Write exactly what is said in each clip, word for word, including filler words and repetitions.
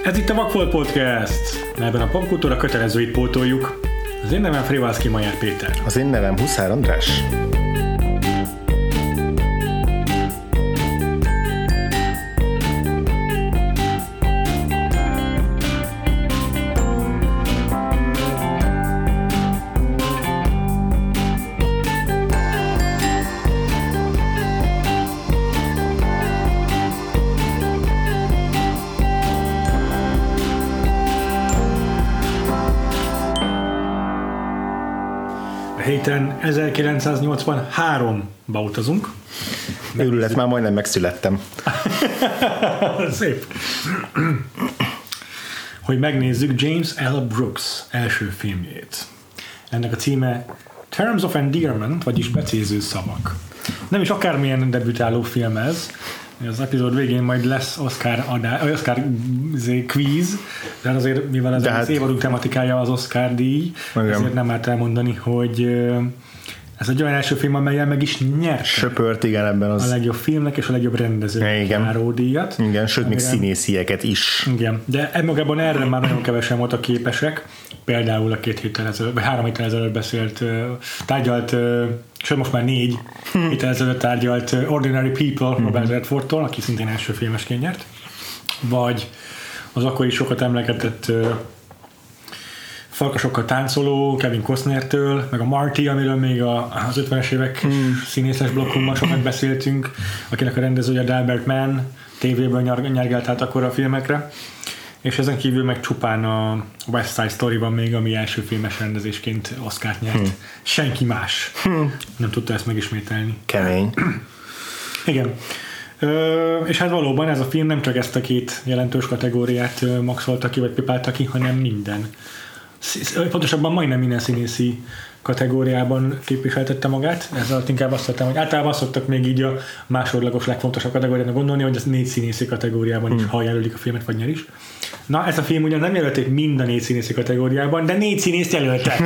Ez itt a Vagfolt Podcast, melyben a popkultúra kötelezőit pótoljuk. Az én nevem Frivalszki Majár Péter. Az én nevem Huszár András. Héten ezerkilencszáznyolcvanháromba utazunk. Őrület, már majdnem megszülettem. Szép. Hogy megnézzük James L. Brooks első filmjét. Ennek a címe Terms of Endearment, vagyis becéző szavak. Nem is akármilyen debütáló film ez. Az epizód végén majd lesz Oscar, adá, Oscar quiz, de azért, mivel ez hát... az évadunk tematikája az Oscar díj, igen. Ezért nem árt elmondani, hogy ez egy olyan első film, amelyen meg is nyert Söpört, igen, ebben az... a legjobb filmnek és a legjobb rendező járódíjat. Igen, sőt, még színészieket is. Igen, de önmagában erre már nagyon kevesen voltak képesek. Például a két héttel ezelőtt, vagy három héttel ezelőtt beszélt, tárgyalt, sőt most már négy hmm. héttel ezelőtt tárgyalt Ordinary People hmm. Robert Redfordtól, aki szintén első filmesként nyert. Vagy az akkor is sokat emlegetett Farkasokkal táncoló Kevin Costnertől, meg a Marty, amiről még az ötvenes évek hmm. színészes blokkunkban sokat beszéltünk, akinek a rendezője Albert Mann tévéből nyergelt át akkor a filmekre. És ezen kívül meg csupán a West Side Story van még, ami első filmes rendezésként Oscart nyert. Hmm. Senki más hmm. nem tudta ezt megismételni. Kemény. Igen. Ö, és hát valóban ez a film nem csak ezt a két jelentős kategóriát maxolta ki, vagy pipálta ki, hanem minden. Pontosabban majdnem minden színészi kategóriában képviseltette magát. Ezzel inkább azt vettem, hogy általában azt szoktak még így a másodlagos legfontosabb kategóriának gondolni, hogy ez négy színészi kategóriában hmm. is, ha jelölik a filmet, vagy nyer is. Na, ez a film ugyan nem jelölték mind a négy színészi kategóriában, de négy színészt jelöltek.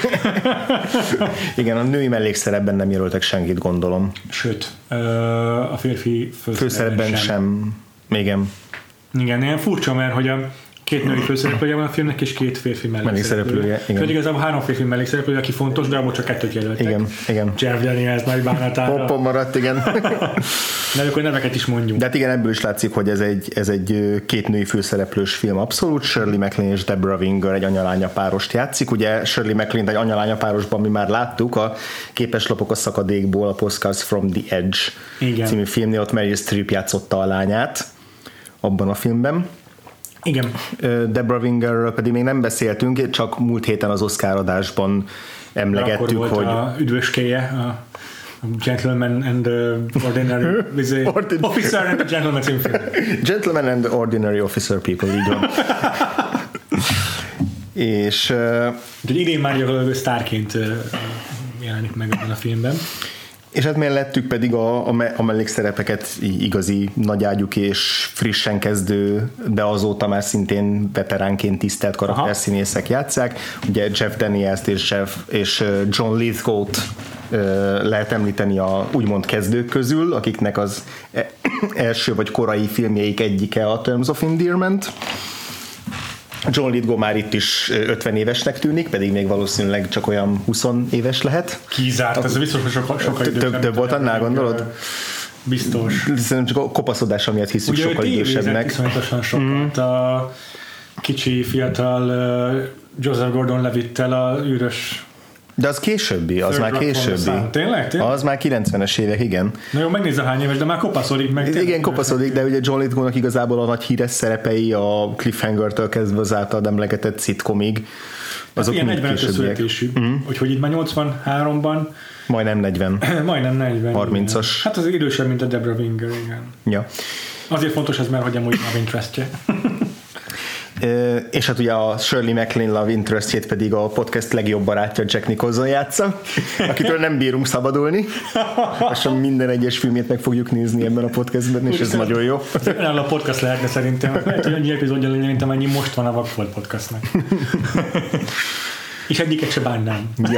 Igen, a női mellékszerepben nem jelöltek senkit, gondolom. Sőt, a férfi főszerepben sem. sem. Igen. Igen, ilyen furcsa, mert hogy a két női főszereplője van a filmnek, és két férfi mellékszereplője. Főleg igazából három férfi mellékszereplője, aki fontos, de abból csak kettőt jelöltek. Igen, igen. Jeff Daniels nagy bánatára. Hoppon maradt, igen. De akkor neveket is mondjuk. De hát igen, ebből is látszik, hogy ez egy, ez egy két női főszereplős film abszolút. Shirley MacLaine és Deborah Winger egy anyalánya párost játszik. Ugye Shirley MacLaine egy anyalánya párosban mi már láttuk a Képeslapok a szakadékból, a Postcards from the Edge igen. című filmnél, ott Meryl Streep játszotta a lányát abban a filmben. Igen. Deborah Wingerről pedig még nem beszéltünk, csak múlt héten az Oscar adásban emlegettük, akkor volt hogy... a üdvöskéje, a Gentleman and the Ordinary Ordin- Officer and the Gentleman című film. Gentleman and the Ordinary Officer People, így van. És... Uh, idén már gyakorlatilag sztárként uh, jelenik meg ebben a filmben. És hát mellettük pedig a, a, me, a mellékszerepeket igazi nagyágyuk és frissen kezdő, de azóta már szintén veteránként tisztelt karakterszínészek játsszák. Ugye Jeff Daniels-t és, Jeff, és John Lithgow-t lehet említeni a úgymond kezdők közül, akiknek az első vagy korai filmjeik egyike a Terms of Endearment. John Lithgow már itt is ötven évesnek tűnik, pedig még valószínűleg csak olyan húsz éves lehet. Kizárt, ez biztos, hogy sokkal soka idősebb. Több, több volt annál, gondolod? Biztos. Szerintem csak a kopaszodása miatt hiszük sokkal idősebbnek. Ugye iszonyatosan sokat. Mm. A kicsi, fiatal uh, Joseph Gordon-Levitt-tel a űrös... De az későbbi, az már későbbi. Tényleg? Tényleg? Az már kilencvenes évek, igen. Na jó, megnézze hány éves, de már kopaszodik meg. Igen, tényleg kopaszodik, de ugye John Lithgownak igazából a nagy híres szerepei a Cliffhanger-től kezdve az által emlegetett szitcomig. Azok ilyen negyvenes születésű, mm. úgyhogy itt már nyolcvanháromban majdnem negyven. majdnem negyven. harmincas. Igen. Hát az idősebb, mint a Deborah Winger, igen. Ja. Azért fontos ez, mert hogy amúgy love interestje. És hát ugye a Shirley MacLaine love interestjét pedig a podcast legjobb barátja Jack Nicholson játsza, akitől nem bírunk szabadulni. Lassan minden egyes filmét meg fogjuk nézni ebben a podcastben, és ez nagyon jó. Ez a podcast lehetne szerintem. Lehet, hogy annyi epizódja legyen, mint amennyi most van a Vagfolt podcastnak. És egyiket se bánnám. Ja.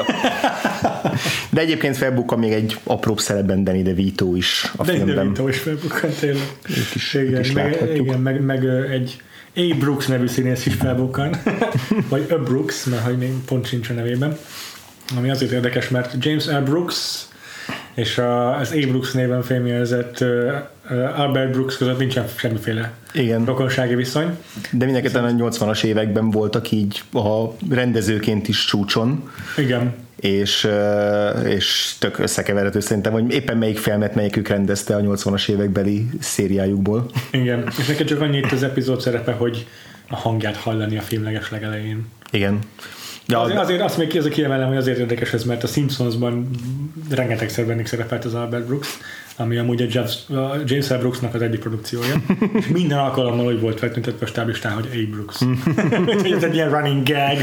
De egyébként felbukkan még egy apróbb szerepben Danny DeVito is a Danny filmben. Danny DeVito is felbukkan tényleg. Őt is, igen, is meg, láthatjuk. igen, meg, meg egy A. Brooks nevű színész is felbukkan. Vagy A. Brooks, mert hogy még pont sincs a nevében. Ami azért érdekes, mert James L. Brooks és az A. Brooks néven fémjelzett Albert Brooks között nincsen semmiféle Igen. rokonsági viszony. De mindenketten a nyolcvanas években voltak így a rendezőként is csúcson. Igen. És, és tök összekeverhető szerintem, hogy éppen melyik filmet melyikük rendezte a nyolcvanas évekbeli szériájukból. Igen, és neked csak annyit az epizód szerepe, hogy a hangját hallani a filmleges legelején. Igen. Ja, azért, azért azt még ki, az a kiemelem, hogy azért érdekes ez, mert a Simpsonsban rengetegszer bennik szerepelt az Albert Brooks, ami amúgy a James, a James L. Brooksnak az egyik produkciója, és minden alkalommal úgy volt feltüntetve a stáblistán, hogy A. Brooks. Ez egy ilyen running gag,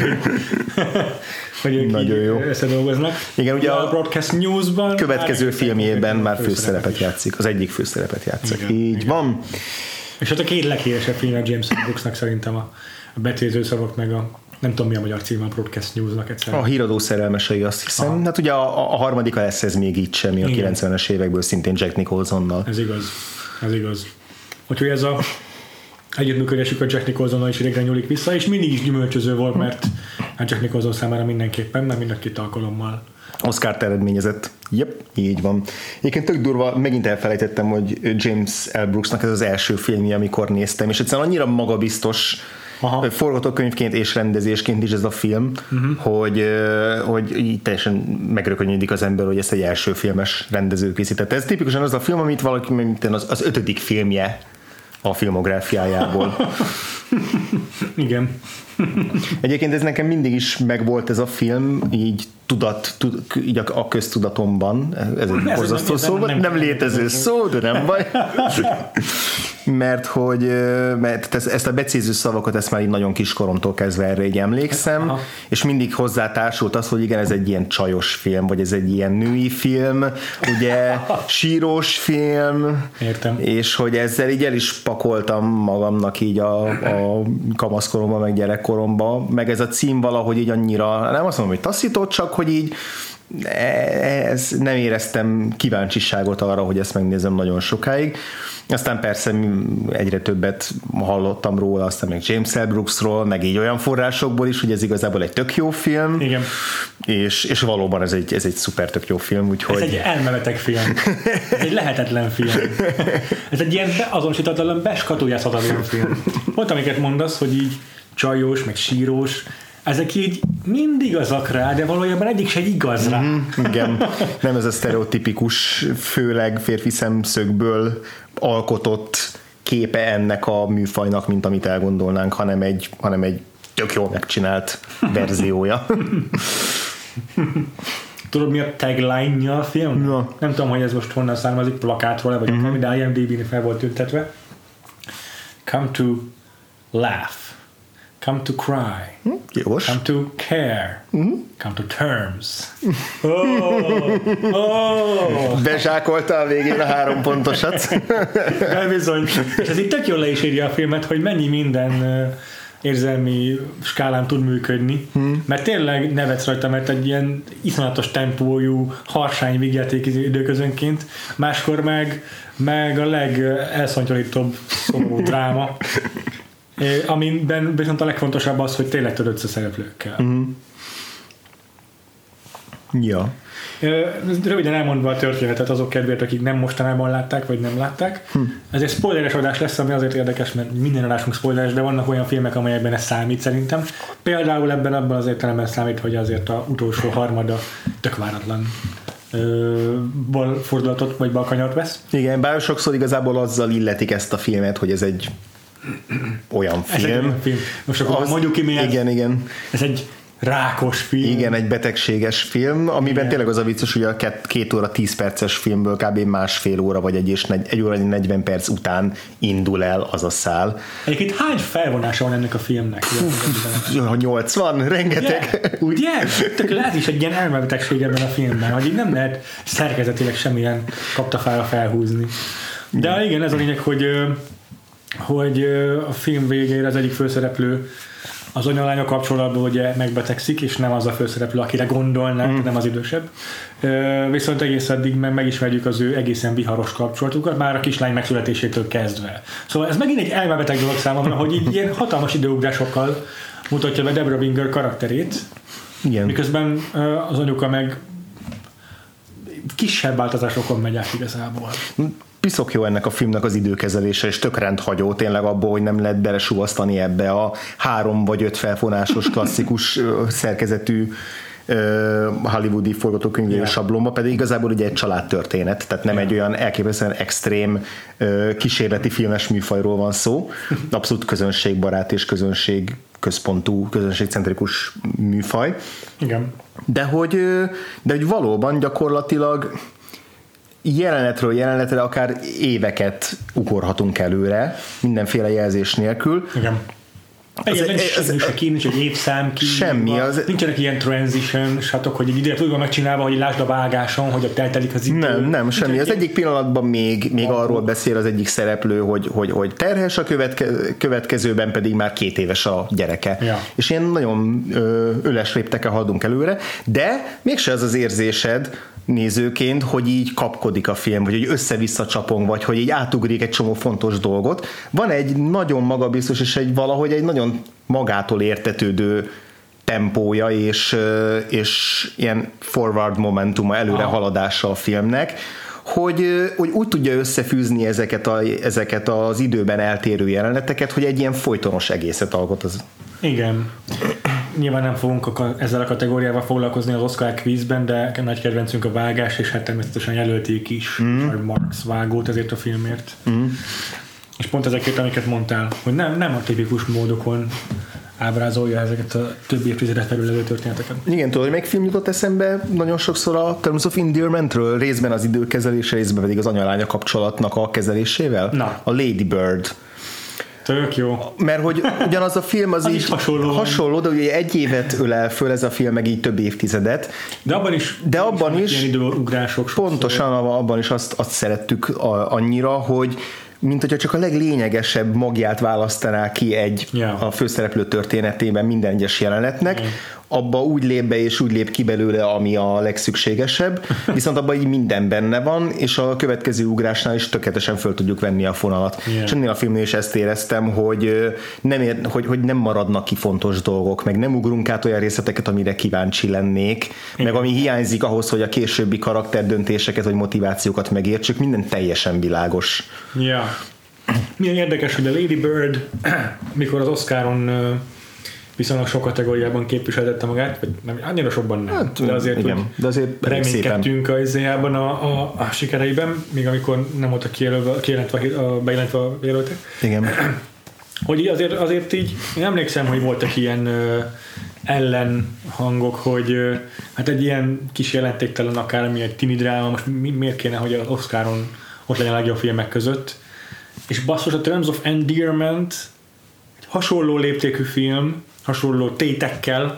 hogy ők nagyon jó összedolgoznak. Igen, ugye a Broadcast News-ban következő filmjében már főszerepet játszik, az egyik főszerepet játszik. Igen, így igen. van. És ott a két leghíresebb film a James L. Brooksnak szerintem a becéző szavak meg a nem tudom mi a magyar címe a Broadcast News-nak egyszerűen. A Híradó szerelmesei, azt hiszem. Aha. Hát ugye a, a harmadika lesz ez még így semmi, a kilencvenes évekből szintén Jack Nicholsonnal. Ez igaz. Ez igaz. Úgyhogy ez a együttműködésük a Jack Nicholsonnal is régre nyúlik vissza, és mindig is gyümölcsöző volt, mert hát Jack Nicholson számára mindenképpen, nem mind a két alkalommal. Oscart eredményezett. Yep, így van. Egyébként tök durva, megint elfelejtettem, hogy James L. Brooksnak ez az első filmje, amikor néztem, és egyszerűen annyira magabiztos Aha. forgatókönyvként és rendezésként is ez a film, uh-huh. hogy, hogy így teljesen megrökönyödik az ember, hogy ezt egy első filmes rendező készítette. Ez tipikusan az a film, amit valaki az, az ötödik filmje a filmográfiájából. Igen. Egyébként ez nekem mindig is megvolt ez a film, így tudat, tud, így a, a köztudatomban. Ez egy borzasztó szó, nem, nem, nem létező szó, de nem baj. mert hogy mert ezt a becéző szavakat, ezt már így nagyon kiskoromtól kezdve erre így emlékszem, aha. és mindig hozzátársult az, hogy igen, ez egy ilyen csajos film, vagy ez egy ilyen női film, ugye sírós film, értem. És hogy ezzel így el is pakoltam magamnak így a, a kamaszkoromban, meg gyerekkoromban, meg ez a cím valahogy így annyira, nem azt mondom, hogy taszított, csak hogy így ez, nem éreztem kíváncsiságot arra, hogy ezt megnézem nagyon sokáig. Aztán persze egyre többet hallottam róla, aztán még James L. Brooksról, meg így olyan forrásokból is, hogy ez igazából egy tök jó film. Igen. És, és valóban ez egy, ez egy szuper tök jó film. Úgyhogy... Ez egy elmebetek film. Ez egy lehetetlen film. Ez egy ilyen beazonosítatlan, beskatujászhatatlan film. Volt, amiket mondasz, hogy így csajós, meg sírós, ezek így mind igazak rá, de valójában egyik se igaz rá. Mm, igen, nem ez a sztereotipikus, főleg férfi szemszögből alkotott képe ennek a műfajnak, mint amit elgondolnánk, hanem egy, hanem egy tök jól megcsinált verziója. Tudod, mi a tagline-ja a film? Ja. Nem tudom, hogy ez most honnan származik, plakátról, vagy mm-hmm. de I M D B-n fel volt tüntetve. Come to laugh. Come to cry. Hm, jogos. Come to care. Mm-hmm. Come to terms. Oh, oh. Bezsákolta a végén a három pontosat. De bizony. És ez itt tök jól le is írja a filmet, hogy mennyi minden érzelmi skálán tud működni. Hmm. Mert tényleg nevetsz rajta, mert egy ilyen iszonyatos tempójú, harsány vígjáték időközönként, máskor meg, meg a legelszontyolítóbb szomorú dráma. Amiben viszont a legfontosabb az, hogy tényleg törődsz a szereplőkkel. Mm. Ja. Röviden elmondva a történetet azok kedvéért, akik nem mostanában látták, vagy nem látták. Hm. Ez egy spoileres adás lesz, ami azért érdekes, mert minden adásunk spoileres, de vannak olyan filmek, amelyekben ez számít szerintem. Például ebben abban az értelemben számít, hogy azért a utolsó harmada tök váratlan bal fordulatot, vagy balkanyart vesz. Igen, bár sokszor igazából azzal illetik ezt a filmet, hogy ez egy olyan film. Ez egy olyan film. Most akkor az, mondjuk ki miért. Igen, igen. Ez egy rákos film. Igen, egy betegséges film, amiben igen. tényleg az a vicces, hogy a két, két óra tíz perces filmből kb. Másfél óra vagy egy, és negy, egy óra negyven perc után indul el az a szál. Egyébként hány felvonása van ennek a filmnek? nyolcvan, rengeteg. Ugye? Ugye? Tök lehet is egy ilyen elmebetegség ebben a filmben, hogy így nem lehet szerkezetileg semmilyen kaptafára felhúzni. De igen, igen ez a lényeg, hogy hogy a film végére az egyik főszereplő az anyalánya kapcsolatban ugye megbetegszik, és nem az a főszereplő, akire gondolnánk, mm. nem az idősebb. Viszont egész eddig meg megismerjük az ő egészen viharos kapcsolatukat, már a kislány megszületésétől kezdve. Szóval ez megint egy elmebeteg dolog számomra, hogy így ilyen hatalmas időugrásokkal mutatja be Debra Winger karakterét, igen. Miközben az anyuka meg kisebb változásokon megy át igazából. Piszok jó ennek a filmnek az időkezelése, és tök rendhagyó tényleg abból, hogy nem lehet belesúvasztani ebbe a három vagy öt felfonásos klasszikus szerkezetű hollywoodi forgatókönyvű yeah. sablonba, pedig igazából ugye egy családtörténet, tehát nem yeah. egy olyan elképesztően extrém kísérleti filmes műfajról van szó, abszolút közönségbarát és közönség központú, közönségcentrikus műfaj. Igen. De hogy, de hogy valóban gyakorlatilag jelenetről jelenetre akár éveket ugorhatunk előre, mindenféle jelzés nélkül. Igen. Igen, nincs, ez, nincs, ki, nincs egy évszám ki, semmi az, nincsenek ilyen transition satok, hogy egy időt úgy van megcsinálva, hogy lásd a vágáson, hogy ott eltelik az idő. Nem, nem, semmi. Az egyik pillanatban még, még arról beszél az egyik szereplő, hogy, hogy, hogy terhes, a követke, következőben pedig már két éves a gyereke. Ja. És ilyen nagyon öles léptekkel haladunk előre, de mégse az az érzésed nézőként, hogy így kapkodik a film, vagy hogy össze-vissza csapong, vagy hogy így átugrik egy csomó fontos dolgot. Van egy nagyon magabiztos, és egy valahogy egy nagyon magától értetődő tempója, és, és ilyen forward momentuma, előre haladása a filmnek, hogy, hogy úgy tudja összefűzni ezeket, a, ezeket az időben eltérő jeleneteket, hogy egy ilyen folytonos egészet alkot az. Igen. Nyilván nem fogunk a, ezzel a kategóriával foglalkozni az Oscar quizben, de nagy kedvencünk a vágás, és hát természetesen jelölték is mm. a Marx vágót ezért a filmért. Mm. És pont ezekért, amiket mondtál, hogy nem, nem a tipikus módokon ábrázolja ezeket a több évtizedet felülelő történeteket. Igen, tudod, hogy még film jutott eszembe nagyon sokszor a Terms of Endearmentről, részben az időkezelése, részben pedig az anya-lánya kapcsolatnak a kezelésével. Na. A Lady Bird. Tök jó. Mert hogy ugyanaz a film az, az így hasonló, hasonló, de ugye egy évet ölel föl ez a film, meg így több évtizedet. De abban is, de abban is, is időugrások pontosan sokszor. Abban is azt, azt szerettük a, annyira, hogy mint hogyha csak a leglényegesebb magját választaná ki egy yeah. a főszereplő történetében minden egyes jelenetnek, yeah. abba úgy lép be és úgy lép ki belőle, ami a legszükségesebb, viszont abban így minden benne van, és a következő ugrásnál is tökéletesen föl tudjuk venni a fonalat. Yeah. És ennél a filmnél is ezt éreztem, hogy nem, ér, hogy, hogy nem maradnak ki fontos dolgok, meg nem ugrunk át olyan részleteket, amire kíváncsi lennék, yeah. meg ami hiányzik ahhoz, hogy a későbbi karakterdöntéseket vagy motivációkat megértsük, minden teljesen világos. Yeah. Milyen érdekes, hogy a Lady Bird, mikor az Oscaron viszonylag sok kategóriában képviseltette magát, vagy nem, annyira sokban nem, hát, de azért, igen, de azért reménykedtünk a izéjában a, a, a sikereiben, még amikor nem voltak kijelentve, bejelentve a jelöltek. Igen. Hogy azért, azért így, én emlékszem, hogy voltak ilyen ö, ellenhangok, hogy ö, hát egy ilyen kis jelentéktelen akármi, egy tini dráma, most mi, miért kéne, hogy az Oscaron ott legyen a legjobb filmek között. És basszus, a Terms of Endearment egy hasonló léptékű film, hasonló tétekkel,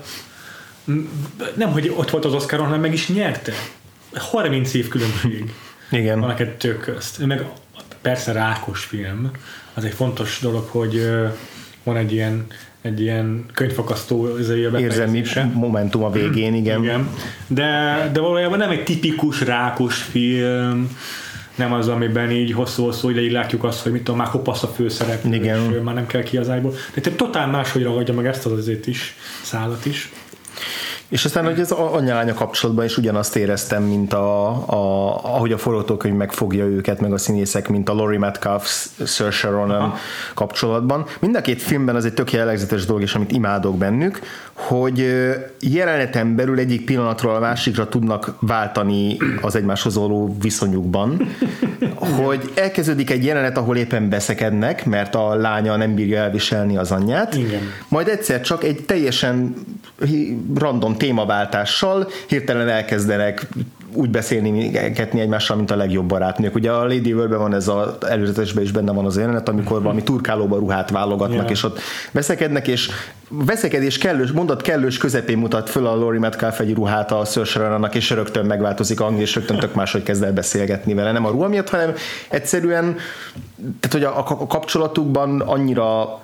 nem, hogy ott volt az Oscaron, hanem meg is nyerte. harminc év különbség. Igen. Van a kettő közt. Meg persze rákos film. Az egy fontos dolog, hogy van egy ilyen, egy ilyen könyvfakasztó érzelmi momentum a végén, igen. igen. De, de valójában nem egy tipikus rákos film, nem az, amiben így hosszú-hosszú ideig látjuk azt, hogy mit tudom, már kopasz a főszereplő, és már nem kell ki az ágyból. De te totál máshogy ragadja meg ezt az azért is, szállat is. És aztán, hogy az anya-lánya kapcsolatban is ugyanazt éreztem, mint a, a, ahogy a forgatókönyv megfogja őket, meg a színészek, mint a Laurie Metcalf, Saoirse Ronan kapcsolatban. Mind a két filmben az egy tök jellegzetes dolog, és amit imádok bennük, hogy jeleneten belül egyik pillanatról a másikra tudnak váltani az egymáshoz való viszonyukban, hogy elkezdődik egy jelenet, ahol éppen beszekednek, mert a lánya nem bírja elviselni az anyját, igen. Majd egyszer csak egy teljesen random témaváltással hirtelen elkezdenek úgy beszélni, ketni egymással, mint a legjobb barátnők. Ugye a Lady Birdben van ez az előzetesben is benne van az jelenet, amikor valami turkálóba ruhát válogatnak, yeah. és ott veszekednek, és veszekedés kellős, mondat kellős közepén mutat föl a Laurie Metcalf egy ruhát a Saoirse Ronannak, és rögtön megváltozik angol, és rögtön tök máshogy kezd el beszélgetni vele. Nem a ruha miatt, hanem egyszerűen, tehát hogy a, a kapcsolatukban annyira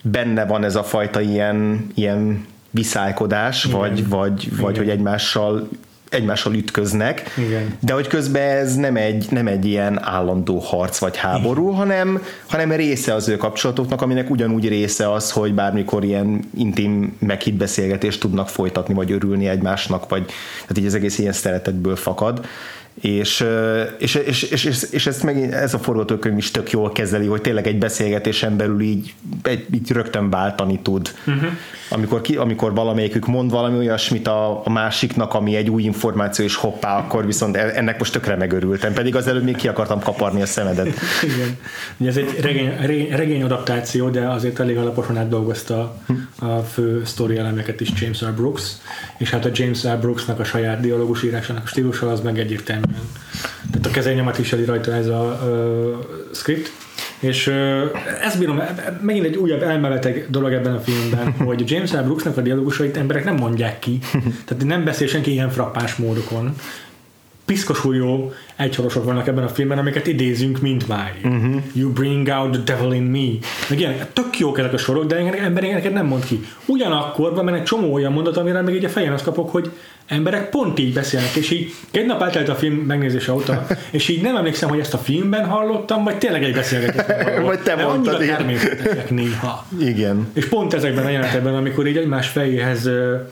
benne van ez a fajta ilyen, ilyen viszálykodás, igen. vagy, vagy, vagy hogy egymással egymással ütköznek, igen. de hogy közben ez nem egy, nem egy ilyen állandó harc vagy háború, hanem, hanem része az ő kapcsolatoknak, aminek ugyanúgy része az, hogy bármikor ilyen intim meghitt beszélgetést tudnak folytatni, vagy örülni egymásnak, vagy tehát így az egész ilyen szeretetből fakad. És, és, és, és, és ezt meg, ez a forgatókönyv is tök jól kezeli, hogy tényleg egy beszélgetésen belül így, egy, így rögtön váltani tud. Uh-huh. Amikor, ki, amikor valamelyikük mond valami olyasmit a, a másiknak, ami egy új információ, és hoppá, akkor viszont ennek most tökre megörültem, pedig az előbb még ki akartam kaparni a szemedet. Igen. Ugye ez egy regény, regény adaptáció, de azért elég alaposan átdolgozta a fő sztori elemeket is James R. Brooks, és hát a James R. Brooksnak a saját dialógus írásának a stílusa az meg egyértelmű. Tehát a kezelnyomat viseli rajta ez a uh, script, és uh, ezt bírom, megint egy újabb elmeveteg dolog ebben a filmben, hogy James R. Brooksnak a dialógusait emberek nem mondják ki, tehát nem beszél senki ilyen frappás módokon. Piszkosul jó egysorosok vannak ebben a filmben, amiket idézünk mindmáig. Uh-huh. You bring out the devil in me. Meg ilyen, tök jók ezek a sorok, de embereket nem mond ki. Ugyanakkor van egy csomó olyan mondat, amire meg így a fejem azt kapok, hogy emberek pont így beszélnek, és így két nap eltelt a film megnézése óta, és így nem emlékszem, hogy ezt a filmben hallottam, vagy tényleg egy beszélgetésben hallottam. Vagy te mondtad, annyira természetesek néha. Igen. És pont ezekben a jelenetekben, amikor így egymás fejéhez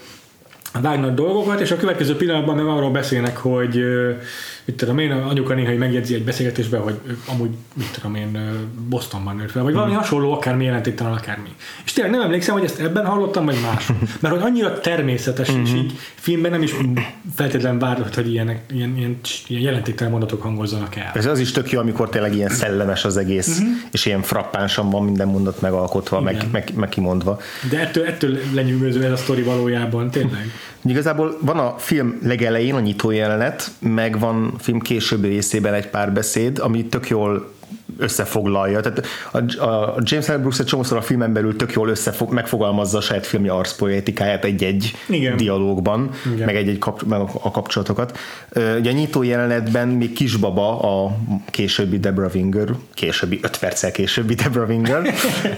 vágnak dolgokat, és a következő pillanatban meg arról beszélnek, hogy mit tudom én, anyuka néha megjegyzi egy beszélgetésben, hogy amúgy mit tudom én, Bostonban nőtt fel, vagy valami hasonló, akármi jelentéktelen, akármi. És tényleg nem emlékszem, hogy ezt ebben hallottam, vagy más. Mert hogy annyira természetes, és így filmben nem is feltétlenül várott, hogy ilyenek, ilyen, ilyen, ilyen jelentéktelen mondatok hangozzanak el. Ez az is tök jó, amikor tényleg ilyen szellemes az egész, uh-huh. és ilyen frappánsan van minden mondat megalkotva, meg, meg, meg kimondva. De ettől, ettől lenyűgöző ez a sztori valójában, tényleg. Igazából van a film legelején a nyitó jelenet, meg van a film későbbi részében egy pár beszéd, ami tök jól összefoglalja. Tehát a, a James R. Brooks egy csomószor a filmen belül tök jól összefog, megfogalmazza a saját filmje arszpoetikáját egy-egy Igen. dialógban, Igen. meg egy-egy kap, meg a kapcsolatokat. Ugye a nyitó jelenetben még Kisbaba, a későbbi Debra Winger, későbbi, öt perccel későbbi Debra Winger,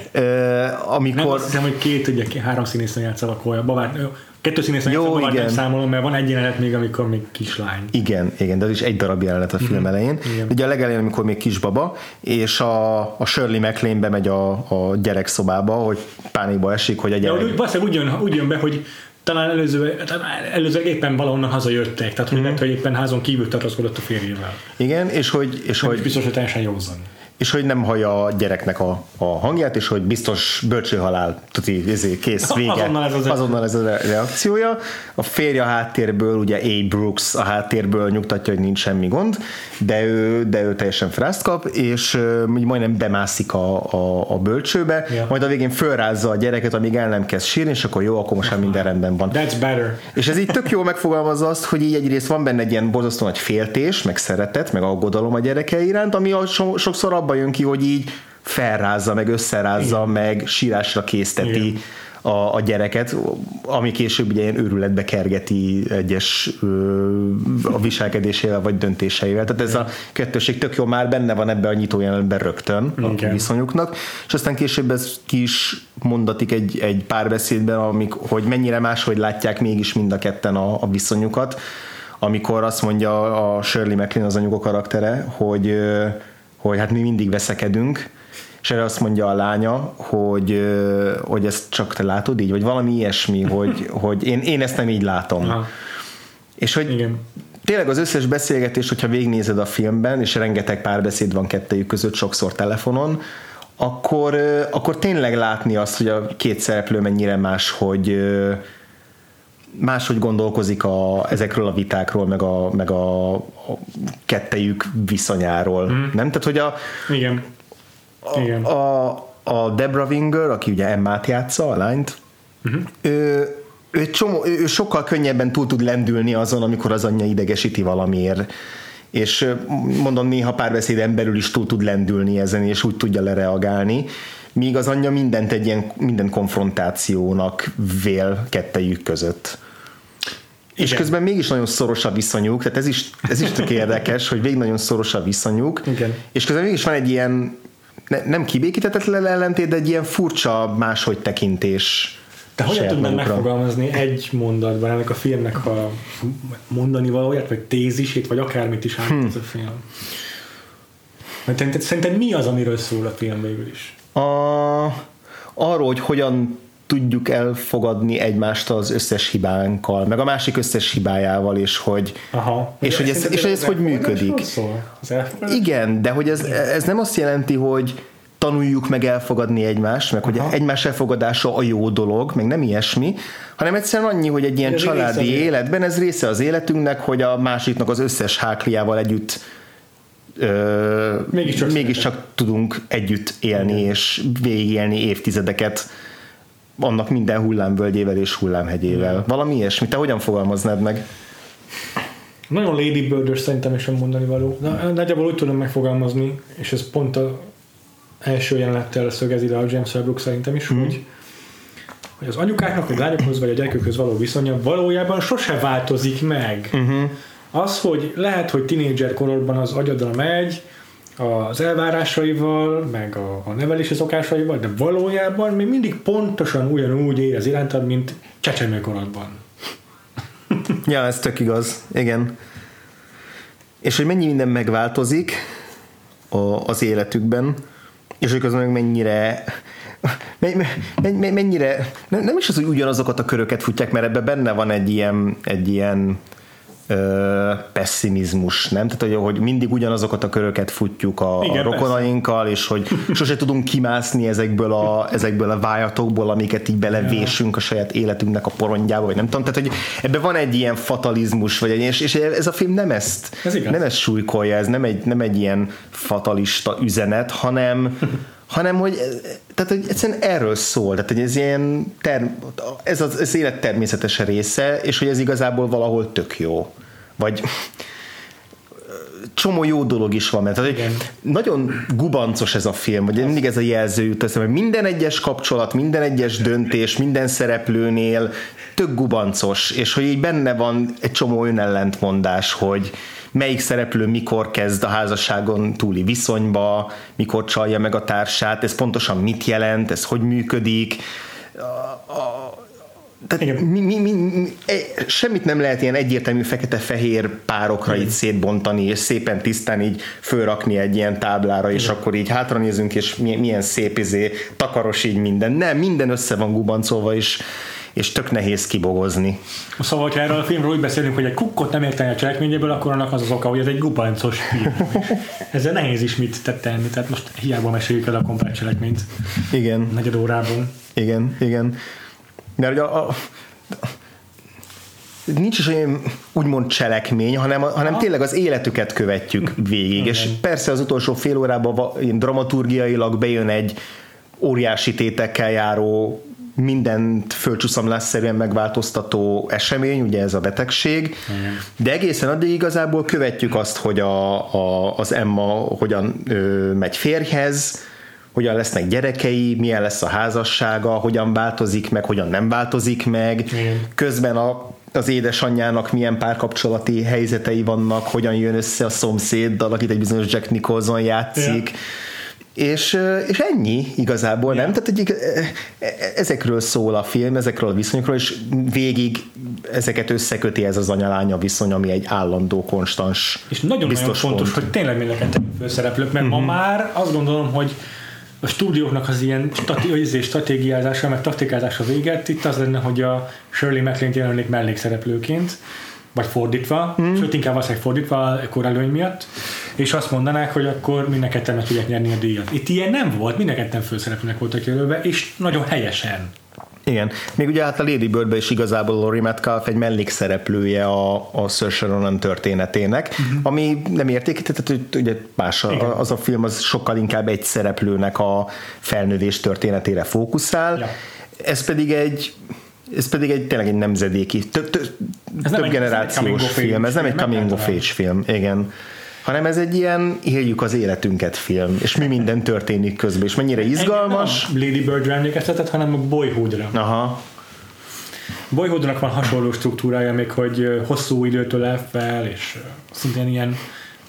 amikor... Nem azt hiszem, hogy két, ugye három színésznő játszanak olyan, babát, kettő színésznő játszanak, nem számolom, mert van egy jelenet még, amikor még kislány. Igen, igen, de az is egy darab jelenet a film elején. Igen. Ugye a legelején, amikor még kisbaba, és a, a Shirley MacLaine bemegy a, a gyerekszobába, hogy pánikba esik, hogy a gyerek... Ja, valószínűleg úgy jön, úgy jön be, hogy talán előző, előző éppen valahonnan hazajöttek, tehát hogy, mm. lehet, hogy éppen házon kívül tartózkodott a férjével. Igen, és hogy... És nem hogy is biztos, hogy teljesen józan. És hogy nem hallja a gyereknek a, a hangját, és hogy biztos bölcsőhalál, tuti, kész, vége. Azonnal ez, az Azonnal ez a reakciója. A férje a háttérből, ugye A. Brooks a háttérből nyugtatja, hogy nincs semmi gond, de ő, de ő teljesen frászt kap, és majdnem bemászik a, a, a bölcsőbe, yeah. majd a végén fölrázza a gyereket, amíg el nem kezd sírni, és akkor jó, akkor most már minden rendben van. That's better. És ez így tök jól megfogalmazza azt, hogy így egyrészt van benne egy ilyen borzasztó nagy féltés, meg szeretet, meg aggodalom a gyereke iránt, ami a so, sokszor abban jön ki, hogy így felrázza, meg összerázza, Igen. meg sírásra készteti a, a gyereket, ami később ugye ilyen őrületbe kergeti egyes ö, a viselkedésével vagy döntéseivel. Tehát ez Igen. a kettőség tök jó, már benne van ebbe a nyitó jelenetben rögtön Igen. a viszonyuknak, és aztán később ez ki is mondatik egy, egy párbeszédben, amik, hogy mennyire máshogy látják mégis mind a ketten a, a viszonyukat, amikor azt mondja a Shirley MacLaine, az anyuka karaktere, hogy hogy hát mi mindig veszekedünk, és erre azt mondja a lánya, hogy, hogy ezt csak te látod így, vagy valami ilyesmi, hogy, hogy én, én ezt nem így látom. Aha. És hogy Igen. tényleg az összes beszélgetés, hogyha végignézed a filmben, és rengeteg párbeszéd van kettejük között, sokszor telefonon, akkor, akkor tényleg látni azt, hogy a két szereplő mennyire más, hogy máshogy gondolkozik a, ezekről a vitákról, meg a, meg a, a kettejük viszonyáról. Mm. Nem? Tehát, hogy a, Igen. A, Igen. a, a Debra Winger, aki ugye Emmát játsza, a lányt, uh-huh. ő, ő, csomó, ő sokkal könnyebben túl tud lendülni azon, amikor az anyja idegesíti valamiért. És mondom, néha párbeszéden belül is túl tud lendülni ezen, és úgy tudja lereagálni. Míg az anyja mindent egy ilyen, minden konfrontációnak vél kettejük között. Igen. És közben mégis nagyon szoros a viszonyuk, tehát ez is, ez is tök érdekes, hogy végig nagyon szoros a viszonyuk, Igen. és közben mégis van egy ilyen ne, nem kibékíthetetlen ellentét, de egy ilyen furcsa máshogy tekintés. Te hogyan tudnád megfogalmazni egy mondatban ennek a filmnek a mondani valóját, vagy tézisét, vagy akármit is át hmm. ez a film? Mert szerinted mi az, amiről szól a film végül is? A, arról, hogy hogyan tudjuk elfogadni egymást az összes hibánkkal, meg a másik összes hibájával, és hogy, Aha. és hogy ez, és hogy ez hogy működik. Igen, de hogy ez, ez nem azt jelenti, hogy tanuljuk meg elfogadni egymást, meg Aha. hogy egymás elfogadása a jó dolog, meg nem ilyesmi, hanem egyszerűen annyi, hogy egy ilyen ez családi életben ez része az életünknek, hogy a másiknak az összes hákliával együtt Ö, mégiscsak, mégiscsak tudunk együtt élni, Igen. és végigélni évtizedeket annak minden hullámvölgyével és hullámhegyével. Igen. Valami ilyesmi. Te hogyan fogalmaznád meg? Nagyon Lady Bird-ös szerintem is sem mondani való. De nagyjából úgy tudom megfogalmazni, és ez pont az első jelenettel szögezi le a James L. Brooks szerintem is, mm. hogy, hogy az anyukáknak, a lányokhoz vagy a gyerekökhöz való viszonya valójában sose változik meg. Mm-hmm. Az, hogy lehet, hogy tinédzser korodban az agyadra megy az elvárásaival, meg a, a nevelési szokásaival, de valójában még mindig pontosan ugyanúgy érez irántad, mint csecsemőkorodban. Ja, ez tök igaz. Igen. És hogy mennyi minden megváltozik a, az életükben, és hogy közben mennyire mennyire nem, nem is az, hogy ugyanazokat a köröket futják, mert ebben benne van egy ilyen, egy ilyen Ö, pessimizmus, nem? Tehát, hogy, hogy mindig ugyanazokat a köröket futjuk a, Igen, a rokonainkkal, és hogy sose tudunk kimászni ezekből a, ezekből a vájatokból, amiket így belevésünk a saját életünknek a porondjába, vagy nem tudom. Tehát, hogy ebben van egy ilyen fatalizmus, vagy egy, és, és ez a film nem ezt, ez nem ezt súlykolja, ez nem egy, nem egy ilyen fatalista üzenet, hanem hanem hogy, tehát, hogy egyszerűen erről szól, tehát hogy ez ilyen term, ez az, az élet természetes része, és hogy ez igazából valahol tök jó. Vagy csomó jó dolog is van, mert hogy nagyon gubancos ez a film, vagy mindig ez a jelző jut eszembe, hogy minden egyes kapcsolat, minden egyes döntés, minden szereplőnél tök gubancos, és hogy így benne van egy csomó önellentmondás, hogy melyik szereplő mikor kezd a házasságon túli viszonyba, mikor csalja meg a társát, ez pontosan mit jelent, ez hogy működik. A, a, tehát mi, mi, mi, mi, semmit nem lehet ilyen egyértelmű fekete-fehér párokra Igen. így szétbontani, és szépen tisztán így fölrakni egy ilyen táblára, és Igen. akkor így hátranézünk, és milyen szép izé, takaros így minden. Nem, minden össze van gubancolva, és és tök nehéz kibogozni. Szóval, hogyha erről a filmről úgy beszélünk, hogy egy kukkot nem érteni a cselekményéből, akkor annak az az oka, hogy ez egy gubancos film. Ezzel nehéz is mit tenni, tehát most hiába meséljük el a komplet cselekményt. Igen. Negyed órában. Igen, igen. De ugye a, a, nincs is olyan úgymond cselekmény, hanem, hanem tényleg az életüket követjük végig. Igen. És persze az utolsó fél órában dramaturgiailag bejön egy óriási tétekkel járó mindent földcsúszamlásszerűen megváltoztató esemény, ugye ez a betegség, Igen. de egészen addig igazából követjük azt, hogy a, a, az Emma hogyan ö, megy férjhez, hogyan lesznek gyerekei, milyen lesz a házassága, hogyan változik meg, hogyan nem változik meg, Igen. közben a az édesanyjának milyen párkapcsolati helyzetei vannak, hogyan jön össze a szomszéddal, akit egy bizonyos Jack Nicholson játszik, Igen. És, és ennyi igazából, yeah. nem? Tehát hogy ezekről szól a film, ezekről a viszonyokról, és végig ezeket összeköti ez az anya-lánya viszony, ami egy állandó, konstans, és nagyon-nagyon fontos, hogy tényleg mindenket főszereplők, mert uh-huh. ma már azt gondolom, hogy a stúdióknak az ilyen stati- stratégiázása, meg taktikázása véget, itt az lenne, hogy a Shirley MacLaine jelenik mellékszereplőként, vagy fordítva, hmm. sőt inkább azt, hogy fordítva a korelőny miatt, és azt mondanák, hogy akkor mind a ketten meg tudják nyerni a díjat. Itt ilyen nem volt, mind a ketten főszereplőnek voltak jelölve, és nagyon helyesen. Igen. Még ugye hát a Lady Birdben is igazából Laurie Metcalf egy mellékszereplője a, a Saoirse Ronan történetének, uh-huh. ami nem értékített, hogy ugye más a, az a film az sokkal inkább egy szereplőnek a felnövés történetére fókuszál. Ja. Ez pedig egy Ez pedig egy, tényleg egy nemzedéki, több, több, több generációs film, ez nem egy coming of age film, igen. Hanem ez egy ilyen éljük az életünket film, és mi minden történik közben, és mennyire izgalmas. Nem Lady Birdre emlékeztetett, hanem a Boyhoodra. Aha. Boyhoodnak van hasonló struktúrája, még hogy hosszú időtől el fel, és szintén ilyen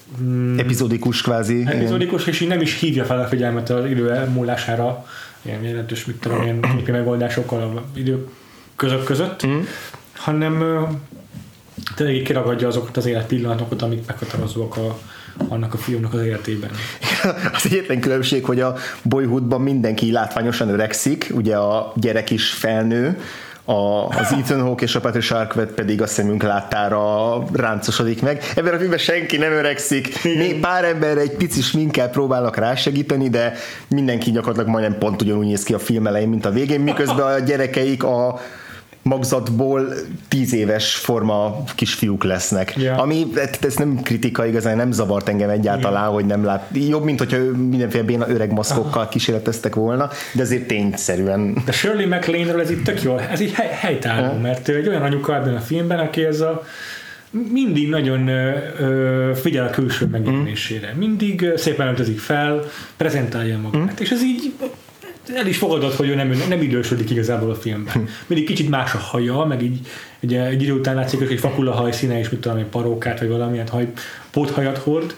mm, epizódikus kvázi. Epizódikus, és így nem is hívja fel a figyelmet az idő elmúlására, ilyen jelentős, mit tudom, ilyen képi megoldásokkal az idő között, között mm. hanem tényleg kiragadja azokat az életpillanatokat, amik meghatározóak a, annak a fiúnak az életében. Az egyetlen különbség, hogy a Boyhoodban mindenki látványosan öregszik, ugye a gyerek is felnő, A, az Ethan Hawke és a Patricia Arquette pedig a szemünk láttára ráncosodik meg. Ebben a filmben senki nem öregszik. Még pár emberre egy pici sminkkel próbálnak rásegíteni, de mindenki gyakorlatilag majdnem pont ugyanúgy néz ki a film elején, mint a végén, miközben a gyerekeik a magzatból tíz éves forma kisfiúk lesznek. Yeah. Ami, ez nem kritika igazán, nem zavart engem egyáltalán, yeah. hogy nem lát. Jobb, mint hogyha mindenféle béna öreg maszkokkal ah. kísérleteztek volna, de azért tényszerűen. De Shirley MacLaine-ről ez itt tök jól, ez így hely, helytálló, yeah. mert egy olyan anyuka ebben a filmben, aki ez a mindig nagyon ö, figyel a külső megjelenésére. Mm. Mindig szépen öltözik fel, prezentálja magát. Mm. És ez így el is fogadott, hogy ő nem, nem idősödik igazából a filmben. Hm. Mindig kicsit más a haja, meg így ugye, egy idő után látszik, hogy fakul a hajszíne, és mit tudom, egy parókát, vagy valamilyen haj, póthajat hord.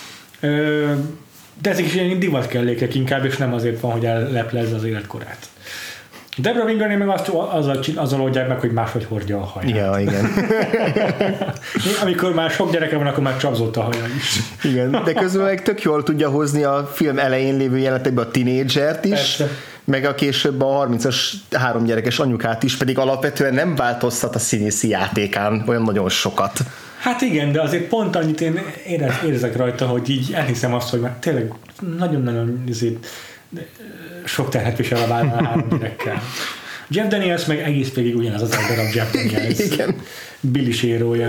De ezek is ilyen divatkellékek inkább, és nem azért van, hogy elleplezze az életkorát. Debra Wingernél meg azt, azzal, azzal oldják meg, hogy máshogy hordja a haját. Ja, igen. Amikor már sok gyereke van, akkor már csapzott a haja is. Igen, de közben meg tök jól tudja hozni a film elején lévő jelenetekben a tinédzsert is, persze. Meg a később a harmincas három gyerekes anyukát is, pedig alapvetően nem változtat a színészi játékán olyan nagyon sokat. Hát igen, de azért pont annyit én érez, érzek rajta, hogy így elhiszem azt, hogy már tényleg nagyon-nagyon azért sok terhet visel a vállán a három gyerekkel. Jeff Daniels meg egész végig ugyanaz az egy darab Jeff Daniels. Igen. Billy sérója.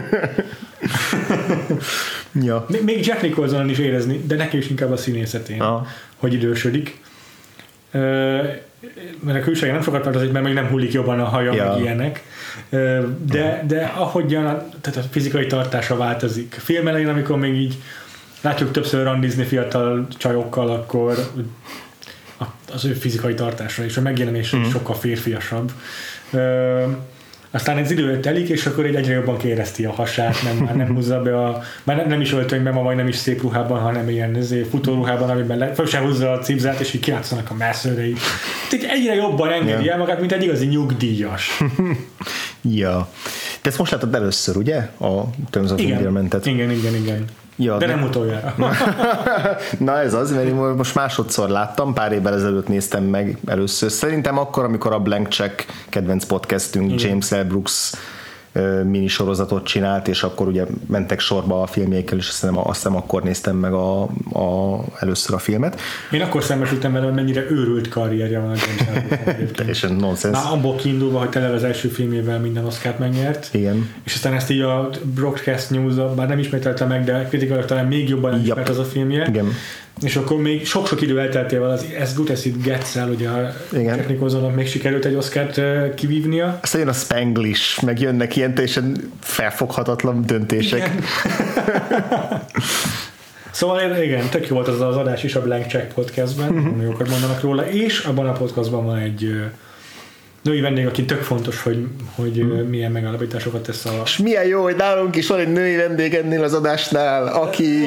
Ja. Még Jack Nicholsonon is érezni, de neki is inkább a színészetén, ah. hogy idősödik. Mert a külsője nem sokat tartozik, mert még nem hullik jobban a haja, ja. meg ilyenek. De, de ahogyan a, tehát a fizikai tartása változik. A film elején, amikor még így látjuk többször randizni fiatal csajokkal, akkor az ő fizikai tartásra és a megjelenés mm. sokkal férfiasabb. Ö, aztán ez idő telik, és akkor egy egyre jobban kérezti a hasát, nem, már nem húzza be a, már nem, nem is öltönyben, ma vagy nem is szép ruhában, hanem ilyen futóruhában, amiben le, fel sem húzza a cipzát, és így kiátszanak a mászőrei. Egyre jobban engedi yeah. el magát, mint egy igazi nyugdíjas. Ja. Te ezt most láttad először, ugye? A Terms of Endearment-et. Igen, igen, igen. Ja, de, de nem utoljára. Na ez az, mert én most másodszor láttam, pár évvel ezelőtt néztem meg először. Szerintem akkor, amikor a Blank Check kedvenc podcastünk igen. James L. Brooks minisorozatot csinált, és akkor ugye mentek sorba a filmjeikkel, és azt hiszem, azt hiszem akkor néztem meg a, a, először a filmet. Én akkor szembesültem vele, hogy mennyire őrült karrierje van a James L. Brooks. Teljesen nonsens. Már abból kiindulva, hogy tele az első filmjével minden Oscart megnyert. Igen. És aztán ezt így a Broadcast News, bár nem ismételte meg, de kritikailag talán még jobban yep. ismert az a filmje. Igen. És akkor még sok-sok idő elteltével az As Good As It Gets-el, ugye a Jack Nicholsonnak még sikerült egy Oscart kivívnia. Aztán jön a Spanglish, meg jönnek ilyen teljesen felfoghatatlan döntések. Igen. Szóval igen, tök jó volt az az adás is a Blank Check podcastben, uh-huh. jókat mondanak róla, és abban a podcastban van egy női vendég, aki tök fontos, hogy, hogy hmm. milyen megállapításokat tesz a... És milyen jó, hogy nálunk is van egy női vendég ennél az adásnál, aki...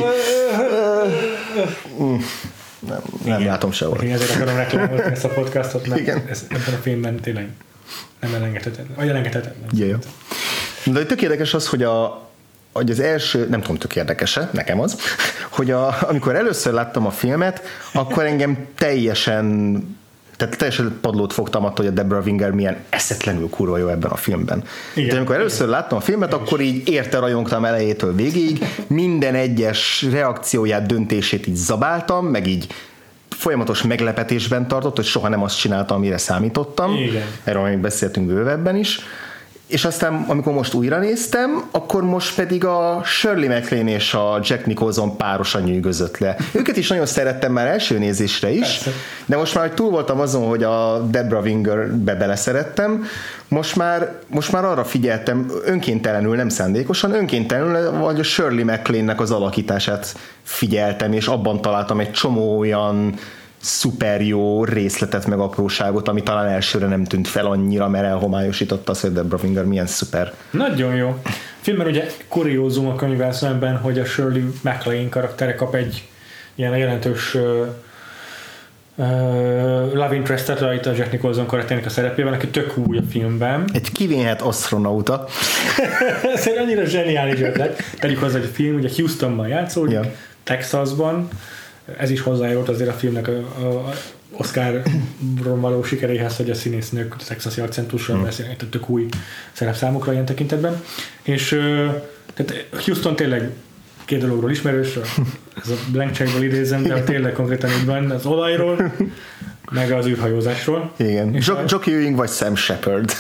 nem, nem látom sehol. Én ezért akarom reklámozni ezt a podcastot, mert ez, ebben a filmben tényleg nem elengedhetetlen. Vagy elengedhetetlen. Yeah. De tök érdekes az, hogy a hogy az első, nem tudom, tök érdekes-e, nekem az, hogy a, amikor először láttam a filmet, akkor engem teljesen tehát teljesen padlót fogtam attól, hogy a Debra Winger milyen eszetlenül kurva jó ebben a filmben. Igen, de amikor először igen. láttam a filmet, akkor így érte rajongtam elejétől végig, minden egyes reakcióját, döntését így zabáltam, meg így folyamatos meglepetésben tartott, hogy soha nem azt csináltam, amire számítottam. Igen. Erről még beszéltünk bővebben is. És aztán, amikor most újra néztem, akkor most pedig a Shirley MacLaine és a Jack Nicholson párosan nyűgözött le. Őket is nagyon szerettem már első nézésre is, persze. De most már, hogy túl voltam azon, hogy a Debra Wingerbe beleszerettem, most már, most már arra figyeltem, önkéntelenül, nem szándékosan, önkéntelenül, vagy a Shirley MacLaine-nek az alakítását figyeltem, és abban találtam egy csomó olyan szuper jó részletet meg apróságot, ami talán elsőre nem tűnt fel annyira, mert elhomályosította azt, hogy Debra Winger milyen szuper. Nagyon jó. filmben ugye kuriózum a könyvvel szemben, hogy a Shirley MacLaine karaktere kap egy ilyen jelentős uh, uh, love interest-et a Jack Nicholson karakterének a szerepében, aki tök új a filmben. Egy kivénhet asztronauta. Ez egy annyira zseniális ötlet. Tegyük hozzá, hogy a film ugye Houstonban játszódik, ja. Texasban. Ez is hozzájárult azért a filmnek a, a Oscar-ron való sikeréhez, hogy a színésznők texasi akcentussal hmm. beszélnek, tehát tök új szerep számukra ilyen tekintetben. És tehát Houston tényleg két dologról ismerős, ez a blank checkből idézem, de tényleg konkrétan így van, az olajról, meg az űrhajózásról. Igen. Jockey Ewing vagy Sam Shepard.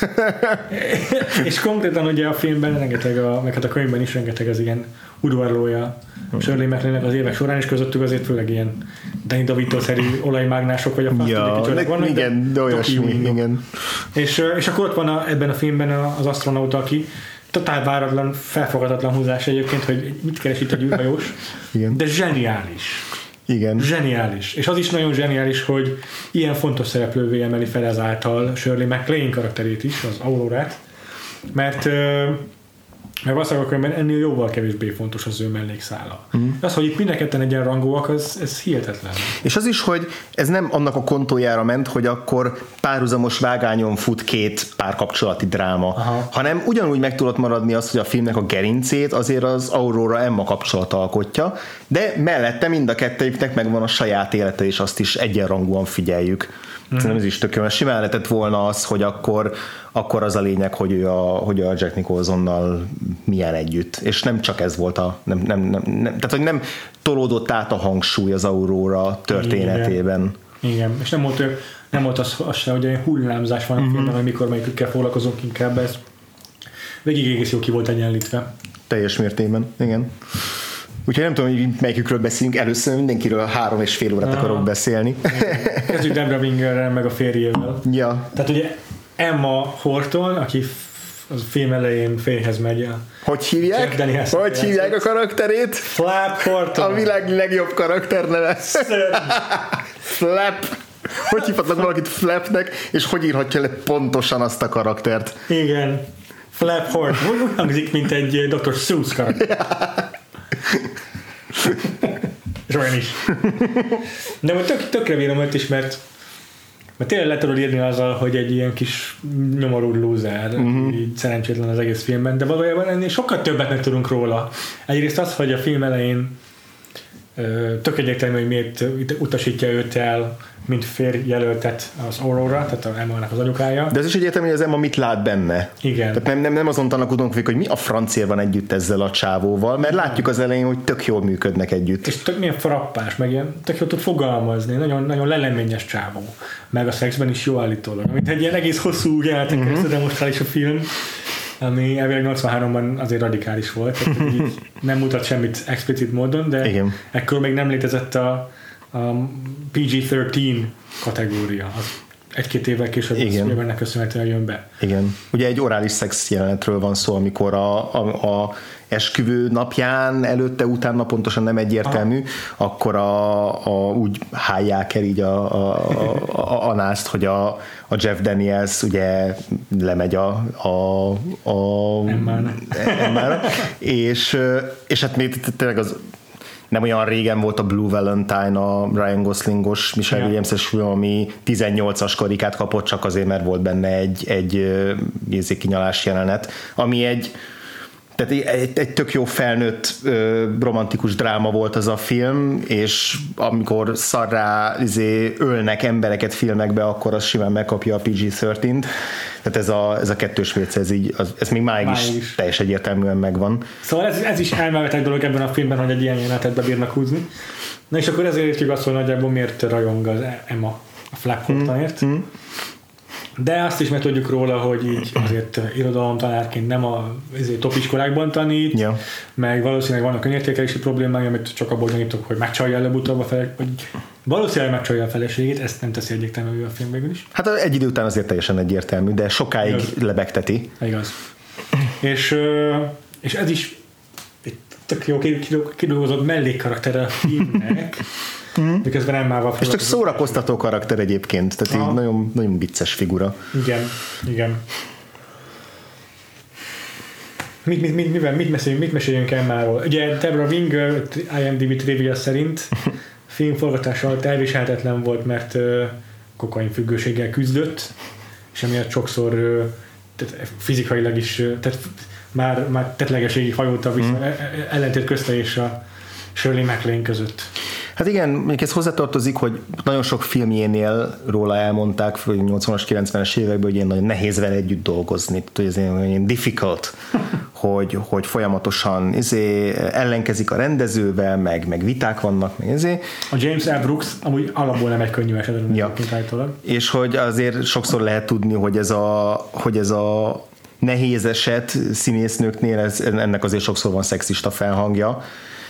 És konkrétan ugye a filmben rengeteg, a, meg hát a könyvben is rengeteg az ilyen udvarlója Shirley MacLaine-nek az évek során, és közöttük azért főleg ilyen Danny DeVito-szerű olajmágnások, vagy a ja, fasztudikicsorák vannak. Igen, de olyasmi, igen. És, és akkor ott van a, ebben a filmben az asztronauta, aki totál váratlan, felfogadatlan húzás egyébként, hogy mit keres itt egy űrhajós, de zseniális. Igen. Zseniális. És az is nagyon zseniális, hogy ilyen fontos szereplővé emeli fel ezáltal Shirley MacLaine karakterét is, az Aurorát, mert mert valószínűleg a könyvben ennél jóval kevésbé fontos az ő mellékszála. Mm. Az, hogy itt mind a ketten egyenrangúak, az, ez hihetetlen. És az is, hogy ez nem annak a kontójára ment, hogy akkor párhuzamos vágányon fut két párkapcsolati dráma, aha. hanem ugyanúgy meg tudott maradni az, hogy a filmnek a gerincét azért az Aurora Emma kapcsolat alkotja, de mellette mind a kettőjüknek megvan a saját élete, és azt is egyenrangúan figyeljük. Mm. Szerintem ez is tök jó, mert simán lehetett volna az, hogy akkor, akkor az a lényeg, hogy, ő a, hogy a Jack Nicholsonnal milyen együtt. És nem csak ez volt a... Nem, nem, nem, nem, tehát, hogy nem tolódott át a hangsúly az Aurora történetében. Igen, Igen. És nem volt, nem volt az, az se, hogy egy hullámzás van a mm-hmm. filmben, hogy mikor melyikükkel foglalkozunk inkább. Ez végig egész jó ki volt egyenlítve. Teljes mértékben, igen. Úgyhogy nem tudom, hogy melyikükről beszélünk. Először mindenkiről három és fél órát Aha. akarok beszélni. Kezdjük Debra Wingerrel, meg a férjével. Ja. Tehát ugye Emma Horton, aki az film elején férjhez megy. Hogy hívják? Hogy hívják a karakterét? Flap Horton. A világ legjobb karakterneve. Flap. Hogy hívhatnak valakit Flapnek, és hogy írhatja le pontosan azt a karaktert? Igen. Flap Horton. Úgy hangzik, mint egy doktor Seuss karakter. És olyan is. De most tök, tökre vírom őt is, mert, mert tényleg le tudod írni azzal, hogy egy ilyen kis nyomorú lúzer, uh-huh. így szerencsétlen az egész filmben, de valójában ennél sokkal többet meg tudunk róla. Egyrészt az, hogy a film elején tök egyértelmű, hogy miért utasítja őt el, mint férjjelöltet az Aurora, tehát a Emma-nak az anyukája. De ez is egyértelmű, hogy az Emma mit lát benne. Igen. Tehát nem, nem, nem azon tanakodunk, hogy mi a francia van együtt ezzel a csávóval, mert látjuk az elején, hogy tök jól működnek együtt. És tök milyen frappás, meg ilyen tök jól tud fogalmazni, nagyon, nagyon leleményes csávó. Meg a szexben is jó állítólag. Amit egy ilyen egész hosszú jelenetekkel uh-huh. demonstrál is a film, ami elvileg nyolcvanháromban azért radikális volt, tehát így nem mutat semmit explicit módon, de igen. ekkor még nem létezett a, a pé gé tizenhárom kategória. Az egy-két évvel később az filmnek köszönhetően jön be. Igen. Ugye egy orális szex jelenetről van szó, amikor a, a, a esküvő napján, előtte, utána pontosan nem egyértelmű, aha. akkor a, a, úgy hálják el így a, a, a, a nászt, hogy a, a Jeff Daniels ugye lemegy a, a, a Emmára. és, és hát még tényleg az nem olyan régen volt a Blue Valentine, a Ryan Goslingos, Michelle yeah. Williams-es film, ami tizennyolcas karikát kapott, csak azért, mert volt benne egy, egy kézékinyalás jelenet, ami egy tehát egy, egy tök jó felnőtt ö, romantikus dráma volt az a film, és amikor szarrá izé, ölnek embereket filmekbe, akkor az simán megkapja a pé gé tizenhárom-t. Tehát ez a, ez a kettős mérce, ez, így, az, ez még máig is, is teljesen egyértelműen megvan. Szóval ez, ez is elmevetett dolog ebben a filmben, hogy egy ilyen jelenetet be bírnak húzni. Na és akkor ezért értjük azt, hogy nagyjából miért rajong az Emma a Flap Hortonért. Mm. De azt is meg tudjuk róla, hogy így azért irodalomtanárként nem a topiskolákban tanít, ja. meg valószínűleg vannak önértékelési problémái, amit csak abból gyanítok, hogy megcsalja előbb-utóbb a fele, vagy valószínűleg megcsalja a feleségét, ezt nem teszi egyértelmű a film végül is. Hát egy idő után azért teljesen egyértelmű, de sokáig igaz. lebegteti. Igaz. És, és ez is egy tök jó kidolgozott mellékkaraktere a filmnek, Mm. miközben Emmával és csak szórakoztató karakter egyébként, tehát így nagyon, nagyon vicces figura. Igen, igen. Mit, mit, mit, mivel, mit, meséljünk, mit meséljünk Emmáról? Ugye Deborah Winger IMDb trivia szerint filmforgatása alatt elviselhetetlen volt, mert uh, kokain függőséggel küzdött, és emiatt sokszor uh, tehát fizikailag is, uh, tehát már, már tettlegeségig hajolta vissza, mm. ellentét közte és a Shirley MacLaine között. Hát igen, még ez hozzátartozik, hogy nagyon sok filmjénél róla elmondták, főleg nyolcvanas, kilencvenes években, hogy ilyen nagyon nehéz vele együtt dolgozni, hogy ez ilyen difficult, hogy, hogy folyamatosan izé, ellenkezik a rendezővel, meg, meg viták vannak, meg izé. A James L. Brooks amúgy alapból nem egy könnyű esetben, ja. És hogy azért sokszor lehet tudni, hogy ez a, hogy ez a nehéz eset színésznőknél, ez, ennek azért sokszor van szexista felhangja,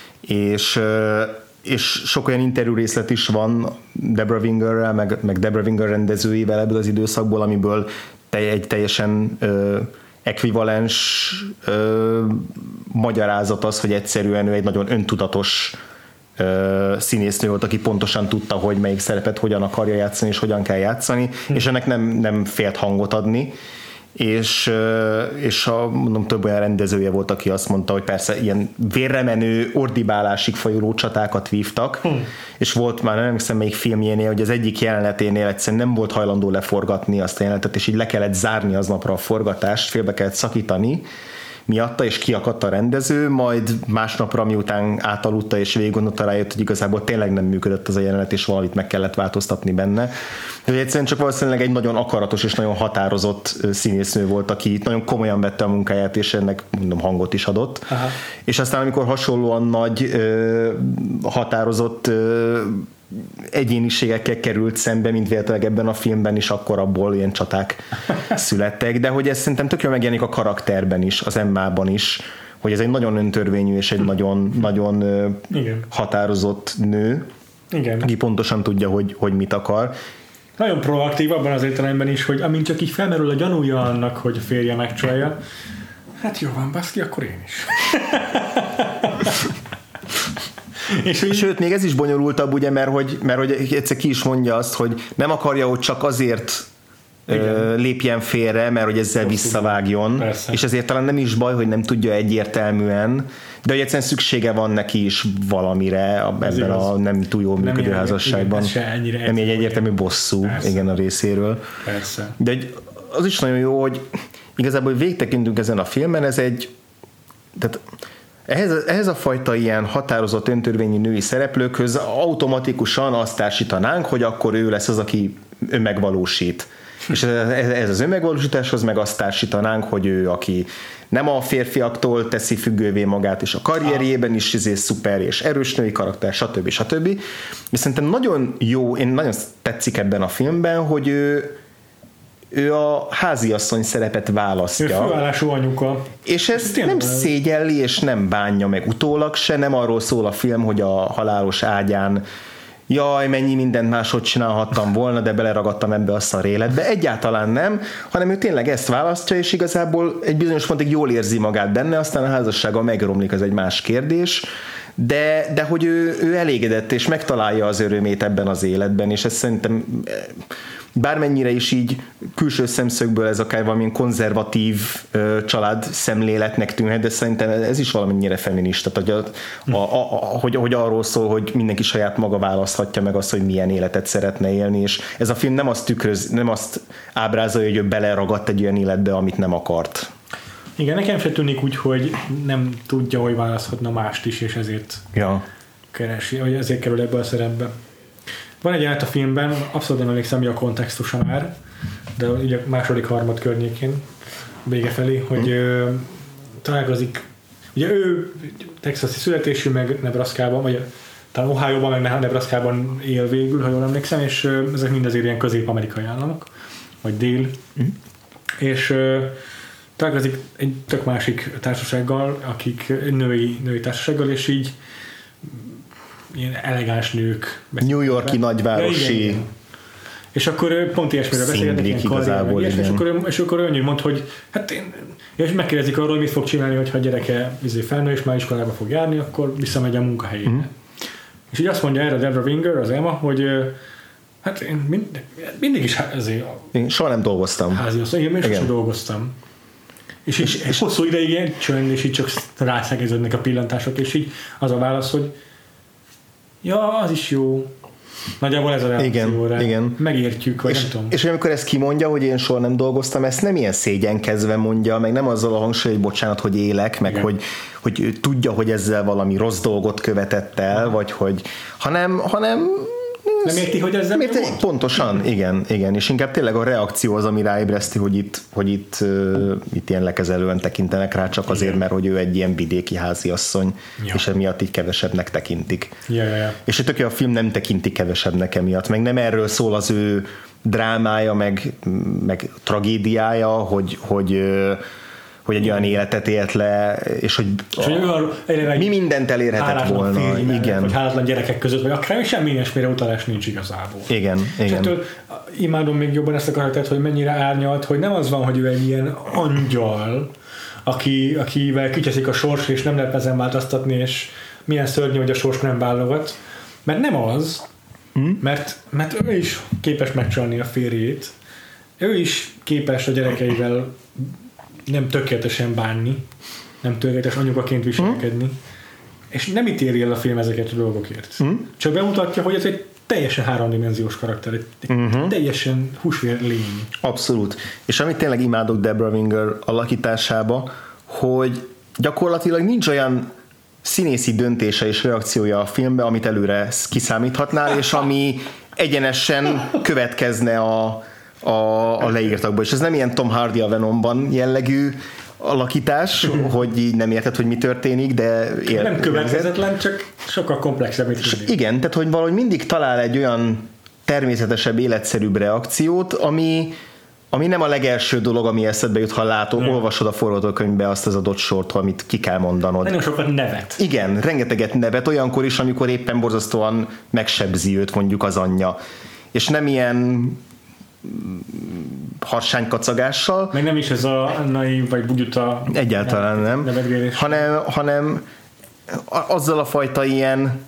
és és sok olyan interjú részlet is van Deborah Wingerrel, meg, meg Deborah Winger rendezőivel ebből az időszakból, amiből egy teljesen ö, ekvivalens ö, magyarázat az, hogy egyszerűen ő egy nagyon öntudatos ö, színésznő volt, aki pontosan tudta, hogy melyik szerepet hogyan akarja játszani, és hogyan kell játszani, hm. és ennek nem, nem félt hangot adni. És, és a, mondom, több olyan rendezője volt, aki azt mondta, hogy persze ilyen vérre menő, ordibálásig folyuló csatákat vívtak, hmm. és volt már, nem emlékszem melyik filmjénél, hogy az egyik jeleneténél egyszerűen nem volt hajlandó leforgatni azt a jelenetet, és így le kellett zárni aznapra a forgatást, félbe kellett szakítani miatta, és kiakadt a rendező, majd másnapra, miután átaludta és végiggondolta, rájött, hogy igazából tényleg nem működött az a jelenet, és valamit meg kellett változtatni benne. De egyszerűen csak valószínűleg egy nagyon akaratos és nagyon határozott színésznő volt, aki nagyon komolyan vette a munkáját, és ennek mondom, hangot is adott. Aha. És aztán, amikor hasonlóan nagy határozott egyéniségekkel került szembe, mint véletlenül ebben a filmben is, akkor abból ilyen csaták születtek, de hogy ez szerintem tök jól megjelenik a karakterben is, az Emmában is, hogy ez egy nagyon öntörvényű és egy nagyon, nagyon Igen. határozott nő, Igen. aki pontosan tudja, hogy, hogy mit akar. Nagyon proaktív abban az értelemben is, hogy amint csak így felmerül a gyanúja annak, hogy a férje megcsalja, hát jó van, baszki, akkor én is. És így... Sőt, még ez is bonyolultabb, ugye, mert hogy, mert hogy egyszer ki is mondja azt, hogy nem akarja, hogy csak azért ö, lépjen félre, mert hogy ezzel Most visszavágjon, persze. és ezért talán nem is baj, hogy nem tudja egyértelműen, de hogy egyszerűen szüksége van neki is valamire ebben a nem túl jól működő házasságban. Nem egy egyértelmű bosszú igen, a részéről. Persze. De az is nagyon jó, hogy igazából végtekintünk ezen a filmen, ez egy tehát Ehhez, ehhez a fajta ilyen határozott öntörvényű női szereplőkhöz automatikusan azt társítanánk, hogy akkor ő lesz az, aki önmegvalósít. És ez, ez az önmegvalósításhoz meg azt társítanánk, hogy ő, aki nem a férfiaktól teszi függővé magát, és a karrierjében is izé szuper és erős női karakter, stb. stb. És szerintem nagyon jó, én nagyon tetszik ebben a filmben, hogy ő ő a háziasszony szerepet választja. Ő főállású anyuka. És ezt ez nem szégyelli, és nem bánja meg utólag se, nem arról szól a film, hogy a halálos ágyán jaj, mennyi mindent máshogy csinálhattam volna, de beleragadtam ebbe a szar életbe. Egyáltalán nem, hanem ő tényleg ezt választja, és igazából egy bizonyos pontig jól érzi magát benne, aztán a házassága megromlik, ez egy más kérdés, de, de hogy ő, ő elégedett, és megtalálja az örömét ebben az életben, és ez szerintem bármennyire is így külső szemszögből ez akár valamilyen konzervatív ö, család szemléletnek tűnhet, de szerintem ez is valamennyire feminista, hogy, a, a, a, hogy, hogy arról szól, hogy mindenki saját maga választhatja meg azt, hogy milyen életet szeretne élni, és ez a film nem azt tükröz, nem azt ábrázolja, hogy ő beleragadt egy olyan életbe, amit nem akart. Igen, nekem se tűnik úgy, hogy nem tudja, hogy választhatna mást is, és ezért ja. keresi, vagy ezért kerül ebbe a szerepbe. Van egy jelenet a filmben, abszolút nem emlékszem, mi a kontextusa már, de ugye a második harmad környékén, vége felé, hogy mm. ö, találkozik, ugye ő texasi születésű, meg Nebraskában, vagy talán Ohio-ban, meg Nebraskában él végül, ha jól emlékszem, és ö, ezek mind azért ilyen közép-amerikai államok, vagy dél, mm. és ö, találkozik egy tök másik társasággal, akik női, női társasággal, és így ilyen elegáns nők. New York-i nagyvárosi. Ja, és akkor pont ilyesmire beszélgetnek, ilyen igazából, ilyesmi, és akkor, és akkor ő mond, hogy hát én, és megkérdezik arról, hogy mit fog csinálni, hogyha a gyereke felnő, és már iskolába fog járni, akkor visszamegy a munkahelyére. Mm. És így azt mondja erre Deborah Winger, az Emma, hogy hát én mind, mindig is ezért én soha nem dolgoztam. Házi asszony, én még sosem dolgoztam. És, és, és hosszú ideig ilyen csönd, és így csak rászegeződnek a pillantások, és így az a válasz, hogy ja, az is jó. Nagyjából ez a reakció rá. Igen. Megértjük, vagy és, nem tudom. És amikor ezt kimondja, hogy én soha nem dolgoztam, ezt nem ilyen szégyenkezve mondja, meg nem azzal a hangsúly, hogy bocsánat, hogy élek, meg hogy, hogy tudja, hogy ezzel valami rossz dolgot követett el, uh-huh. vagy hogy, hanem, hanem nem érti, hogy ezzel mi volt? Pontosan, igen, igen, és inkább tényleg a reakció az, ami ráébreszti, hogy itt, hogy itt, uh, itt ilyen lekezelően tekintenek rá, csak azért, igen. mert hogy ő egy ilyen vidéki háziasszony, ja. és emiatt így kevesebbnek tekintik. Ja, ja, ja. És tök, a film nem tekinti kevesebbnek emiatt, meg nem erről szól az ő drámája, meg, meg tragédiája, hogy, hogy hogy egy olyan életet élt le, és hogy, és hogy a, mi mindent elérhetett volna. Mellett, igen. vagy hálatlan gyerekek között, vagy akár semmi ilyesmire utalás nincs igazából. Igen, és igen. ettől imádom még jobban ezt a karaktert, hogy mennyire árnyalt, hogy nem az van, hogy ő egy ilyen angyal, aki, akivel kicseszik a sors, és nem lehet ezen változtatni, és milyen szörnyű, hogy a sors nem válogat. Mert nem az, hmm? mert, mert ő is képes megcsalni a férjét, ő is képes a gyerekeivel nem tökéletesen bánni, nem tökéletes anyukaként viselkedni, mm. és nem ítéli el a film ezeket a dolgokért. Mm. Csak bemutatja, hogy ez egy teljesen háromdimenziós karakter, egy, egy mm-hmm. teljesen húsvér lény. Abszolút. És amit tényleg imádok Debra Winger alakításába, hogy gyakorlatilag nincs olyan színészi döntése és reakciója a filmbe, amit előre kiszámíthatnál, és ami egyenesen következne a A, a leírtakból, és ez nem ilyen Tom Hardy a Venomban jellegű alakítás, hogy így nem érted, hogy mi történik, de ér, nem következetlen, csak sokkal komplexebb, mint tudni. Igen, tehát hogy valahogy mindig talál egy olyan természetesebb, életszerűbb reakciót, ami, ami nem a legelső dolog, ami eszedbe jut, ha látod, nem. olvasod a forgatókönyvbe azt az adott sort, amit ki kell mondanod. Nagyon sokat nevet. Igen, rengeteget nevet, olyankor is, amikor éppen borzasztóan megsebzi őt mondjuk az anyja. És nem ilyen harsánykacagással. Meg nem is ez a naív vagy bugyuta. Egyáltalán nem. nem hanem, hanem azzal a fajta ilyen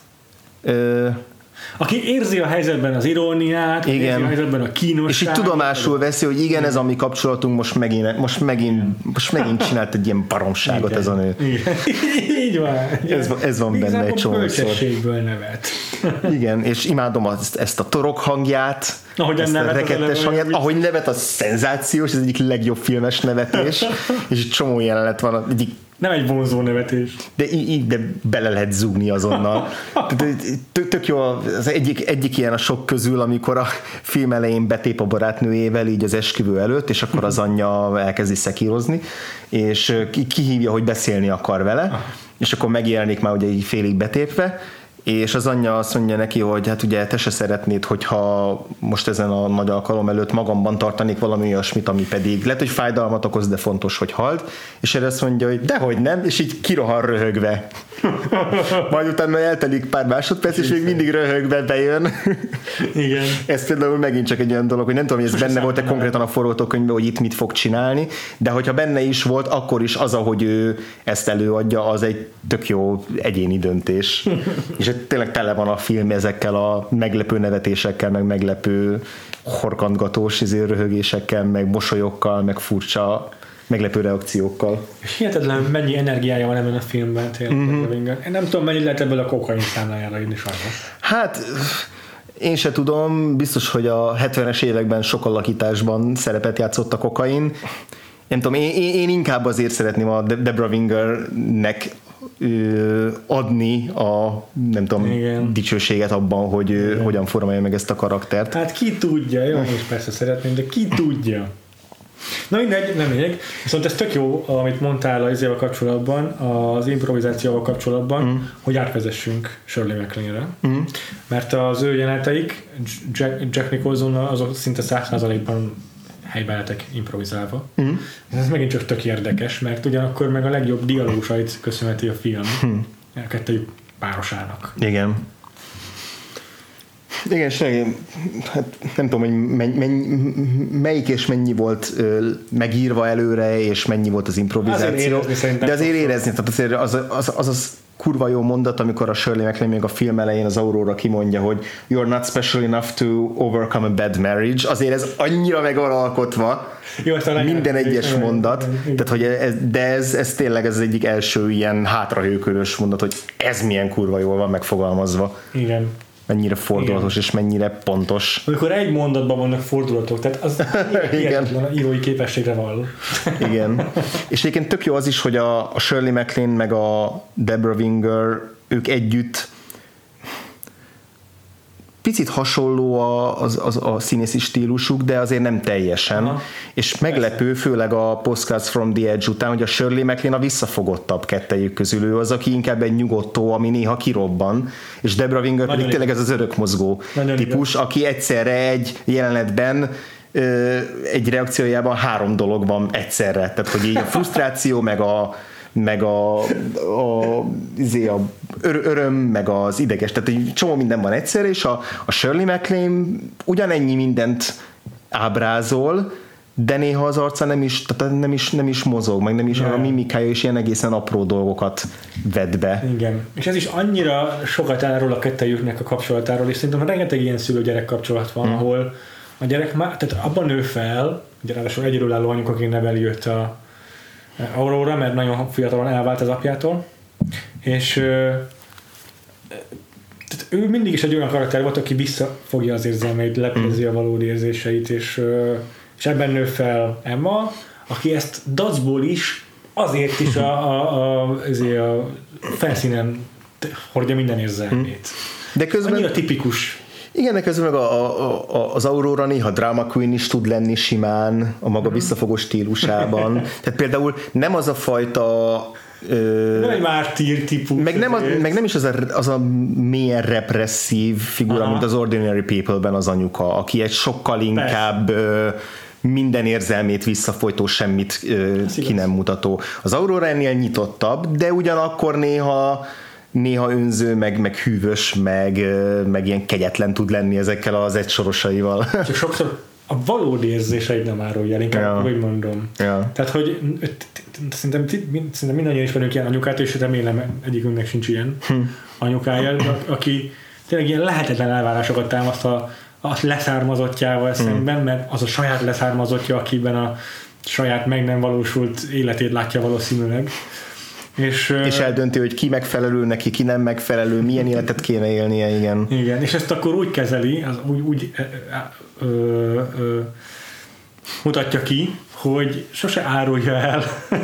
ö, aki érzi a helyzetben az iróniát, igen. érzi a helyzetben a kínosságot. És így tudomásul veszi, hogy igen, ez a mi kapcsolatunk most megint, most megint, most megint csinált egy ilyen baromságot igen. ez a nő. Igen. Így van. Ez, ez van benne egy csomószor. Bölcsességből nevet. Igen, és imádom azt, ezt a torok hangját, ahogy ezt a rekettes hangját, ahogy nevet, az szenzációs, ez egyik legjobb filmes nevetés, és egy csomó jelenet van, egyik nem egy vonzó nevetés. De, így, de bele lehet zúgni azonnal. Tök jó, az egyik, egyik ilyen a sok közül, amikor a film elején betép a barátnőjével így az esküvő előtt, és akkor az anyja elkezdi szekírozni, és kihívja, hogy beszélni akar vele, és akkor megjelenik már ugye így félig betépve, és az anyja azt mondja neki, hogy hát ugye te se szeretnéd, hogyha most ezen a nagy alkalom előtt magamban tartanék valami olyasmit, ami pedig lehet, hogy fájdalmat okoz, de fontos, hogy halt, és erre azt mondja, hogy dehogy nem, és így kirohan röhögve. Majd utána eltelik pár másodperc, és még mindig röhögve bejön. Igen. Ez például megint csak egy olyan dolog, hogy nem tudom, hogy ez benne volt-e konkrétan a forgatókönyvben, hogy itt mit fog csinálni, de hogyha benne is volt, akkor is az, ahogy ő ezt előadja, az egy tök jó egyéni döntés. És tényleg tele van a film ezekkel a meglepő nevetésekkel, meg meglepő horkantgatós röhögésekkel, meg mosolyokkal, meg furcsa meglepő reakciókkal. És hihetetlen mennyi energiája van ebben a filmben tényleg. Mm-hmm. Én nem tudom, mennyi lehet ebből a kokain számlájára írni sajnos. Hát én se tudom, biztos, hogy a hetvenes években sok alakításban szerepet játszott a kokain. Nem tudom, én, én inkább azért szeretném a Debra Wingernek adni a nem tudom, igen. dicsőséget abban, hogy igen. hogyan formálja meg ezt a karaktert. Hát ki tudja, jó, és persze szeretném, de ki tudja. Na mindegy, nem mindegy. Viszont ez tök jó, amit mondtál az izével kapcsolatban, az improvizációval kapcsolatban, mm. hogy átvezessünk Shirley MacLaine-re. Mm. Mert az ő jeleneteik Jack, Jack Nicholson azok szinte száz százalékban helyben lettek improvizálva. Mm. Ez megint csak tök érdekes, mert ugyanakkor meg a legjobb dialógusait köszönheti a film. Mm. A kettőjük párosának. Igen. Igen, és hát nem tudom, hogy menny, menny, melyik és mennyi volt ö, megírva előre, és mennyi volt az improvizáció. Azért érezni, de azért érezni, tehát azért az, az, az, az kurva jó mondat, amikor a Shirley MacLaine még a film elején az Aurora kimondja, hogy you're not special enough to overcome a bad marriage. Azért ez annyira meg van alkotva, jó, minden egyes mondat, tehát, hogy ez, de ez, ez tényleg ez egyik első ilyen hátrahőkörös mondat, hogy ez milyen kurva jól van megfogalmazva. Igen. Mennyire fordulatos igen. és mennyire pontos. Amikor egy mondatban vannak fordulatok, tehát az hihetetlen a írói képességre vall. Igen. És egyébként tök jó az is, hogy a, a Shirley MacLaine meg a Debra Winger, ők együtt picit hasonló a, az, az, a színészi stílusuk, de azért nem teljesen. Aha. És meglepő, főleg a Postcards from the Edge után, hogy a Shirley MacLaine a visszafogottabb kettejük közül, ő az, aki inkább egy nyugodtó, ami néha kirobban, és Debra Winger nagyon pedig tényleg ez az örökmozgó nagyon típus, igaz. Aki egyszerre egy jelenetben egy reakciójában három dolog van egyszerre, tehát hogy így a frusztráció, meg a meg a, a, a öröm, meg az ideges, tehát egy csomó minden van egyszerre, és a, a Shirley MacLaine ugyanennyi mindent ábrázol, de néha az arca nem is, tehát nem is, nem is mozog, meg nem is ja. a mimikája is ilyen egészen apró dolgokat vet be. Igen. És ez is annyira sokat elárul a kettejüknek a kapcsolatáról, és szerintem rengeteg ilyen szülő-gyerek kapcsolat van, hmm. ahol a gyerek már, tehát abban nő fel, ugye ráadásul egyedülálló anyukaként neveli őt a Aurora, mert nagyon fiatalon elvált az apjától, és tehát ő mindig is egy olyan karakter volt, aki visszafogja az érzelmeit, leplezi a valódi érzéseit, és, és ebben nő fel Emma, aki ezt dacból is azért is a, a, a, a felszínen hordja minden érzelmét. De közben annyira tipikus. Igen, de közben meg a, a, a, az Aurora néha drama queen is tud lenni simán a maga visszafogó stílusában. Tehát például nem az a fajta Ö, nem egy mártír típus. Meg nem, a, meg nem is az a, az a mélyen represszív figura, aha. mint az Ordinary People-ben az anyuka, aki egy sokkal inkább ö, minden érzelmét visszafolytó, semmit ö, ki nem mutató. Az Aurora ennél nyitottabb, de ugyanakkor néha néha önző, meg, meg hűvös, meg, meg ilyen kegyetlen tud lenni ezekkel az egysorosaival. Csak sokszor a valódi érzéseid nem árulja el, inkább ja. úgy mondom. Ja. Tehát, hogy szerintem, szerintem mindannyian ismerünk ilyen anyukát, és remélem egyikünknek sincs ilyen hm. anyukája, aki tényleg ilyen lehetetlen elvárásokat támaszt a, a leszármazottjával hm. szemben, mert az a saját leszármazottja, akiben a saját meg nem valósult életét látja valószínűleg. És, és eldönti, hogy ki megfelelő neki, ki nem megfelelő, milyen életet kéne élnie, igen. Igen, és ezt akkor úgy kezeli, az úgy, úgy ö, ö, ö, mutatja ki, hogy sose árulja el,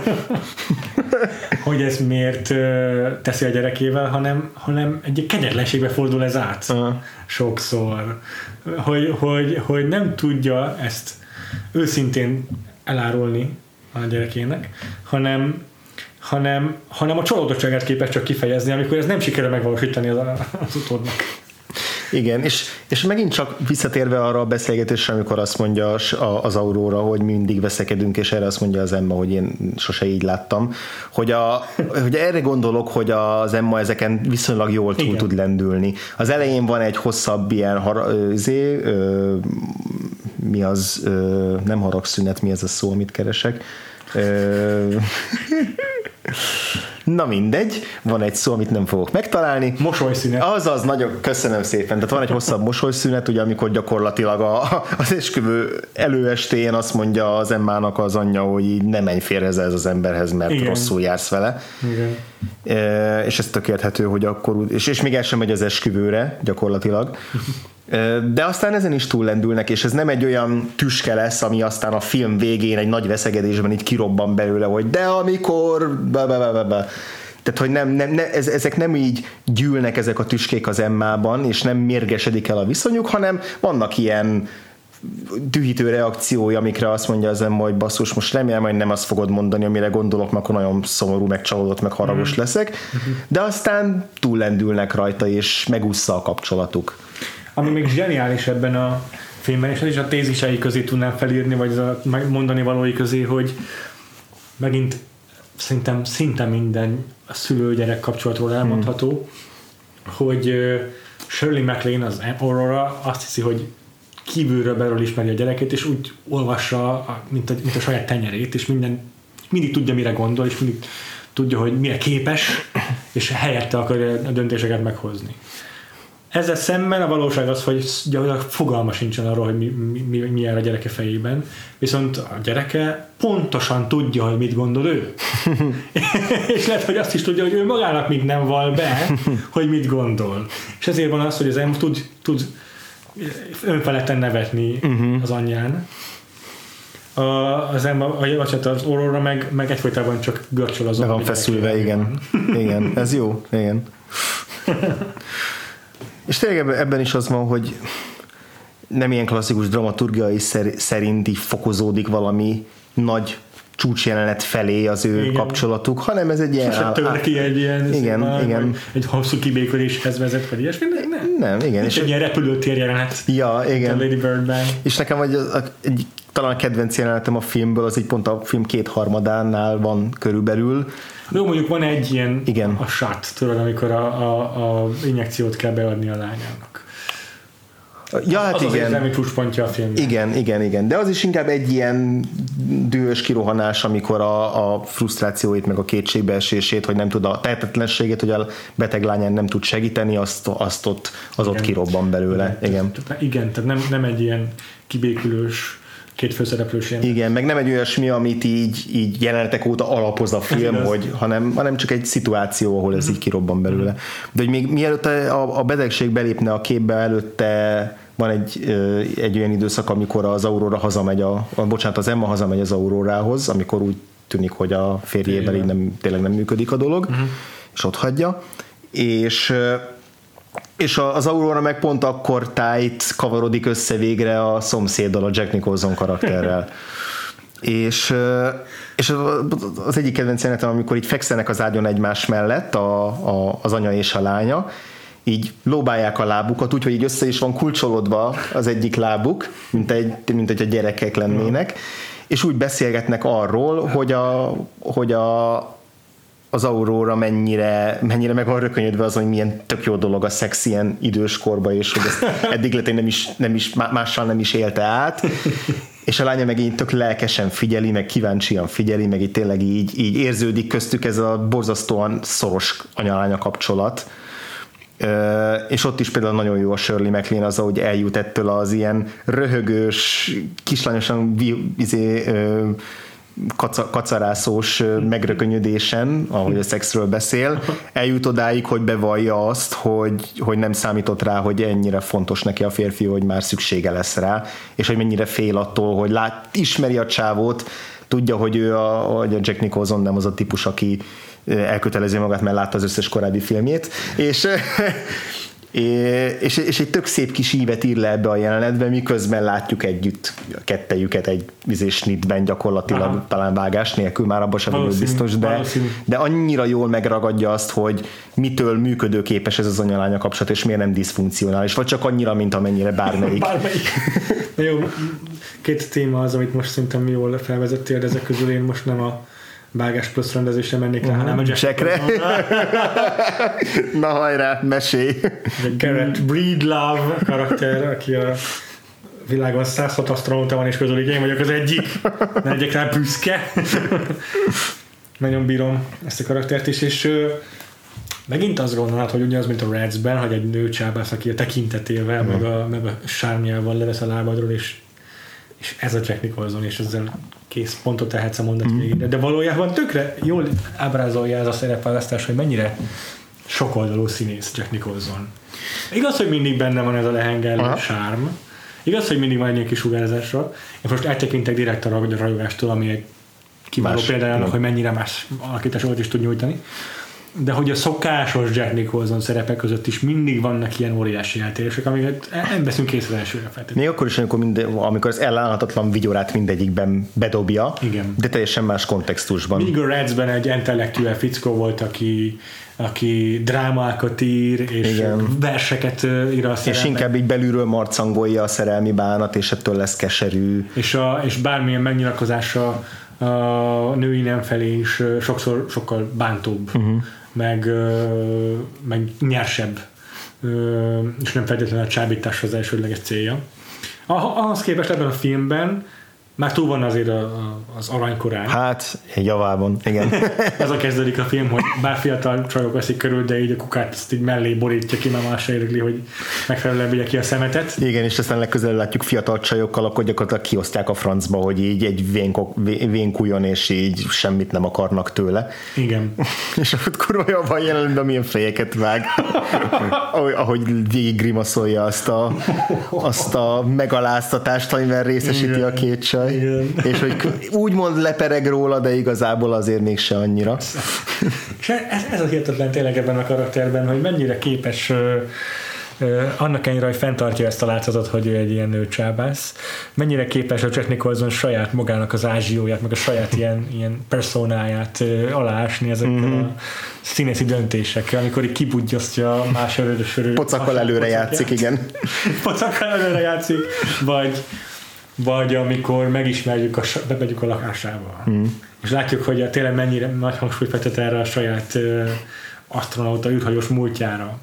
hogy ez miért ö, teszi a gyerekével, hanem, hanem egy kegyetlenségbe fordul ez át uh-huh. sokszor. Hogy, hogy, hogy nem tudja ezt őszintén elárulni a gyerekének, hanem hanem, hanem a csalódottságát képes csak kifejezni, amikor ez nem sikerül megvalósítani az, az utódnak. Igen, és, és megint csak visszatérve arra a beszélgetésre, amikor azt mondja az Aurora, hogy mindig veszekedünk, és erre azt mondja az Emma, hogy én sose így láttam, hogy, a, hogy erre gondolok, hogy az Emma ezeken viszonylag jól túl igen. tud lendülni. Az elején van egy hosszabb ilyen har, zé, ö, mi az, ö, nem haragszünet, mi ez a szó, amit keresek, ö, na mindegy, van egy szó, amit nem fogok megtalálni. Mosolyszünet. Azaz, nagyon köszönöm szépen. Tehát van egy hosszabb mosolyszünet, ugye, amikor gyakorlatilag a, az esküvő előestéjén azt mondja az Emmának az anyja, hogy így ne menj félre ez az emberhez, mert igen. rosszul jársz vele. Igen. E, és ez tökélethető, hogy akkor, és, és még el sem megy az esküvőre gyakorlatilag. De aztán ezen is túllendülnek, és ez nem egy olyan tüske lesz, ami aztán a film végén egy nagy veszegedésben így kirobban belőle, hogy de amikor be, be, be, be. Tehát, hogy nem, nem, ne, ez, ezek nem így gyűlnek ezek a tüskék az Emmában, és nem mérgesedik el a viszonyuk, hanem vannak ilyen dühítő reakciói, amikre azt mondja az Emma, hogy basszus, most remélem, hogy nem azt fogod mondani, amire gondolok, mert akkor nagyon szomorú, meg csalódott, meg haragos mm. leszek, de aztán túllendülnek rajta, és megúszza a kapcsolatuk. Ami még zseniális ebben a filmben, és ez is a tézisei közé tudnám felírni, vagy a mondani valói közé, hogy megint szerintem szinte minden szülő-gyerek kapcsolatról elmondható, hmm. hogy Shirley MacLaine, az Aurora azt hiszi, hogy kívülről belül ismeri a gyerekét, és úgy olvassa, mint a, mint a saját tenyerét, és minden, mindig tudja, mire gondol, és mindig tudja, hogy mire képes, és helyette akarja a döntéseket meghozni. Ezzel szemben a valóság az, hogy gyakorlatilag fogalma sincsen arról, hogy mi, mi, mi jár a gyereke fejében, viszont a gyereke pontosan tudja, hogy mit gondol ő. És lehet, hogy azt is tudja, hogy ő magának még nem val be, hogy mit gondol. És ezért van az, hogy az ember tud, tud önfeledten nevetni uh-huh. az anyján. A, az ember, a, az Aurora meg, meg egyfolytában csak görcsöl azon. Meg van feszülve, igen. Igen, ez jó, igen. És tényleg ebben is az van, hogy nem ilyen klasszikus dramaturgiai szerint így fokozódik valami nagy csúcsjelenet felé az ő igen. kapcsolatuk, hanem ez egy ilyen... Sose tör ki egy ilyen... Igen, már, igen. Egy hosszú kibéküléshez vezet, vagy ilyesmi, nem. Nem, igen. És egy ilyen repülőtér jelenet. Ja, igen. A Lady Birdben. És nekem vagy egy, talán a kedvenc jelenetem a filmből, az így pont a film kétharmadánál van körülbelül. Jó, mondjuk van egy ilyen igen. a shot, tudod, amikor a, a, a injekciót kell beadni a lányának. Ja, hát az igen. az érzelmi pluszpontja a filmben. Igen, igen, igen. De az is inkább egy ilyen dühös kirohanás, amikor a, a frusztrációit, meg a kétségbeesését, hogy nem tud a tehetetlenségét, hogy a beteg lányán nem tud segíteni, azt, azt ott, az igen. ott kirobban belőle. Igen, igen. Tehát, igen, tehát nem, nem egy ilyen kibékülős két főszereplős ilyen. Igen, meg nem egy olyasmi, amit így, így jelenetek óta alapoz a film, hogy, hanem, hanem csak egy szituáció, ahol ez mm-hmm. így kirobban belőle. De hogy még mielőtt a, a betegség belépne a képbe, előtte van egy, egy olyan időszak, amikor az Aurora hazamegy, a, a, bocsánat, az Emma hazamegy az Aurorához, amikor úgy tűnik, hogy a férjével így nem, tényleg nem működik a dolog, mm-hmm. és ott hagyja. És és az Aurora meg pont akkor tájt kavarodik össze végre a szomszéddal, a Jack Nicholson karakterrel. és, és az egyik kedvenc jelenetem, amikor így fekszenek az ágyon egymás mellett a, a, az anya és a lánya, így lóbálják a lábukat, úgyhogy így össze is van kulcsolódva az egyik lábuk, mint egy, mint egy a gyerekek lennének, és úgy beszélgetnek arról, hogy a, hogy a az Aurora mennyire, mennyire meg van rökönyödve azon, hogy milyen tök jó dolog a szex ilyen időskorba, és hogy ezt eddig lehet, nem is, nem is, mással nem is élte át, és a lánya meg így tök lelkesen figyeli, meg kíváncsian figyeli, meg így tényleg így, így érződik köztük ez a borzasztóan szoros anya-lánya kapcsolat. És ott is például nagyon jó a Shirley MacLaine az, ahogy eljut ettől az ilyen röhögős, kislányosan izé, Kaca, kacarászós megrökönyödésen, ahogy a szexről beszél, eljut odáig, hogy bevallja azt, hogy, hogy nem számított rá, hogy ennyire fontos neki a férfi, hogy már szüksége lesz rá, és hogy mennyire fél attól, hogy lát, ismeri a csávót, tudja, hogy ő a, hogy a Jack Nicholson nem az a típus, aki elkötelezi magát, mert látta az összes korábbi filmjét, és És, és egy tök szép kis ívet ír le ebbe a jelenetbe, miközben látjuk együtt a kettejüket egy vizés snitben gyakorlatilag, aha. talán vágás nélkül, már abban sem vagyok biztos, de, de annyira jól megragadja azt, hogy mitől működőképes ez az anya-lánya kapcsolat, és miért nem diszfunkcionális, vagy csak annyira, mint amennyire bármelyik. bármelyik. Jó, két téma az, amit most szerintem jól felvezettél, de ezek közül én most nem a vágás plusz rendezésre mennék rá, uh-huh. hanem a Jackre. Na hajrá, mesélj! Garrett Breedlove karakter, aki a világon száz hat asztronauta van, és közül én vagyok az egyik. Ne legyek rá büszke. Nagyon bírom ezt a karaktert is, és uh, megint azt gondolod, hogy ugye az, mint a Reds-ben, hogy egy nő csábász, aki a tekintetével, uh-huh. meg, a, meg a sármiával levesz a lábadról, és és ez a Jack Nicholson, és ezzel kész pontot tehetsz a mondat mm. végére. De valójában tökre jól ábrázolja ez a szerepválasztás, hogy mennyire sokoldalú színész Jack Nicholson. Igaz, hogy mindig benne van ez a lehengelő sárm. Igaz, hogy mindig van egy ilyen kis sugárzásra. Én most eltekintek direkt a rajogástól, ami egy kiváló példájának, hogy mennyire más alakításokat is tud nyújtani. De hogy a szokásos Jack Nicholson szerepek között is mindig vannak ilyen óriási eltérések, amiket nem veszünk észre elsőre feltétlenül. Még akkor is, amikor, minden, amikor az ellenállhatatlan vigyorát mindegyikben bedobja, igen. de teljesen más kontextusban. Mindig a Reds-ben egy intellektuál fickó volt, aki, aki drámákat ír, és igen. verseket ír a szerelmet. És inkább így belülről marcangolja a szerelmi bánat, és ettől lesz keserű. És, a, és bármilyen megnyilatkozása a női nem felé is sokszor sokkal bántóbb. Uh-huh. Meg, meg nyersebb, és nem feltétlenül a csábítás az elsődleges célja. Ahhoz képest ebben a filmben Már túl van azért a, a, az aranykorán. Hát, egy javában, igen. Ez a kezdődik a film, hogy bár fiatal csajok veszik körül, de így a kukát ezt így mellé borítja ki, mert más se érdekli, hogy megfelelően vigye ki a szemetet. Igen, és aztán legközelebb látjuk fiatal csajokkal, akkor gyakorlatilag kiosztják a francba, hogy így egy vénkújon, és így semmit nem akarnak tőle. Igen. És akkor kurva jobban jelen, de milyen fejeket vág, ahogy végig grimaszolja azt a, azt a megaláztatást, amivel részesíti igen. a két csaj. Igen. És hogy úgymond lepereg róla, de igazából azért mégse annyira. És ez, ez az hihetetlen tényleg ebben a karakterben, hogy mennyire képes uh, uh, annak ellenére, hogy fenntartja ezt a látszatot, hogy ő egy ilyen nőcsábász, mennyire képes a Jack Nicholson saját magának az ázsióját, meg a saját ilyen, ilyen personáját uh, aláásni ezekkel mm-hmm. a színészi döntésekkel, amikor így kibudjasztja a más erődösörő. Pocakkal előre játszik, igen. Pocakkal előre játszik, vagy vagy amikor megismerjük, a, bemegyünk a lakásába. Mm. És látjuk, hogy tényleg mennyire nagy hangsúlyt fektet erre a saját uh, asztronauta űrhajós múltjára.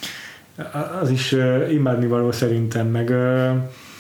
Az is uh, imádnivaló szerintem, meg, uh,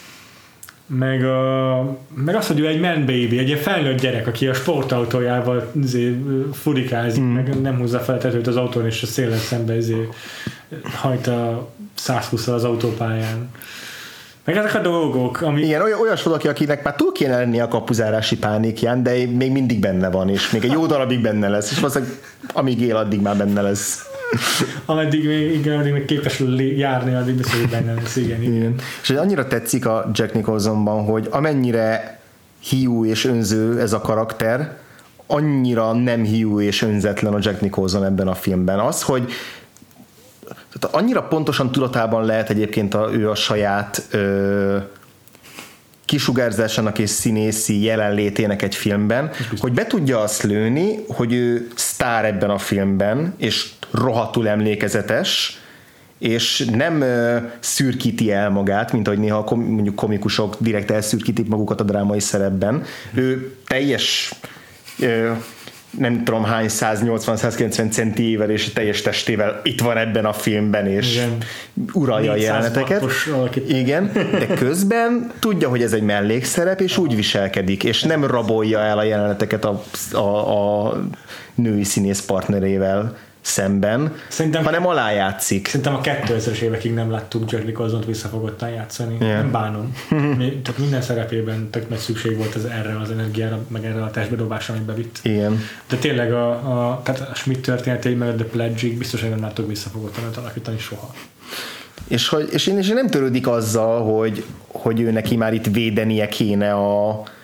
meg, uh, meg az, hogy ő egy man baby, egy ilyen felnőtt gyerek, aki a sportautójával uh, furikázik, mm. meg nem húzza fel a tetőt az autón, és a szélen szembe uh, hajt a százhússzal az autópályán. Meg ezek a dolgok, ami... Igen, oly, olyas valaki, akinek már túl kéne lenni a kapuzárási pánikján, de még mindig benne van, és még egy jó darabig benne lesz, és valószínűleg amíg él, addig már benne lesz. Ameddig még, igen, ameddig még képes járni, addig biztos, hogy benne lesz, igen, igen. igen. És annyira tetszik a Jack Nicholsonban, hogy amennyire hiú és önző ez a karakter, annyira nem hiú és önzetlen a Jack Nicholson ebben a filmben. Az, hogy tehát annyira pontosan tudatában lehet egyébként a, ő a saját ö, kisugárzásának és színészi jelenlétének egy filmben, hogy be tudja azt lőni, hogy ő sztár ebben a filmben, és rohadtul emlékezetes, és nem ö, szürkíti el magát, mint ahogy néha kom, mondjuk komikusok direkt elszürkítik magukat a drámai szerepben. Ő teljes ö, nem tudom hány száznyolcvan-százkilencven centiével és teljes testével itt van ebben a filmben, és igen. uralja a jeleneteket. Igen, de közben tudja, hogy ez egy mellékszerep, és úgy viselkedik, és nem rabolja el a jeleneteket a, a, a női színész partnerével szemben, szerintem, hanem alájátszik. Szerintem a kétezres évekig nem láttuk Jack Nicholsont visszafogottan játszani. Yeah. Nem bánom. Tehát minden szerepében tök nagy szükség volt ez erre az energiára, meg erre a testbedobásra, amit bevitt. Igen. De tényleg a, a, tehát a Schmidt történetei, meg a The Pledge-ig biztos, hogy nem láttuk visszafogottan őt alakítani soha. És, hogy, és, én, és én nem törődik azzal, hogy, hogy ő neki már itt védenie kéne a,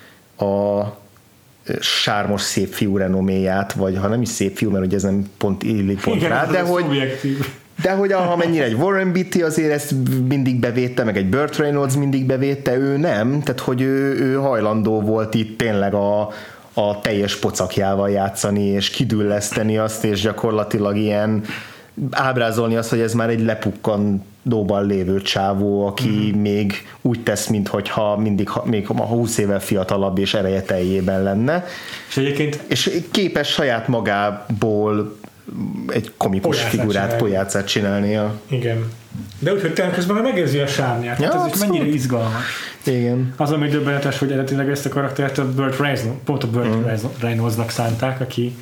a sármos szép fiú renoméját, vagy ha nem is szép fiú, mert ugye ez nem pont illik pont igen, rá, de hogy, de hogy ha mennyire egy Warren Beatty azért ezt mindig bevédte, meg egy Burt Reynolds mindig bevédte, ő nem, tehát hogy ő, ő hajlandó volt itt tényleg a, a teljes pocakjával játszani, és kidülleszteni azt, és gyakorlatilag ilyen ábrázolni azt, hogy ez már egy lepukkandóban lévő csávó, aki mm-hmm. még úgy tesz, minthogyha mindig még húsz évvel fiatalabb és ereje teljében lenne. És egyébként és képes saját magából egy komikus polyácát figurát, csinálni. polyácát csinálnia. Igen. De úgyhogy tényleg közben megérzi a sárnyát. Ja, hát ez is mennyire izgalmas. Igen. Az, ami döbbenetes, hogy eredetileg ezt a karaktert a Burt Reynolds, pont a Burt mm. Reynoldsnak szánták, aki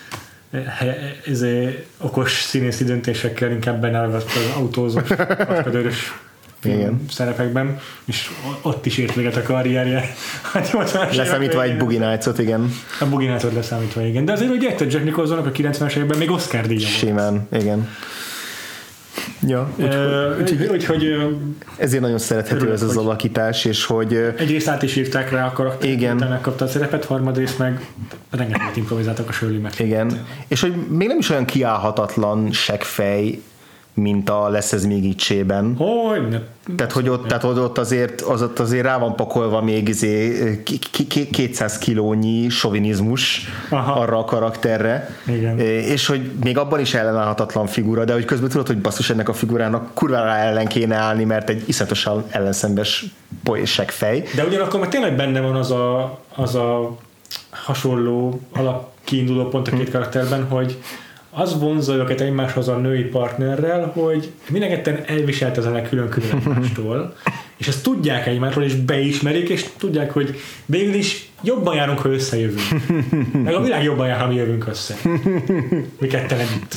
ezért okos színészi döntésekkel inkább benálgat az autózós, kaskadőrös szerepekben, és ott is ért véget a karrierje. Leszámítva egy Boogie Nights-ot, igen. A Boogie Nights-ot leszámítva, igen. De azért, hogy érted, Jack Nicholsonnak a kilencvenes években még Oscar díja volt. Simán, igen. Ja, úgyhogy úgy, úgy, úgy, ezért nagyon szerethető örülök, ez az alakítás, és hogy egyrészt át is írták rá a karaktert, igen. utána kapta a szerepet, harmadrészt meg rengeteget improvizáltak a Shirley MacLaine. Igen, és hogy még nem is olyan kiállhatatlan seggfej, mint a Lesz ez még ítsében. Hogy ne. Tehát, hogy ott, tehát ott azért, az ott azért rá van pakolva még izé, kétszáz kilónyi sovinizmus aha. arra a karakterre. Igen. És hogy még abban is ellenállhatatlan figura, de hogy közben tudod, hogy basszus ennek a figurának kurvára ellen kéne állni, mert egy iszonyatosan ellenszembes seggfej. De ugyanakkor meg tényleg benne van az a, az a hasonló alapkiinduló pont a két karakterben, hogy az vonzza őket egymáshoz a női partnerrel, hogy mindenketten elviseltezenek külön-külön egymástól, és ezt tudják egymásról, és beismerik, és tudják, hogy végül is jobban járunk, ha összejövünk. Meg a világ jobban jár, ha mi jövünk össze. Mi ketten együtt.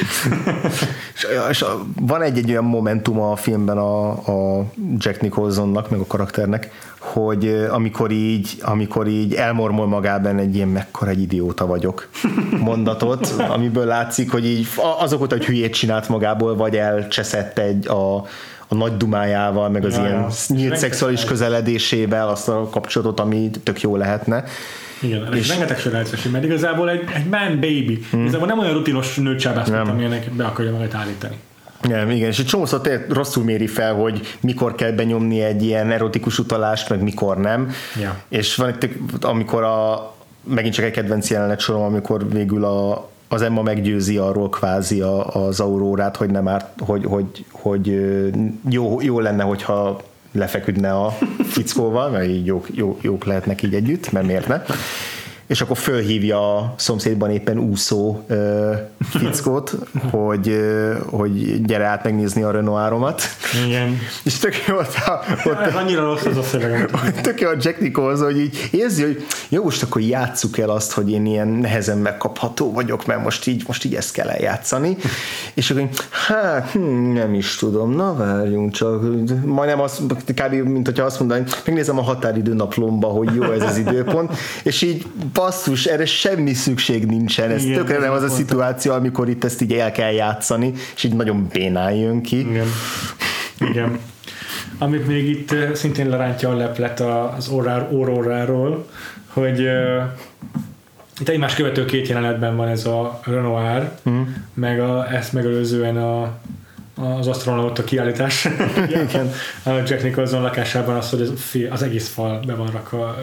és, és van egy-egy olyan momentum a filmben a, a Jack Nicholsonnak, meg a karakternek, hogy amikor így, amikor így elmormol magában egy ilyen mekkora egy idióta vagyok mondatot, amiből látszik, hogy így azok óta, hogy hülyét csinált magából, vagy elcseszett egy a, a nagy dumájával, meg az ja, ilyen nyílt szexuális közeledésével azt a kapcsolatot, ami tök jó lehetne. Igen, és rengeteg sörelcesi, mert igazából egy, egy man baby, hmm. igazából nem olyan rutinos nőcsábászat, amilyenek be akarja magát állítani. Ja, igen, és egy csomószor rosszul méri fel, hogy mikor kell benyomni egy ilyen erotikus utalást, meg mikor nem. Ja. És van egy, amikor a, megint csak egy kedvenc jelenet sorom, amikor végül a, az Emma meggyőzi arról kvázi a, az Aurórát, hogy nem árt, hogy, hogy, hogy jó, jó lenne, hogyha lefeküdne a fickóval, mert így jók, jó, jók lehetnek így együtt, mert miért ne? És akkor fölhívja a szomszédban éppen úszó uh, fickót, hogy, uh, hogy gyere át megnézni a Renoiromat. Igen. És tök jó ott a... Ott, ez annyira rossz az a szöveg. Tök jó a Jack Nicholson, hogy így érzi, hogy jó, most akkor játsszuk el azt, hogy én ilyen nehezen megkapható vagyok, mert most így, most így ezt kell eljátszani. És akkor hát, hm, nem is tudom, na várjunk csak. Majdnem az, kb. Mint hogyha azt mondaná, megnézem a határidő naplomba, hogy jó ez az időpont, és így basszus, erre semmi szükség nincsen, ez igen, tökre nem az a szituáció, amikor itt ezt így el kell játszani, és így nagyon bénán jön ki. Igen. Igen. Amit még itt szintén lerántja a leplet az Auróráról, hogy uh, itt egymás követő két jelenetben van ez a Renoir, mm. meg a, ezt megelőzően a az asztronauta kiállítás. Igen. A Jack Nicholson lakásában az, hogy az, az egész fal be van rakva,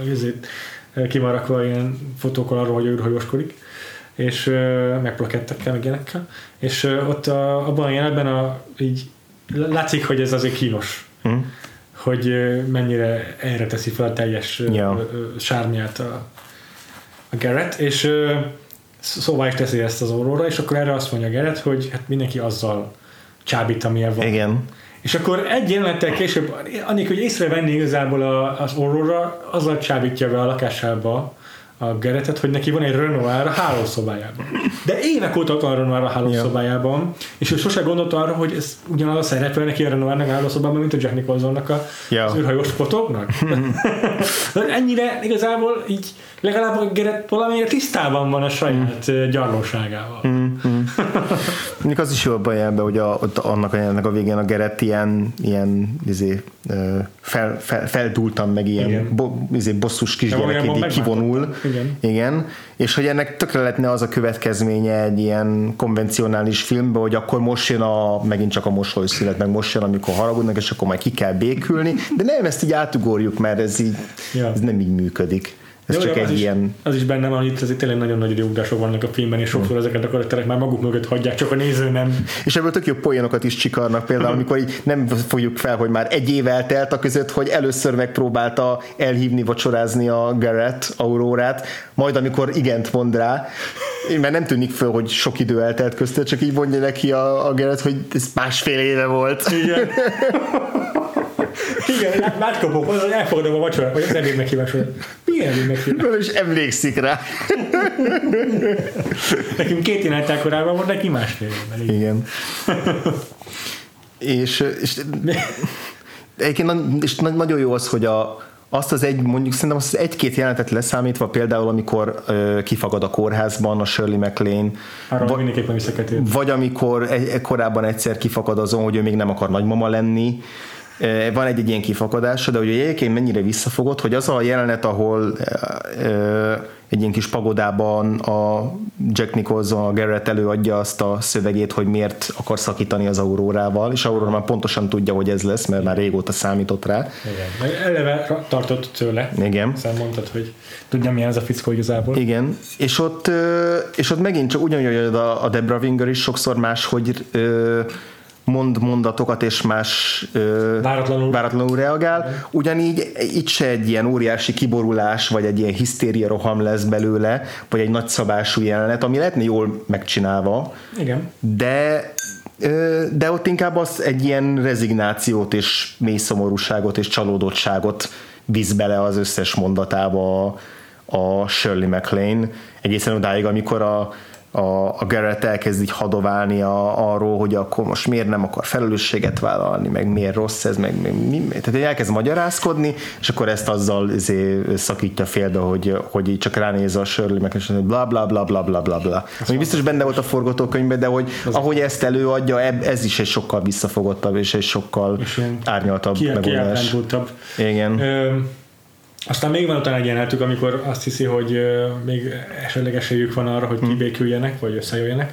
ki van rakva ilyen fotókkal arról, hogy ő űrhajóskodik, és meg plakettekkel, meg ilyenekkel, és ott a, abban a jelenetben a, így látszik, hogy ez azért kínos, mm. hogy mennyire erre teszi fel a teljes yeah. sármját a, a Garrett, és szóval is teszi ezt az Aurora, és akkor erre azt mondja Garrett, hogy hát mindenki azzal csábít, amilyen van. Igen. És akkor egy jelenettel később, annélkül, hogy észrevenni igazából a, az Aurora, azzal csábítja be a lakásába a Garrettet, hogy neki van egy Renoir a hálószobájában. De évek óta ott van a Renoir a hálószobájában, ja. és ő sose gondolta arra, hogy ez ugyanaz a szerepe neki a Renoirnak a hálószobában, mint a Jack Nicholsonnak a, ja. az űrhajós fotóknak. Ennyire igazából így legalább a Garrett valamelyre tisztában van a saját mm. gyarlóságával. Mm. Mm. Mondjuk az is jobban jel be, hogy a, ott annak a jelenetnek a végén a Garrett ilyen, ilyen izé, fel, fel, feldúltan, meg ilyen bo, izé, bosszus kisgyerekédig kivonul. Igen. Igen. És hogy ennek tökre lehetne az a következménye egy ilyen konvencionális filmben, hogy akkor most jön a, megint csak a mosolyszünet, meg most jön, amikor haragudnak, és akkor majd ki kell békülni, de nem, ezt így átugorjuk, mert ez így ja. ez nem így működik. Ez jó, csak jó, egy az ilyen... Is, az is benne van, hogy itt tényleg nagyon nagy időugrások vannak a filmben, és sokszor ezeket a karakterek már maguk mögött hagyják, csak a néző nem. És ebből tök jó poénokat is csikarnak, például amikor így nem fogjuk fel, hogy már egy év eltelt a között, hogy először megpróbálta elhívni, vacsorázni a Garrett Aurórát, majd amikor igent mond rá, mert nem tűnik föl, hogy sok idő eltelt között, csak így mondja neki a, a Garrett, hogy ez másfél éve volt. Igen. Igen, átkapok, az, hogy elfogadom a vacsorát, vagy az ebéd meghívásod. Milyen ebéd meghívás? És emlékszik rá. Nekünk két éventel korábban volt, neki másfél évben. Igen. és, és, egyébként és nagyon jó az, hogy a azt az egy, mondjuk szerintem azt az egy-két jelenetet leszámítva, például amikor ö, kifagad a kórházban a Shirley MacLaine, arra mindenképpen vissza kell térni. Vagy amikor egy, korábban egyszer kifakad azon, hogy ő még nem akar nagymama lenni, van egy-egy ilyen kifakadása, de hogy egyébként mennyire visszafogott, hogy az a jelenet, ahol ö, egy ilyen kis pagodában a Jack Nicholson, a Garrett előadja azt a szövegét, hogy miért akar szakítani az Aurórával, és Aurora már pontosan tudja, hogy ez lesz, mert már régóta számított rá. Igen, eleve tartott tőle. Igen. Aztán mondtad, hogy tudja, milyen ez a fickó igazából. Igen, és ott, és ott megint csak ugyanúgy, hogy a Debra Winger is sokszor máshogy mond mondatokat, és más ö, váratlanul. váratlanul reagál. Ugyanígy itt se egy ilyen óriási kiborulás, vagy egy ilyen hisztéria roham lesz belőle, vagy egy nagyszabású jelenet, ami lehetne jól megcsinálva. Igen. De de ott inkább az egy ilyen rezignációt és mély szomorúságot és csalódottságot visz bele az összes mondatába a, a Shirley MacLaine, egészen odáig, amikor a A, a Garrett elkezd így hadoválni a, arról, hogy akkor most miért nem akar felelősséget vállalni, meg miért rossz ez, meg, meg mi, tehát elkezd magyarázkodni, és akkor ezt azzal szakítja félbe, hogy, hogy csak ránéz a Shirley, meg és bla bla bla bla bla bla bla. Ami biztos benne volt a forgatókönyvben, de hogy az ahogy ezt előadja, ez is egy sokkal visszafogottabb és egy sokkal és árnyaltabb ki, megoldás. Igen. Ö, Aztán még van utána egy jelenetük, amikor azt hiszi, hogy uh, még esetleg esélyük van arra, hogy kibéküljenek, vagy összejöjjenek.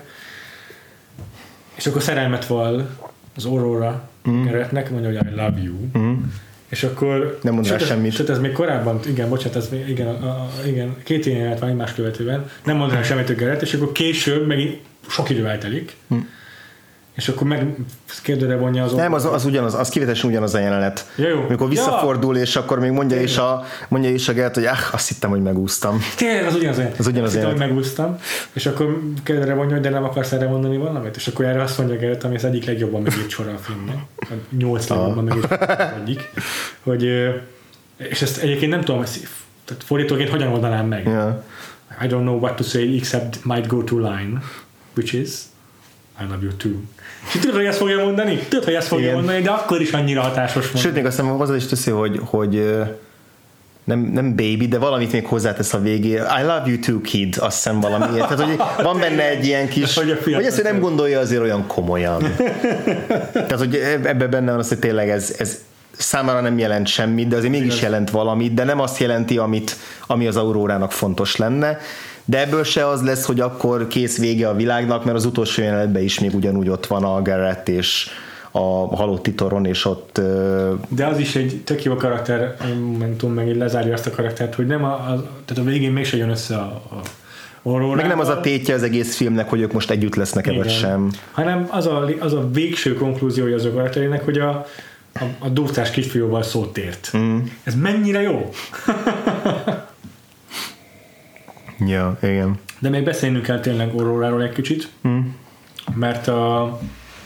És akkor szerelmet val az Aurora mm. Garrettnek, mondja, hogy I love you. Mm. És akkor... Nem mond rá semmit. Sőt, ez még korábban, igen, bocsánat, ez még, igen, a, a, igen, két ilyen jelenet van egymás követően, nem mond rá semmit a Garrett, és akkor később megint sok idő eltelik. Mm. És akkor meg kérdőre vonja az... Nem, az, az ugyanaz, az kivetesen ugyanaz a jelenet. Ja, jó. Amikor visszafordul, ja. És akkor még mondja is a, mondja is a Garrett, hogy ah, azt hittem, hogy megúsztam. Tényleg, az ugyanaz a jelenet. Az ugyanaz azt hittem, hogy megúsztam. És akkor kérdőre vonja, hogy de nem akarsz erre mondani valamit? És akkor erre azt mondja Garrett, ami az egyik legjobban megírt sora a filmnek. A nyolc legjobban megírt az egyik. Hogy, és ezt egyébként nem tudom, tehát fordítóként hogyan oldanám meg. Yeah. I don't know what to say except might go to line, which is I love you too. És tudod, hogy ezt fogja mondani? Tudod, hogy ezt fogja igen. mondani, de akkor is annyira hatásos mondani. Sőt, még azt hiszem, hozzá is teszi, hogy, hogy nem, nem baby, de valamit még hozzátesz a végén. I love you too, kid, azt hiszem valami. Tehát, hogy van benne egy ilyen kis, hogy, hogy ezt nem gondolja azért olyan komolyan. Tehát, hogy ebben benne van az, hogy tényleg ez, ez számára nem jelent semmit, de azért mégis jelent valamit, de nem azt jelenti, amit, ami az Aurórának fontos lenne. De ebből se az lesz, hogy akkor kész vége a világnak, mert az utolsó jelenetben is még ugyanúgy ott van a Garrett és a halott titoron, és ott... De az is egy tök jó karakter momentum, meg így lezárja azt a karaktert, hogy nem a, a tehát a végén mégse jön össze a, a Aurórával. Meg nem az a tétje az egész filmnek, hogy ők most együtt lesznek-e vagy sem. Hanem az a, az a végső konklúziója az a karakterének, hogy a, a, a durcás kisfiúval szót ért. Mm. Ez mennyire jó! Ja, igen. De még beszélnünk kell tényleg Auróráról egy kicsit, mm. mert a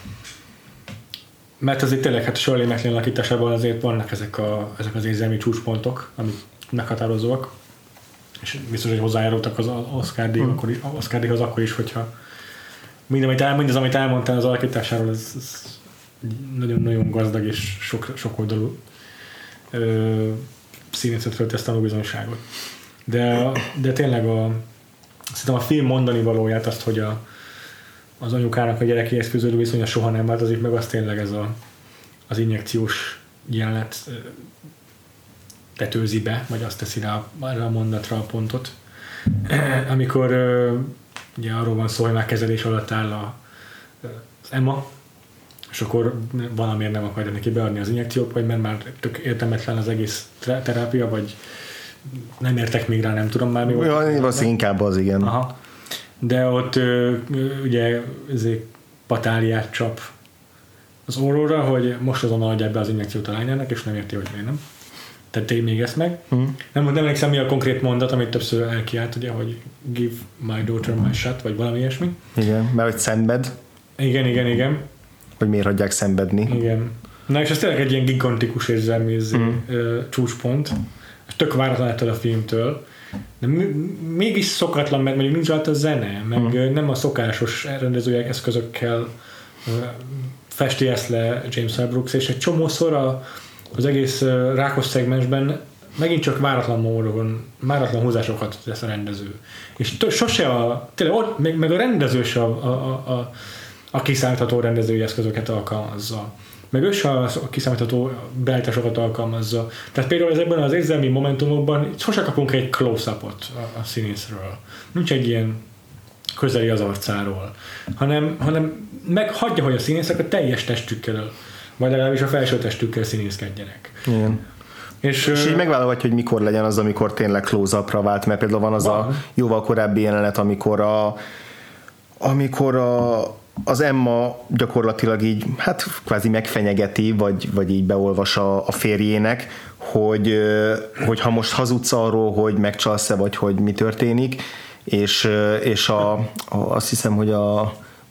mert azért tényleg hát a Shirley MacLaine alakításában azért vannak ezek, a, ezek az érzelmi csúcspontok, amik meghatározóak, és biztos, hogy hozzájárultak az Oscar-díj, mm. akkor is, Oscar-díjhoz akkor is, hogyha mind, amit el, mindaz, amit elmondtál az alakításáról, ez, ez nagyon-nagyon gazdag és sok, sok oldalú színészetről tesz tanúbizonyságot. De, de tényleg a, szerintem a film mondani valóját, azt, hogy a, az anyukának a gyerekéhez fűződő viszonya soha nem változik meg, az tényleg ez a, az injekciós jelenet tetőzi be, vagy azt teszi rá arra a mondatra a pontot. Amikor ugye arról van szó, hogy már kezelés alatt áll a, az Emma, és akkor valamiért nem akarja neki beadni az injekciót, vagy mert már tök értelmetlen az egész terápia, vagy nem értek még rá, nem tudom már mi volt. Ja, valószínűleg inkább az, igen. Aha. De ott ö, ugye ezért patáliát csap az Aurora, hogy most azonnal adják be az injekciót a lányának, és nem érti, hogy miért nem. Tették még ezt meg. Mm. Nem, nem emlékszem, mi a konkrét mondat, amit többször elkiált, ugye, hogy give my daughter my shot, vagy valami ilyesmi. Igen, mert hogy szenved. Igen, igen, igen. Hogy miért hagyják szenvedni. Igen. Na és ez tényleg egy ilyen gigantikus érzelmi mm. csúcspont. Tök váratlan ettől a filmtől, de mégis szokatlan, mert mondjuk nincs rajta a zene, meg mm. nem a szokásos rendezői eszközökkel festi ezt le James L. Brooks, és egy csomószor a, az egész rákos szegmensben megint csak váratlan módon, váratlan húzásokat tesz a rendező. És t- sose a, tényleg ott, meg, meg a rendező se a, a, a, a kiszállítható rendezői eszközöket alkalmazza. Meg ő sem a kiszámítható beállításokat alkalmazza. Tehát például ezekben az érzelmi momentumokban sose kapunk egy close-upot a, a színészről. Nincs egy ilyen közeli az arcáról. Hanem, hanem meghagyja, hogy a színészek a teljes testükkel, vagy legalábbis a felső testükkel színészkedjenek. Igen. És, és így megválogatja, hogy mikor legyen az, amikor tényleg close-upra vált, mert például van az van. a jóval korábbi jelenet, amikor a amikor a az Emma gyakorlatilag így, hát kvázi megfenyegeti, vagy, vagy így beolvas a, a férjének, hogy, hogy ha most hazudsz arról, hogy megcsalsz-e, vagy hogy mi történik, és, és a, a, azt hiszem, hogy a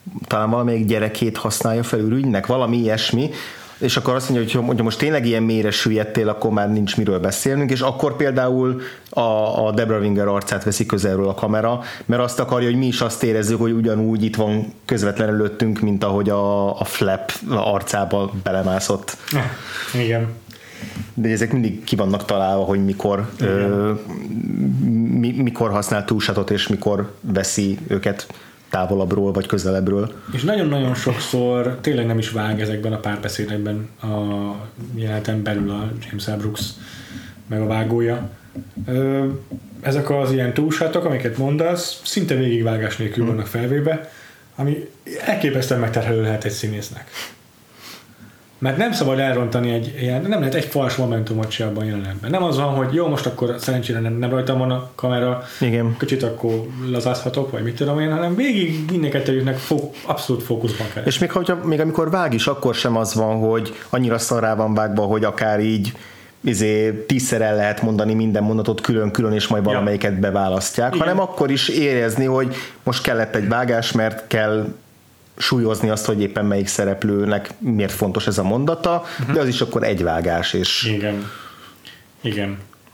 talán valamelyik gyerekét használja fel ürügynek, valami ilyesmi, és akkor azt mondja, hogy ha most tényleg ilyen mélyre süllyedtél, akkor már nincs miről beszélnünk, és akkor például a, a Debra Winger arcát veszi közelről a kamera, mert azt akarja, hogy mi is azt érezzük, hogy ugyanúgy itt van közvetlen előttünk, mint ahogy a, a Flap arcába belemászott. Igen. De ezek mindig ki vannak találva, hogy mikor, ö, mi, mikor használ túlsatot, és mikor veszi őket távolabbról, vagy közelebbről. És nagyon-nagyon sokszor tényleg nem is vág ezekben a párbeszédekben a jeleneten belül a James L. Brooks meg a vágója. Ezek az ilyen túlsátok, amiket mondasz, szinte végigvágás nélkül vannak felvéve, ami elképesztően megterhelő lehet egy színésznek. Mert nem szabad elrontani egy ilyen, nem lehet egy fals momentumot se abban jelenetben. Nem az van, hogy jó, most akkor szerencsére nem, nem rajtam van a kamera, igen, kicsit akkor lazázhatok, vagy mit tudom én, hanem végig mindenkettőjüknek fó, abszolút fókuszban kell. És még, hogyha, még amikor vág is, akkor sem az van, hogy annyira szarrá van vágva, hogy akár így izé, tízszer el lehet mondani minden mondatot külön-külön, és majd valamelyiket ja. beválasztják, igen, hanem akkor is érezni, hogy most kellett egy vágás, mert kell súlyozni azt, hogy éppen melyik szereplőnek miért fontos ez a mondata, uh-huh. de az is akkor egy vágás. És igen. Igen.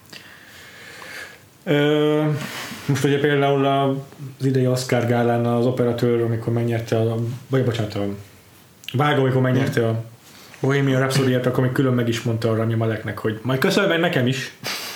Ö, most ugye például az idei Oscar gálán az operatőr, amikor megnyerte a, vagy bocsánat, a vágó, amikor megnyerte a Bohemian Rhapsody-et, akkor még külön meg is mondta a Rami Maleknek, hogy majd köszönöm meg nekem is.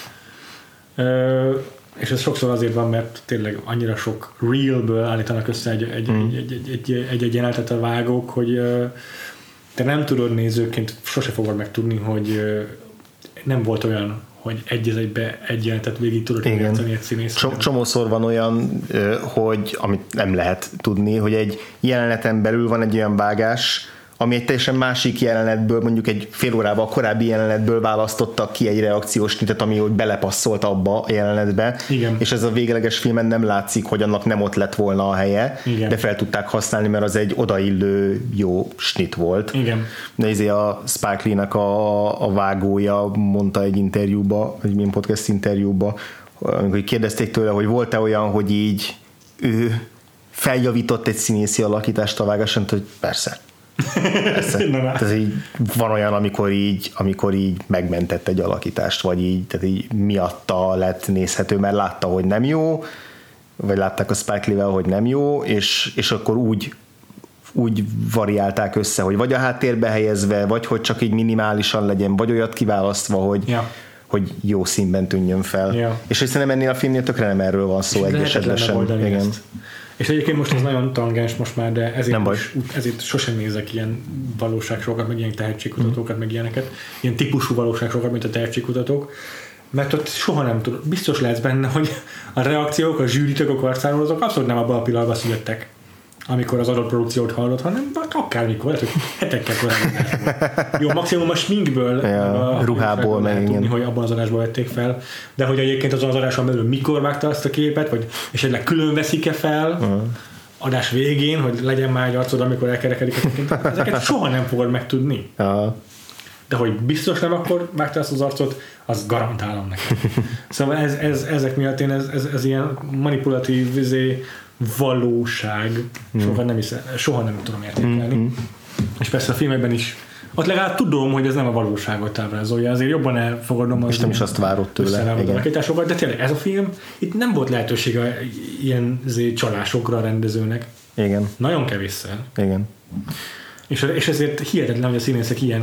Ö, és ez sokszor azért van, mert tényleg annyira sok reelből állítanak össze egy, egy, mm. egy, egy, egy, egy, egy jelenetet a vágók, hogy te nem tudod nézőként, sose fogod megtudni, hogy nem volt olyan, hogy egy egybe egy jelenetet végig tudod játszani egy színész. Csom- csomószor van olyan, hogy amit nem lehet tudni, hogy egy jeleneten belül van egy olyan vágás, ami egy teljesen másik jelenetből, mondjuk egy fél órával korábbi jelenetből választottak ki egy reakciós snitet, ami úgy belepasszolt abba a jelenetbe, igen, és ez a végleges filmen nem látszik, hogy annak nem ott lett volna a helye, igen, de fel tudták használni, mert az egy odaillő jó snit volt. Igen. Nézé, a Spike Lee-nek a, a vágója mondta egy interjúba, egy milyen podcast interjúba, amikor kérdezték tőle, hogy volt-e olyan, hogy így ő feljavított egy színészi alakítást a vágáson, hogy persze. Ez így, van olyan, amikor így, amikor így megmentett egy alakítást, vagy így, tehát így miatta lett nézhető, mert látta, hogy nem jó, vagy látták a Spike Lee-vel, hogy nem jó, és, és akkor úgy, úgy variálták össze, hogy vagy a háttérbe helyezve, vagy hogy csak így minimálisan legyen, vagy olyat kiválasztva, hogy, ja. hogy jó színben tűnjön fel. Ja. És szerintem ennél a filmnél tökre nem erről van szó egyesedlesen. Igen. És egyébként most ez nagyon tangens most már, de ezért, nem is, ezért sosem nézek ilyen valóságsorokat, meg ilyen tehetségkutatókat, mm. meg ilyeneket, ilyen típusú valóságsorokat, mint a tehetségkutatók, mert ott soha nem tud, biztos lesz benne, hogy a reakciók, a zsűritök arcáról azok abszolút nem abban a pillanatban születtek, amikor az adott produkciót hallott, hanem akármikor, lehet, hogy hetekkel korábban. Jó, maximum a sminkből, ja, a ruhából lehet tudni, hogy abban az adásban vették fel, de hogy egyébként azon az adáson belül mikor vágta azt a képet, vagy esetleg külön veszik-e fel uh-huh. adás végén, hogy legyen már egy arcod, amikor elkerekedik, ezeket soha nem fogod megtudni. Uh-huh. De hogy biztos nem akkor vágta azt az arcot, azt garantálom nekem. Szóval ez, ez, ezek miatt én ez, ez, ez ilyen manipulatív izé, valóság mm. soha, nem is, soha nem tudom értékelni. Mm-hmm. És persze a filmekben is ott legalább tudom, hogy ez nem a valóságot ábrázolja, azért jobban elfogadom az, és nem is azt várod tőle. De tényleg ez a film, itt nem volt lehetősége ilyen zé, csalásokra a rendezőnek. Igen. Nagyon kevésszer. Igen. És, és ezért hihetetlen, hogy a színészek ilyen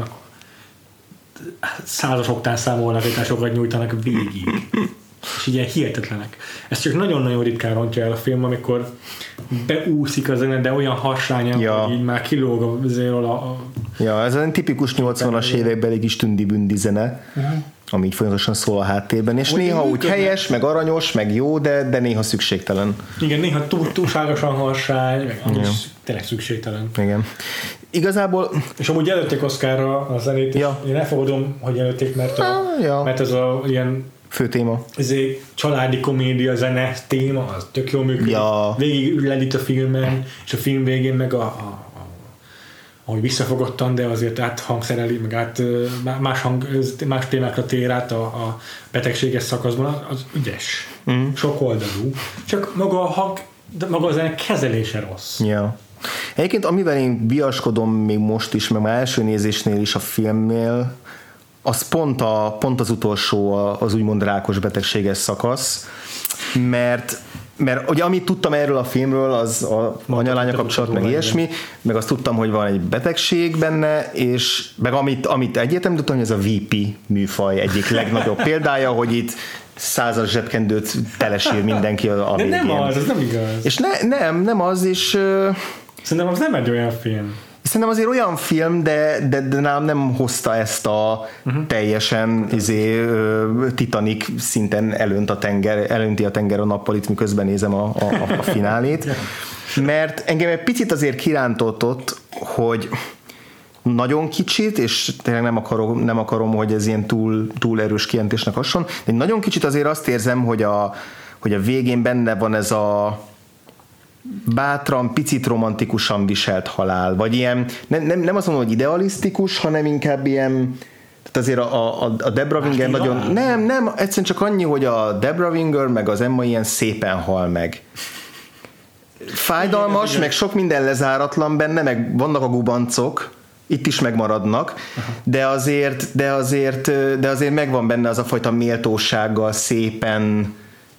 százasoktán számú alakításokat nyújtanak végig. És ilyen hihetetlenek. Ez csak nagyon-nagyon ritkán rontja el a film, amikor beúszik a zene, de olyan harsányan, ja. hogy így már kilóg azért a, a... Ja, ez egy tipikus nyolcvanas évekbeli kis tündi-bündi zene, uh-huh. ami így folyamatosan szól a háttérben, és hogy néha úgy működnek. Helyes, meg aranyos, meg jó, de, de néha szükségtelen. Igen, néha túl, túlságosan harsány, meg ja. tényleg szükségtelen. Igen. Igazából... És amúgy jelölték Oscarra a zenét, ja. én elfogadom, hogy jelölték, mert, a, ah, ja. mert ez a ilyen fő téma. Ezért családi komédia, zene téma, az tök jól működik. Ja. Végig lendít a filmen, és a film végén meg a, a, a ahogy visszafogottan, de azért áthangszereli, meg át más, hang, más témákra tér át a, a betegséges szakaszban, az, az ügyes. Mm. Sok oldalú. Csak maga a hang, de maga a zene kezelése rossz. Ja. Egyébként amivel én viaskodom még most is, meg már első nézésnél is a filmnél, az pont, a, pont az utolsó, az úgymond rákos betegséges szakasz, mert mert ugye amit tudtam erről a filmről, az a anyalánya kapcsolat, meg ilyesmi, meg azt tudtam, hogy van egy betegség benne, és meg amit, amit egyértelműen tudtam, hogy ez a vé pé műfaj egyik legnagyobb példája, hogy itt százas zsebkendőt telesír mindenki a, a végén. De nem az, ez nem igaz. És ne, nem, nem az, és... Szerintem az nem egy olyan film. Szerintem azért olyan film, de, de, de nálam nem hozta ezt a uh-huh. teljesen izé, Titanic szinten elönt a tenger, elönti a tenger a nappal, miközben nézem a, a, a finálét. Mert engem egy picit azért kirántott ott, hogy nagyon kicsit, és tényleg nem akarom, nem akarom hogy ez ilyen túl, túl erős kijelentésnek hasonló, de nagyon kicsit azért azt érzem, hogy a, hogy a végén benne van ez a bátran, picit romantikusan viselt halál, vagy ilyen, nem, nem, nem azt mondom, hogy idealisztikus, hanem inkább ilyen, tehát azért a, a, a Debra Winger nagyon, halál. nem, nem, egyszerűen csak annyi, hogy a Debra Winger meg az Emma ilyen szépen hal meg. Fájdalmas, igen, meg sok minden lezáratlan benne, meg vannak a gubancok, itt is megmaradnak, de azért, de azért, de azért megvan benne az a fajta méltósággal szépen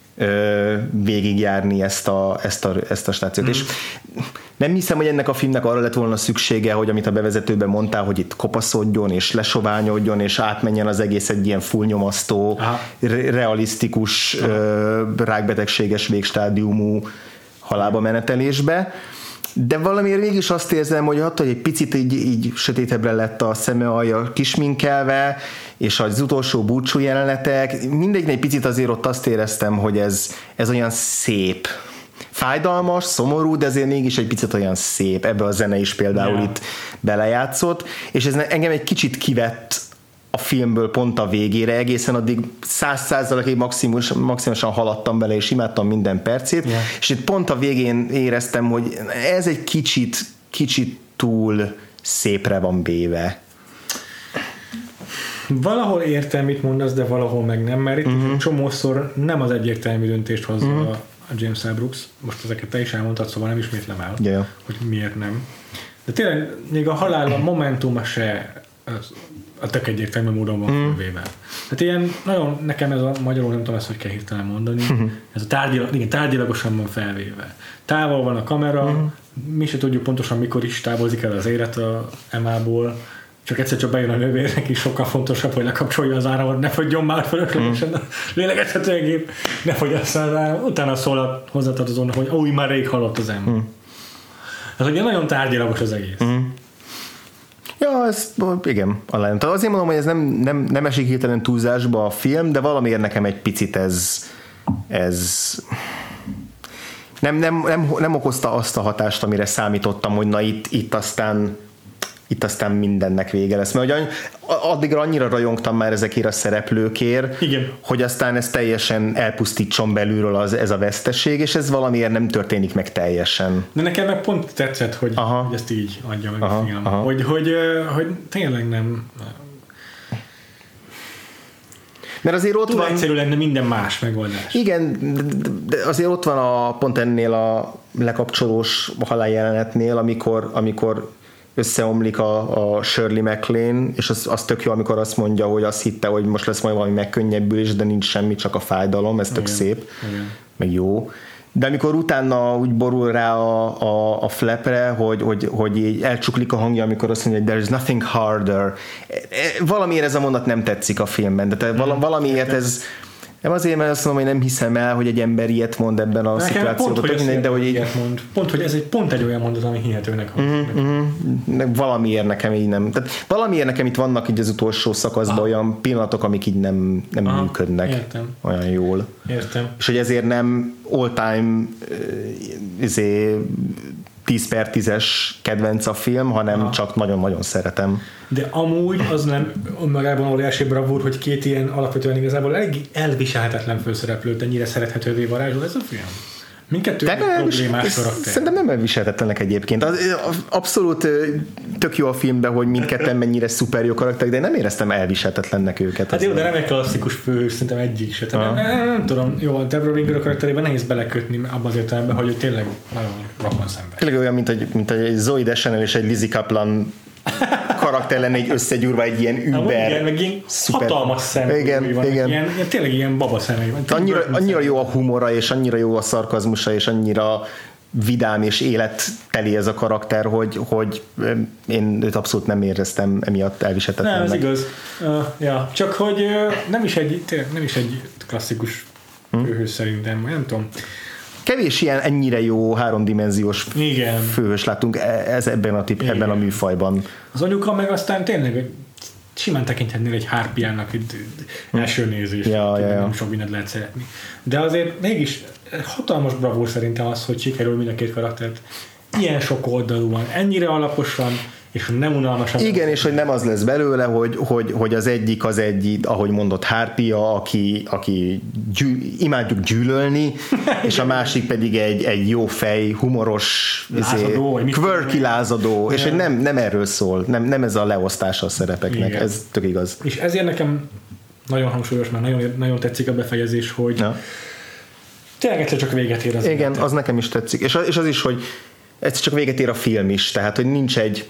végigjárni ezt a, ezt a, ezt a stációt. Mm. És nem hiszem, hogy ennek a filmnek arra lett volna szüksége, hogy amit a bevezetőben mondtál, hogy itt kopaszodjon és lesoványodjon, és átmenjen az egész egy ilyen fullnyomasztó, re- realisztikus, ö, rákbetegséges végstádiumú halálba menetelésbe. De valamiért mégis azt érzem, hogy attól, hogy egy picit így, így sötétebbre lett a szemealja kisminkelve, és az utolsó búcsú jelenetek, mindegyiknél egy picit azért ott azt éreztem, hogy ez, ez olyan szép. Fájdalmas, szomorú, de azért mégis egy picit olyan szép. Ebbe a zene is például yeah. itt belejátszott, és ez engem egy kicsit kivett a filmből pont a végére, egészen addig száz százalékig maximus, maximusan haladtam bele, és imádtam minden percét, yeah. és itt pont a végén éreztem, hogy ez egy kicsit, kicsit túl szépre van véve. Valahol értem, mit mondasz, de valahol meg nem, mert itt uh-huh. csomószor nem az egyértelmű döntést hozza uh-huh. a James L. Brooks. Most ezeket te is elmondtad, szóval nem ismétlem el, yeah. hogy miért nem. De tényleg még a halál, a momentuma se az, a tök egyértelmű módon van uh-huh. fölvéve. Tehát ilyen, nagyon, nekem ez a magyarul nem tudom ezt, hogy kell hirtelen mondani, uh-huh. ez a tárgyilag, igen, tárgyilagosan van felvéve. Távol van a kamera, uh-huh. mi se tudjuk pontosan mikor is távozik el az élet a Emmából, csak egyszer csak bejön a nővérnek is, sokkal fontosabb, hogy lekapcsolja az áramot, ne fogyjon már fölöslegesen a lélegeztetőgép, ne fogyasszál rá, utána szól a hozzátartozónak, hogy úgy már rég halott az Emma. Mm. Ez ugye nagyon tárgyilagos az egész. Mm. Ja, ez igen, alájön. Azért mondom, hogy ez nem, nem, nem esik hirtelen túlzásba a film, de valamiért nekem egy picit ez ez nem, nem, nem, nem okozta azt a hatást, amire számítottam, hogy na itt, itt aztán itt aztán mindennek vége lesz. Mert hogy addigra annyira rajongtam már ezekért a szereplőkért, igen. hogy aztán ez teljesen elpusztítson belülről az, ez a veszteség, és ez valamiért nem történik meg teljesen. De nekem meg pont tetszett, hogy, hogy ezt így adja meg aha, a film. Hogy, hogy, hogy tényleg nem... Mert azért ott túl van... egyszerű lenne minden más megoldás. Igen, de azért ott van a, pont ennél a lekapcsolós haláljelenetnél, amikor, amikor összeomlik a, a Shirley MacLaine, és az, az tök jó, amikor azt mondja, hogy azt hitte, hogy most lesz majd valami megkönnyebbülés, de nincs semmi, csak a fájdalom, ez tök igen, szép, igen. meg jó. De amikor utána úgy borul rá a, a, a flapre, hogy, hogy, hogy így elcsuklik a hangja, amikor azt mondja, hogy there is nothing harder. Valamiért ez a mondat nem tetszik a filmben, de hmm. valamiért ez nem azért, mert azt mondom, hogy nem hiszem el, hogy egy ember ilyet mond ebben a nekem szituációban. Pont, hogy minden, de hogy így... mond. Pont, hogy ez egy, pont egy olyan mondat, ami hihetőnek hangzik. Mm-hmm, mm-hmm. Valamiért nekem így nem. Tehát valamiért nekem itt vannak így az utolsó szakaszban ah. olyan pillanatok, amik így nem, nem ah, működnek értem. olyan jól. Értem. És hogy ezért nem all time izé, tíz per tízes kedvenc a film, hanem ah. csak nagyon-nagyon szeretem. De amúgy az nem magában óriási bravúr, hogy két ilyen alapvetően igazából elég elviselhetetlen főszereplőt ennyire szerethetővé varázsol ez a film. Mindkettő problémás karakter. Szerintem nem elviselhetetlenek egyébként. Az, abszolút tök jó a filmben, hogy mindketten mennyire szuper jó karakterek, de nem éreztem elviselhetetlennek őket. Hát jó, de nem egy klasszikus főhős, szerintem egyik se. Nem, nem, nem, nem tudom, jó, a Deborah Winger karakterében nehéz belekötni abban az értelemben, hogy ő tényleg nagyon rokon szemben. Tényleg olyan, mint egy, mint egy Zoe Deschanel és egy Lizzie Kaplan karakter lenne egy összegyúrva egy ilyen über, igen, meg ilyen szuper, hatalmas szemű igen, van, igen. Ilyen, ilyen, tényleg ilyen baba személy van. Annyira, annyira jó a humora, és annyira jó a szarkazmusa, és annyira vidám és életteli ez a karakter, hogy, hogy én őt abszolút nem éreztem emiatt elviselhetetlennek. Nem, ez igaz. Uh, ja. Csak hogy uh, nem is egy, tényleg, nem is egy klasszikus hmm. főhős szerintem, nem tudom. Kevés ilyen ennyire jó háromdimenziós igen. főhős látunk ez ebben a, tip, ebben a műfajban. Az anyuka meg aztán tényleg simán tekinthetnél egy hárpiának egy első nézést, ja, ja, ja. nem sok mindent lehet szeretni. De azért mégis hatalmas bravúr szerintem az, hogy sikerül mind a két karaktert ilyen sok oldalúan, ennyire alaposan, és nem unalmasan. Igen, és hogy nem az lesz belőle, hogy, hogy, hogy az egyik az egy, ahogy mondott, hárpia, aki, aki gyű, imádjuk gyűlölni, és a másik pedig egy, egy jó fej, humoros, lázadó, izé, quirky lázadó, és hogy nem, nem erről szól, nem, nem ez a leosztása a szerepeknek, igen. Ez tök igaz. És ezért nekem nagyon hangsúlyos, mert nagyon, nagyon tetszik a befejezés, hogy ja. tényleg egyszer csak véget ér az igen, életet. Az nekem is tetszik, és az, és az is, hogy egyszer csak véget ér a film is, tehát hogy nincs egy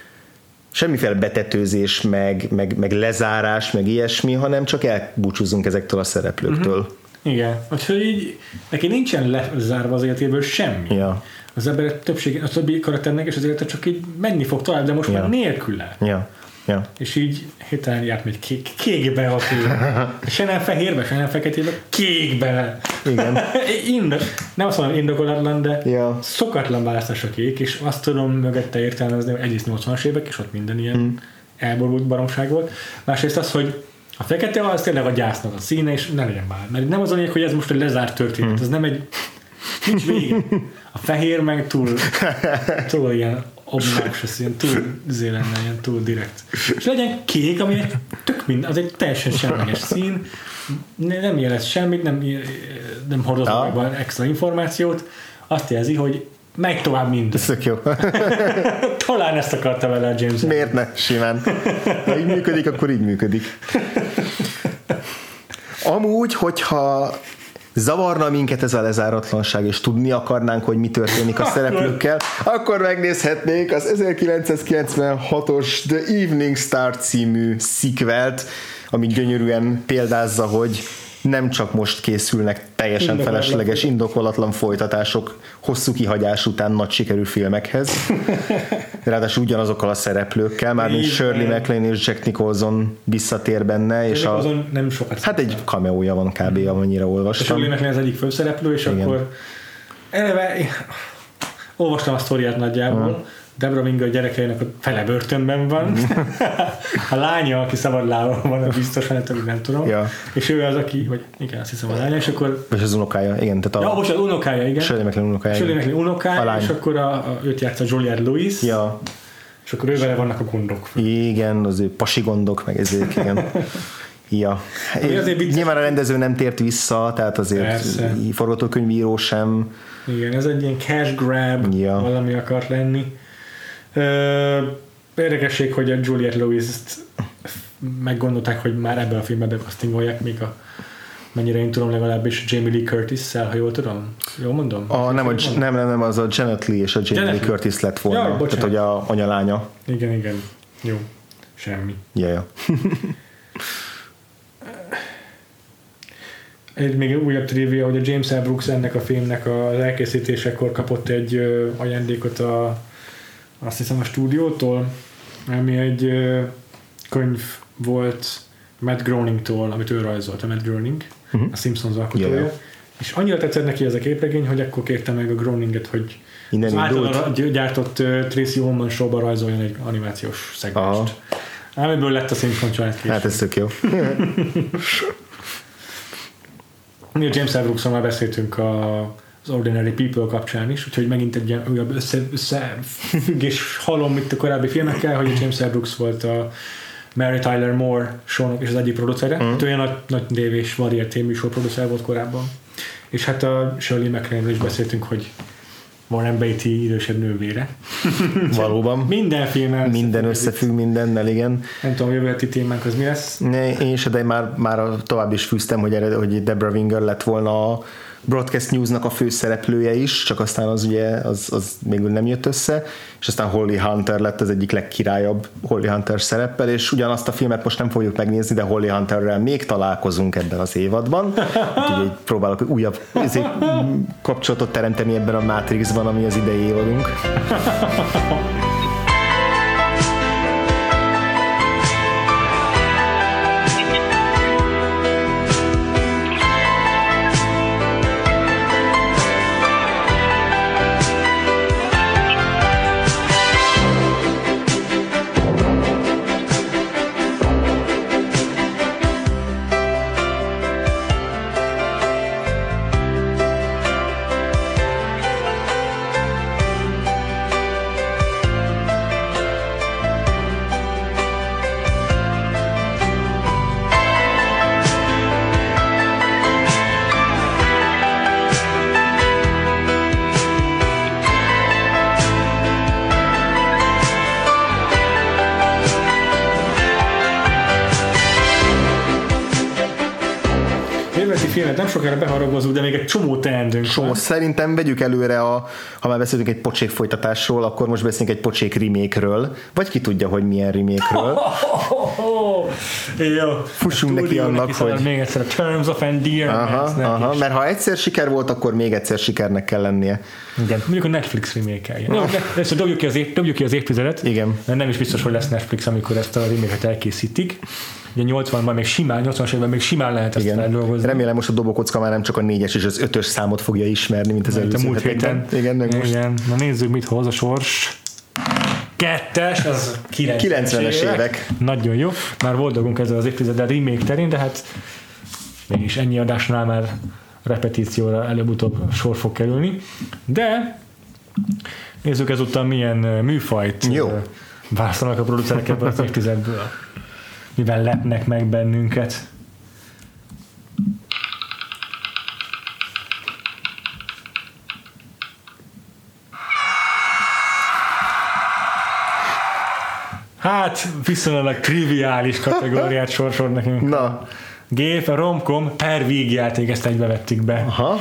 semmiféle betetőzés, meg, meg, meg lezárás, meg ilyesmi, hanem csak elbúcsúzunk ezektől a szereplőktől. Uh-huh. Igen, úgyhogy így neki nincsen lezárva az életéből semmi. Ja. Az ember többség, a többi karakternek és az élete csak így menni fog tovább, de most ja. már nélküle. Ja. Ja. És így hirtelen járt még kék, kékbe a film. Se nem fehérbe, se nem feketébe, kékbe. Igen. Indok, nem azt mondom indokolatlan, de ja. szokatlan választás a kék, és azt tudom mögötte értelmezni, hogy egyrészt nyolcvanas évek, és ott minden ilyen hmm. elborult baromság volt. Másrészt az, hogy a fekete az tényleg a gyásznak a színe, és ne legyen már. Mert nem az a lényeg, hogy ez most egy lezárt történet, hmm. ez nem egy nincs vége. A fehér meg túl túl ilyen obnoxious, ilyen túl zé lenne, ilyen túl direkt. És legyen kék, ami egy tök mind, az egy teljesen semleges szín, nem jelez semmit, nem, nem hordoz magában extra információt, azt jelzi, hogy megy tovább minden. Ez tök jó. Talán ezt akarta vele a James. Miért ne? Simán. Ha így működik, akkor így működik. Amúgy, hogyha zavarna minket ez a lezáratlanság, és tudni akarnánk, hogy mi történik a szereplőkkel, akkor megnézhetnénk az ezerkilencszázkilencvenhatos The Evening Star című szikvelt, ami gyönyörűen példázza, hogy nem csak most készülnek teljesen felesleges, indokolatlan folytatások hosszú kihagyás után nagy sikerű filmekhez. Ráadásul ugyanazokkal a szereplőkkel, már mint Shirley MacLaine és Jack Nicholson visszatér benne, és a, nem sokat hát egy cameója van kb. Amennyire olvastam. Shirley MacLaine az egyik főszereplő, és igen. Akkor eleve olvastam a sztoriát nagyjából, hmm. Deborah Winger gyerekeinek a fele börtönben van. A lánya, aki szabadlábon van, biztos, hogy nem tudom. Ja. És ő az, aki, vagy igen, azt hiszem a lánya, és akkor... És az unokája, igen. Tehát a... Ja, most az unokája, igen. Shirley MacLaine unokája. Shirley MacLaine unokája, és akkor a, a, őt játsza Juliette Lewis. Ja. És akkor ővele vannak a gondok. Igen, az ő pasi gondok, meg ezért, igen. Ja. Nyilván a rendező nem tért vissza, tehát azért persze. Forgatókönyvíró sem. Igen, ez egy ilyen cash grab, ja. Valami akart lenni. Uh, érdekesség, hogy a Juliette Lewis-t meggondolták, hogy már ebben a filmben becastingolják, még a mennyire én tudom legalábbis Jamie Lee Curtis-szel, ha jól tudom? Jól mondom? A, nem, a, nem, nem, nem, az a Janet Leigh és a Jamie Janet Lee Curtis lett volna. Ja, tehát, hogy a anyalánya. Igen, igen. Jó. Semmi. Ja, ja. Egy még újabb trivia, hogy a James L. Brooks ennek a filmnek az elkészítésekor kapott egy ö, ajándékot a azt hiszem a stúdiótól, ami egy ö, könyv volt Matt Groeningtól, amit ő rajzolt, a Matt Groening, uh-huh. a Simpsons alkotója, yeah. És annyira tetszett neki ez a képregény, hogy akkor kérte meg a Groeninget, hogy innen az általán gyártott uh, Tracy Ullman show-ba rajzoljon egy animációs szegmest. Amiből lett a Simpsons család később. Hát ez tök jó. Mi a James L. Brooksról már beszéltünk a az Ordinary People kapcsán is, úgyhogy megint egy ilyen újabb össze, összefüggés hallom itt a korábbi filmekkel, hogy a James L. Brooks volt a Mary Tyler Moore show-nak is az egyik producere, mm. hát olyan nagy, nagy tévés variété műsor producer volt korábban. És hát a Shirley MacLaine-ről is beszéltünk, hogy Warren Beatty idősebb nővére. Valóban. Minden filmmel. Minden összefügg mindennel, igen. Nem tudom, jövő heti témánk az mi lesz. Ne, én se, de már, már tovább is fűztem, hogy, ered, hogy Deborah Winger lett volna a Broadcast News-nak a főszereplője is, csak aztán az ugye az, az végül nem jött össze, és aztán Holly Hunter lett az egyik legkirályabb Holly Hunter szereppel, és ugyanazt a filmet most nem fogjuk megnézni, de Holly Hunterrel még találkozunk ebben az évadban, úgyhogy próbálok újabb kapcsolatot teremteni ebben a Matrixban, ami az idei évadunk. Nem sokára beharagozunk, de még egy csomó teendőnk. Csomó. Szerintem vegyük előre, a, ha már beszélünk egy pocsék folytatásról, akkor most beszélünk egy pocsék remake-ről, vagy ki tudja, hogy milyen remake-ről. Jó. Fussunk neki annak, hogy... Még egyszer a Terms of Endearment. Aha, aha, mert ha egyszer siker volt, akkor még egyszer sikernek kell lennie. Igen, mondjuk a Netflix remake-elje. No, de, de dobjuk, ki az év, dobjuk ki az évtizedet. Igen. Mert nem is biztos, hogy lesz Netflix, amikor ezt a remake-et elkészítik. Ugye nyolcvanban még simán, nyolcvanas évben még simán lehet ezt feldolgozni. Remélem most a dobókocka már nem csak a négyes és az ötös számot fogja ismerni, mint az előző múlt héten. Igen, meg most. Igen. Na nézzük, mit hoz a sors. Kettes, az kilencvenes évek. évek. Nagyon jó. Már volt dolgunk ezzel az évtizeddel remake terén, de hát mégis ennyi adásnál már repetícióra előbb-utóbb sor fog kerülni. De nézzük ezúttal milyen műfajt választanak a producerek ebből az évtizedből. Mivel lepnek meg bennünket. Hát, viszonylag triviális kategóriát sorsol nekünk. Na. Gép, a romcom per vígjáték, ezt egybevettük be. Aha.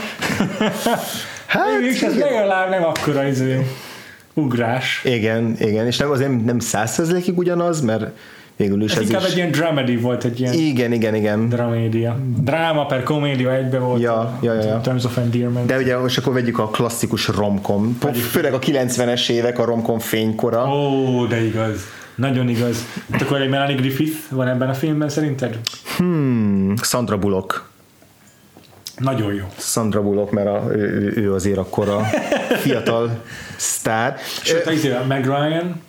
Hát, és ez legalább nem akkora izé ugrás. Igen, igen, és nem azért nem száz százalékig ugyanaz, mert végül is ez, ez inkább is... egy ilyen dramedy volt, egy ilyen igen, igen, igen. dramédia. Dráma per komédia egybe volt. Ja, ja, ja, ja. Terms of Endearment. De ugye most akkor vegyük a klasszikus romcom. Főleg a kilencvenes évek a romcom fénykora. Ó, de igaz. Nagyon igaz. Hát akkor egy Melanie Griffith van ebben a filmben szerinted? Hmm, Sandra Bullock. Nagyon jó. Sandra Bullock, mert a, ő, ő azért akkor a fiatal sztár. Sőt, a Meg Ryan.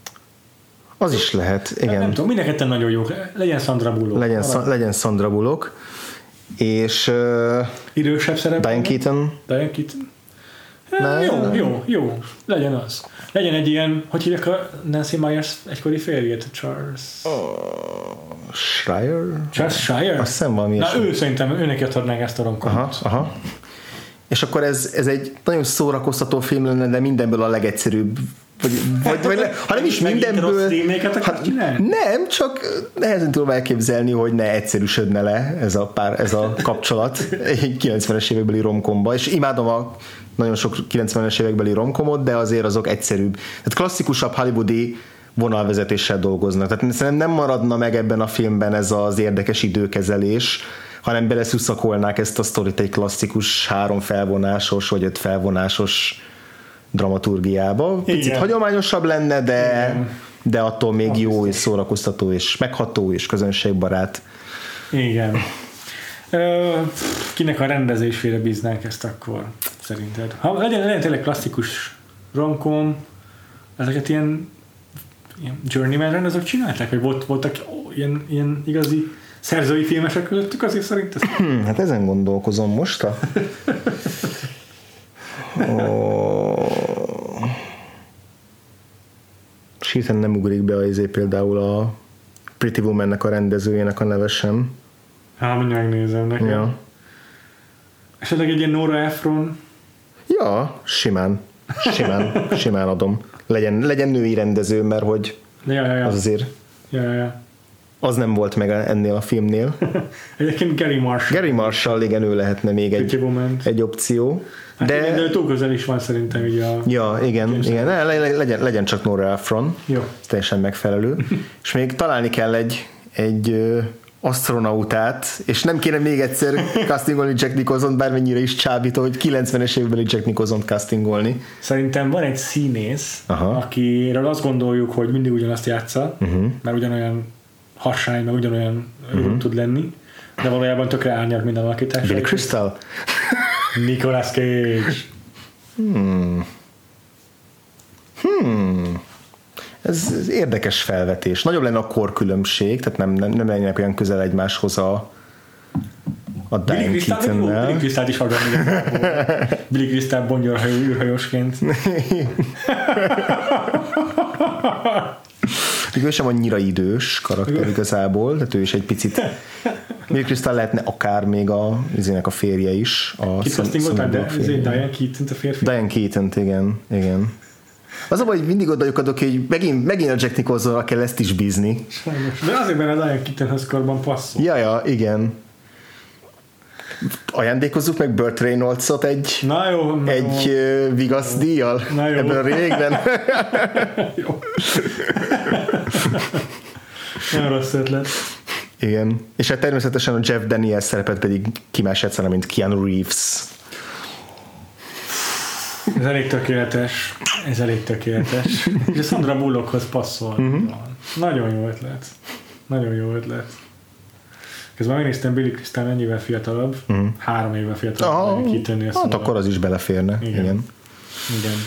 Az is lehet, igen. Nem, nem tudom, mindenketten nagyon jó. Legyen Sandra Bullock. Legyen, Sa- legyen Sandra Bullock. És... Uh, idősebb szerepben. Diane Keaton. Diane Keaton. Ne, jó, nem. jó, jó. Legyen az. Legyen egy ilyen, hogy hívják a Nancy Myers egykori férjét? Charles... Uh, Schreier? Charles Schreier? Azt hiszem valami. Na ő szerintem, őnek adnánk ezt a romkomot. Aha, aha. És akkor ez, ez egy nagyon szórakoztató film lenne, de mindenből a legegyszerűbb. Vagy, vagy, vagy le, ha nem is mindenből... Hát, nem, csak nehezen tudom elképzelni, hogy ne egyszerűsödne le ez a, pár, ez a kapcsolat egy kilencvenes évekbeli romkomba, és imádom a nagyon sok kilencvenes évekbeli romkomot, de azért azok egyszerűbb. Tehát klasszikusabb hollywoodi vonalvezetéssel dolgoznak. Tehát szerintem nem maradna meg ebben a filmben ez az érdekes időkezelés, hanem beleszuszakolnák ezt a sztorit egy klasszikus három felvonásos vagy öt felvonásos dramaturgiába. Picit igen. hagyományosabb lenne, de, de attól még ah, jó biztos. És szórakoztató és megható és közönségbarát. Igen. Ö, kinek a rendezésére bíznánk ezt akkor szerinted? Ha legyen, legyen tényleg klasszikus romcom, ezeket ilyen, ilyen journeyman rendezők csinálták? Vagy volt, voltak ó, ilyen, ilyen igazi szerzői filmesek közöttük azért szerint? Hmm, hát ezen gondolkozom most. A... oh. Sírten nem ugrik be azért például a Pretty Woman-nek a rendezőjének a neve sem. Hát, mindjárt megnézem nekem. Ja. Esetleg egy ilyen Nora Ephron? Ja, simán. Simán, simán adom. Legyen, legyen női rendező, mert hogy ja, ja, ja. az azért ja, ja, ja. az nem volt meg ennél a filmnél. Egyébként Gary Marshall. Gary Marshall, igen, ő lehetne még egy, egy opció. Hát de, igen, de túl közel is van szerintem így a... Ja, igen, igen. Le, le, legyen, legyen csak Nora Ephron. Jó. Ez teljesen megfelelő. És még találni kell egy, egy ö, asztronautát, és nem kéne még egyszer castingolni Jack Nicholson, bármennyire is csábító, hogy kilencvenes évbeli Jack Nicholson-t castingolni. Szerintem van egy színész, aha, akiről azt gondoljuk, hogy mindig ugyanazt játsza, uh-huh, mert ugyanolyan harsány, meg ugyanolyan uh-huh, tud lenni, de valójában tökre árnyalt minden alakítás. Billy Crystal? Nicolas Cage. Hmm. Hmm. Ez, ez érdekes felvetés. Nagyobb lenne a korkülönbség, tehát nem, nem, nem lennének olyan közel egymáshoz a, a Diane Keatonnel. Billy Crystal is hallgatni. Billy Crystal bongyorhajó űrhajósként. Ő sem annyira idős karakter igazából, tehát ő is egy picit Billy Crystal lehetne akár még a, a férje is. Ki castingoltál, de Diane Keaton a férfi? Diane Keaton, igen, igen. Az a baj, hogy mindig odajuk adok, hogy megint, megint a Jack Nicholsonra kell ezt is bízni. Sajnos. De azért, mert a Diane Keatonhoz korban passzol. Ja, ja, igen. Ajándékozzuk meg Burt Reynolds-ot egy, na jó, na egy jó. vigasz díjjal ebben a remake-ben. Jó. Nagyon rossz ötlet. Igen. És hát természetesen a Jeff Daniels szerepet pedig ki más játszana, mint Keanu Reeves. Ez elég tökéletes. Ez elég tökéletes. És a Sandra Bullockhoz passzol. Uh-huh. Nagyon jó ötlet. Nagyon jó ötlet. Közben megnéztem, Billy Crystal mennyivel fiatalabb. Uh-huh. Három évvel fiatalabb. Oh, kitönni hát akkor az is beleférne. Igen. Igen. Igen.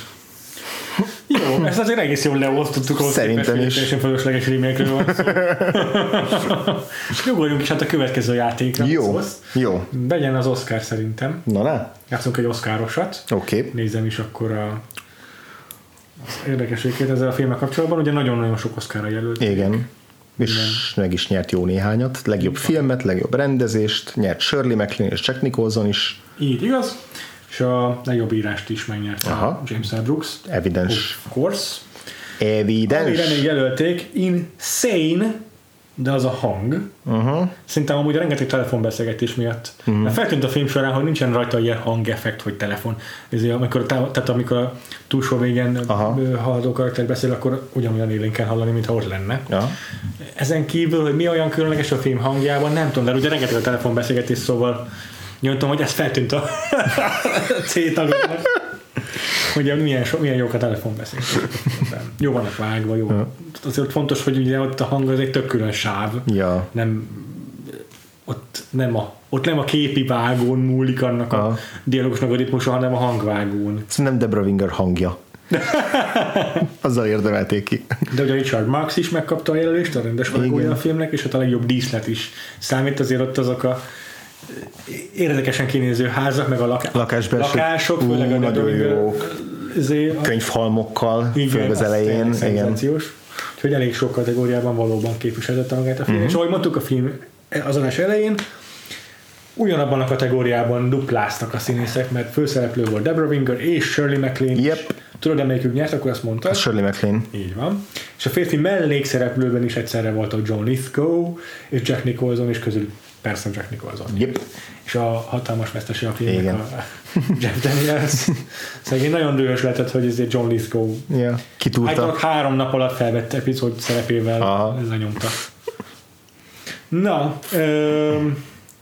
Jó, ezt azért egész jól leosztottuk. Szerintem is. Teljesen fölösleges remake-ről van szó. Nyugodjunk is hát a következő játékra. Jó, szólsz. jó. Legyen az Oscar szerintem. Na, na. Játszunk egy Oscarosat. Oké. Okay. Nézzem is akkor a az érdekességét ezzel a filmmel kapcsolatban. Ugye nagyon-nagyon sok Oscarra jelölt. Igen. És igen, meg is nyert jó néhányat. Legjobb igen, filmet, legjobb rendezést. Nyert Shirley MacLaine és Jack Nicholson is. Így igaz. És a legjobb írást is megnyerte a James L. Brooks. Evidence. Of course. Evidence. Amire még jelölték Insane, de az a hang. Uh-huh. Szerintem amúgy rengeteg telefonbeszélgetés miatt. Uh-huh. Mert feltűnt a film során, hogy nincsen rajta ilyen hangeffekt, hogy telefon. Ezért amikor, tehát amikor a túlsó végén haladó karakter beszél, akkor ugyanolyan élén kell hallani, mintha ott lenne. Uh-huh. Ezen kívül, hogy mi olyan különleges a film hangjában, nem tudom, de ugye rengeteg a telefonbeszélgetés, szóval nyomtam, hogy ez feltűnt a C-tagoknak. Ugye milyen, so, milyen jók a telefonbeszélgetés. Jó vannak vágva, jó. Ja. Azért fontos, hogy ugye ott a hang az egy tök külön sáv. Ja. Nem, ott, nem a, ott nem a képi vágón múlik annak a, a dialógusnak a ritmusa, hanem a hangvágón. Ez nem Debra Winger hangja. Azzal érdemelték ki. De ugye Richard Marx is megkapta a jelölést, a rendes vágója a filmnek, és ott a legjobb díszlet is számít, azért ott azok a érdekesen kinéző házak, meg a laká- lakások, Ú, főleg a nagyon jók. Könyvhalmokkal főleg az elején. Igen. Úgyhogy elég sok kategóriában valóban képviseltette magát a film. Uh-huh. És ahogy mondtuk a film az adás elején, ugyanabban a kategóriában dupláztak a színészek, mert főszereplő volt Debra Winger és Shirley MacLaine. Yep. Tudod, emelyikük nyert, akkor azt mondtad? Shirley MacLaine. Így van. És a férfi mellékszereplőben is egyszerre voltak John Lithgow és Jack Nicholson, és közül persze Jack Nicholson. Yep. És a hatalmas vesztese a filmnek a Jeff Daniels. Szegény nagyon dühös lehetett, hogy ezért John Lithgow yeah. kitúrta. Három nap alatt felvett epizód szerepével aha. lenyomta. Na, öm,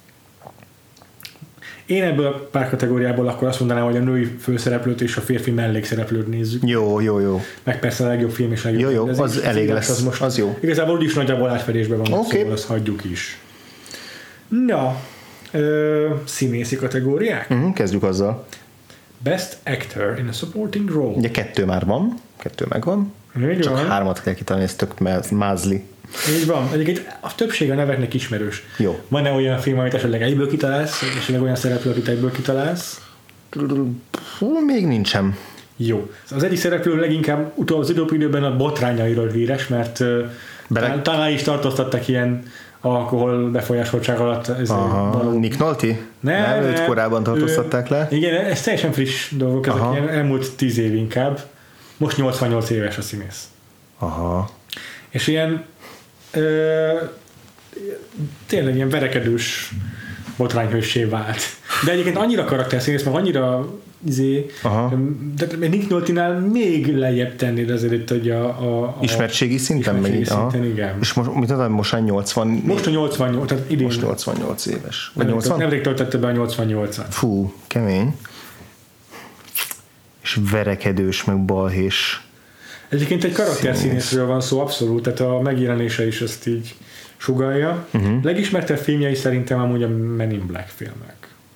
én ebből a pár kategóriából akkor azt mondanám, hogy a női főszereplőt és a férfi mellékszereplőt nézzük. Jó, jó, jó. Meg persze a legjobb film és legjobb jó, jó, az elég lesz, az, most az jó. Igazából úgyis nagyjából átfedésben van, okay. Szóval azt hagyjuk is. Na, ö, színészi kategóriák? Uh-huh, kezdjük azzal. Best Actor in a Supporting Role. Ugye kettő már van, kettő megvan. Így csak van. Hármat kell kitalálni, ez tök mázli. Így van. Egyébként a többség a neveknek ismerős. Jó. Van-e olyan film, amit esetleg egyből kitalálsz, és esetleg olyan szereplő, amit egyből kitalálsz? Még nincsen. Jó. Az egyik szereplő leginkább utol az időbb időben a botrányairól híres, mert Bele... Talán, talán is tartóztattak ilyen alkohol befolyásoltság alatt. Való... Nick Nolte? Nem, nem, nem, őt korábban tartóztatták le? Igen, ez teljesen friss dolgok, ezek ilyen elmúlt tíz év inkább. Most nyolcvannyolc éves a színész. Aha. És ilyen ö, tényleg ilyen verekedős botrányhőssé vált. De egyébként annyira karakterszínész, meg annyira izé, de Nick Nolte-nál még lejjebb tennéd azért itt, hogy a, a, a ismertségi szinten? Ismertségi még, szinten, igen. És most, mit tudom, most nyolcvan... Most a nyolcvannyolc, tehát idén. Most nyolcvannyolc éves. Vagy nyolcvan? Nemrég töltötte be a nyolcvannyolcat. Fú, kemény. És verekedős, meg balhés. Egyébként egy karakterszínészről van szó, abszolút, tehát a megjelenése is ezt így sugallja. Uh-huh. Legismertebb filmjei szerintem amúgy a Men in Black filmek.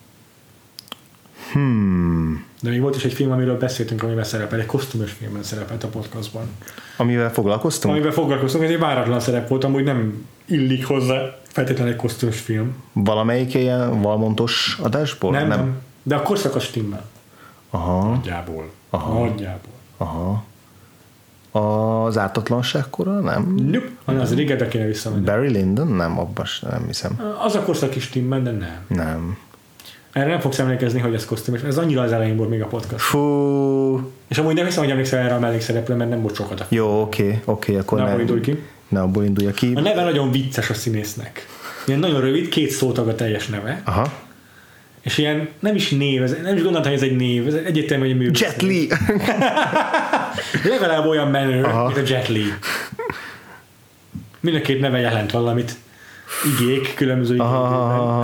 Hmm. De még volt is egy film, amiről beszéltünk, amivel szerepel, egy kosztümös filmben szerepelt a podcastban. Amivel foglalkoztunk? Amivel foglalkoztunk, ez egy váratlan szerep volt, amúgy nem illik hozzá feltétlenül egy kosztümös film. Valamelyik ilyen valmontos adásból? Nem, nem. nem. De a korszakos stimmel. Aha. Nagyjából. Aha. Nagyjából. Aha. Az ártatlanságkora, nem? Nope. Hanem az régebbre kéne visszamenni. Barry Lyndon? Nem, abban nem hiszem. Az a korszaki stimmel, de nem. Nem. Erre nem fogsz emlékezni, hogy ez kosztümös. Ez annyira az elején volt még a podcast. Fú. És amúgy nem hiszem, hogy emlékszel erre a mellékszereplő, mert nem volt sokat a film. Jó, oké, okay, oké, okay, akkor ne ne. abból indulj ki. Ne abból indulja ki. A neve nagyon vicces a színésznek. Ilyen nagyon rövid, két szótag a teljes neve. Aha. És ilyen nem is név, ez, nem is gondoltam, hogy ez egy név, ez egyértelmű, hogy művész. Jet Li! Legalább olyan menő, aha, mint a Jet Li. Mind a két neve jelent valamit. Igék, különböző igékben.